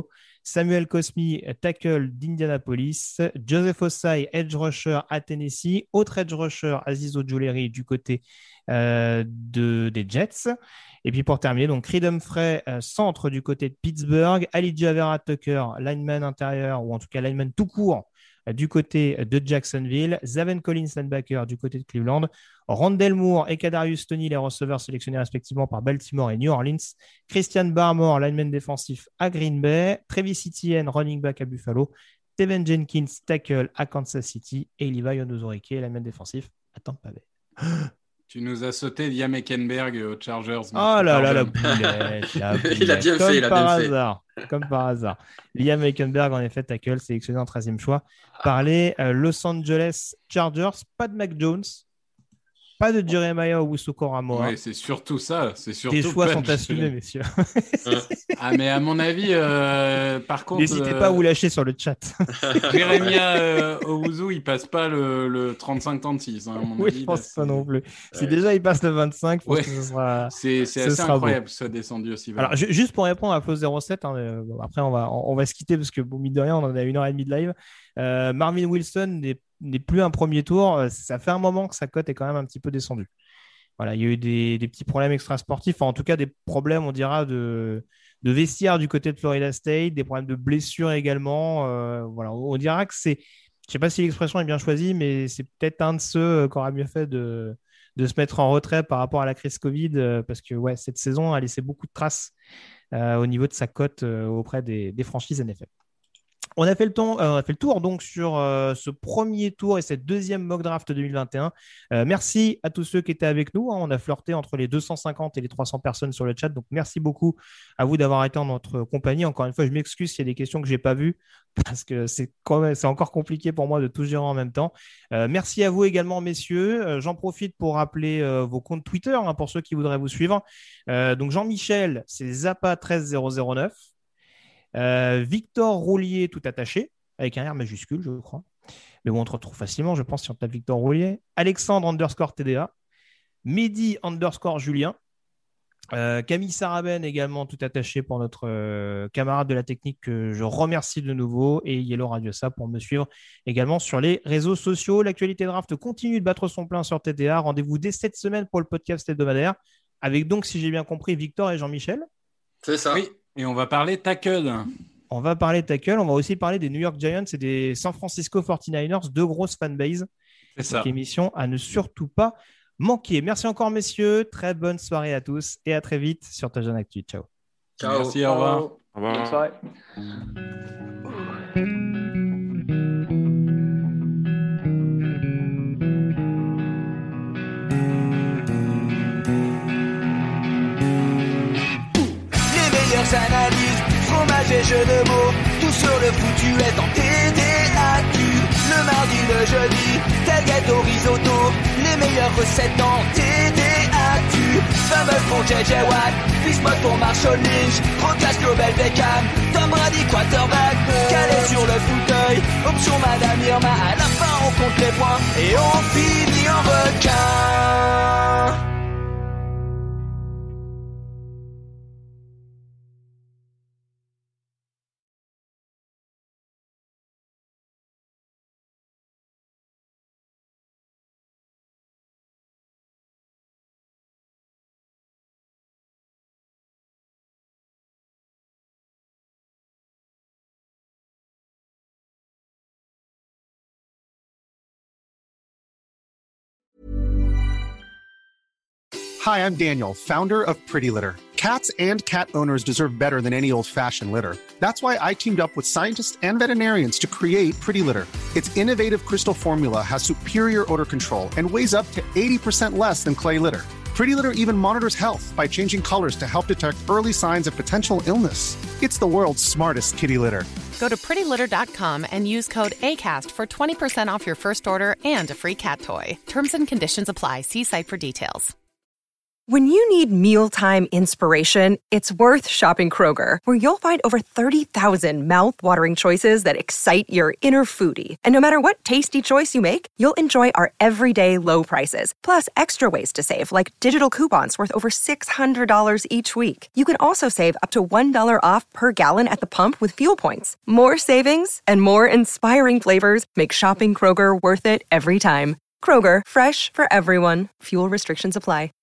Samuel Cosmi, tackle d'Indianapolis. Joseph Ossai, edge rusher à Tennessee. Autre edge rusher, Aziz Ojulari du côté euh, de, des Jets. Et puis pour terminer, donc Creed Humphrey, euh, centre du côté de Pittsburgh. Alijah Vera-Tucker, lineman intérieur, ou en tout cas lineman tout court, euh, du côté de Jacksonville. Zaven Collins, linebacker du côté de Cleveland. Rondell Moore et Kadarius Toney, les receveurs sélectionnés respectivement par Baltimore et New Orleans. Christian Barmore, lineman défensif à Green Bay. Travis Etienne, running back à Buffalo. Teven Jenkins, tackle à Kansas City. Et Levi Onwuzurike, lineman défensif à Tampa Bay. Tu nous as sauté Liam Eckenberg aux Chargers. Oh là là, la boulette, la boulette. Il a bien Comme fait, il a par bien hasard. fait. Comme par hasard. Liam Eckenberg, en effet, tackle, sélectionné en treizième choix par les euh, Los Angeles Chargers. Pas de Mac Jones. Pas de Jeremiah Owusu-Koramoah. Oui, c'est surtout ça. C'est surtout Tes choix pas sont de- assumés, messieurs. Ah, mais à mon avis, euh, par contre. N'hésitez euh, pas à vous lâcher sur le chat. Jeremiah euh, Owusu, il passe pas le, le trente-cinq trente-six. Hein, à mon Oui, avis, je là, pense c'est- pas non plus. Si Ouais. déjà il passe le vingt-cinq, je pense Ouais. que ce sera. C'est c'est ce assez sera beau. incroyable, ça descendu aussi. bas. Alors, ju- juste pour répondre à Flo zéro sept, hein, euh, bon, après on va, on, on va se quitter parce que, bon, mine de rien, on en a une heure et demie de live. Euh, Marvin Wilson n'est n'est plus un premier tour. Euh, Ça fait un moment que sa cote est quand même un petit peu descendue. Voilà, il y a eu des, des petits problèmes extrasportifs, enfin, en tout cas des problèmes, on dira, de, de vestiaire du côté de Florida State, des problèmes de blessures également. Euh, voilà, on dira que c'est, je ne sais pas si l'expression est bien choisie, mais c'est peut-être un de ceux qui aura mieux fait de, de se mettre en retrait par rapport à la crise Covid, euh, parce que ouais, cette saison a laissé beaucoup de traces euh, au niveau de sa cote euh, auprès des, des franchises N F L. On a fait le, ton, euh, on a fait le tour donc sur euh, ce premier tour et cette deuxième mock draft deux mille vingt et un. Euh, merci à tous ceux qui étaient avec nous. Hein. On a flirté entre les deux cent cinquante et les trois cents personnes sur le chat. Donc, merci beaucoup à vous d'avoir été en notre compagnie. Encore une fois, je m'excuse s'il y a des questions que je n'ai pas vues parce que c'est, quand même, c'est encore compliqué pour moi de tout gérer en même temps. Euh, merci à vous également, messieurs. Euh, j'en profite pour rappeler euh, vos comptes Twitter hein, pour ceux qui voudraient vous suivre. Euh, donc, Jean-Michel, c'est Zappa treize zéro zéro neuf. Euh, Victor Roulier, tout attaché, avec un R majuscule, je crois. Mais bon, on te retrouve facilement, je pense, si on tape Victor Roulier. Alexandre underscore T D A. Mehdi underscore Julien. Euh, Camille Saraben, également, tout attaché pour notre euh, camarade de la technique que je remercie de nouveau. Et Yellow Radiosa pour me suivre également sur les réseaux sociaux. L'actualité draft continue de battre son plein sur T D A. Rendez-vous dès cette semaine pour le podcast hebdomadaire. Avec donc, si j'ai bien compris, Victor et Jean-Michel. C'est ça. Oui, et on va parler tackle. On va parler tackle, on va aussi parler des New York Giants et des San Francisco forty-niners, deux grosses fanbases. C'est ça. Donc, émission à ne surtout pas manquer. Merci encore, messieurs. Très bonne soirée à tous et à très vite sur Touchdown Actu. Ciao. Ciao. Merci, au revoir. Au revoir. Bonne soirée. Les meilleures analyses, fromage et jeux de mots, tout sur le foutu est en T D A Q. Le mardi, le jeudi, tailgate au risotto, les meilleures recettes en T D A Q. Fameux pour J J Watt, Bismuth pour Marshall Lynch, Rocas Global Beckham, Tom Brady quarterback, calé sur le fauteuil, option Madame Irma, à la fin on compte les points et on finit en requin. Hi, I'm Daniel, founder of Pretty Litter. Cats and cat owners deserve better than any old-fashioned litter. That's why I teamed up with scientists and veterinarians to create Pretty Litter. Its innovative crystal formula has superior odor control and weighs up to eighty percent less than clay litter. Pretty Litter even monitors health by changing colors to help detect early signs of potential illness. It's the world's smartest kitty litter. Go to pretty litter dot com and use code ACAST for twenty percent off your first order and a free cat toy. Terms and conditions apply. See site for details. When you need mealtime inspiration, it's worth shopping Kroger, where you'll find over thirty thousand mouth-watering choices that excite your inner foodie. And no matter what tasty choice you make, you'll enjoy our everyday low prices, plus extra ways to save, like digital coupons worth over six hundred dollars each week. You can also save up to one dollar off per gallon at the pump with fuel points. More savings and more inspiring flavors make shopping Kroger worth it every time. Kroger, fresh for everyone. Fuel restrictions apply.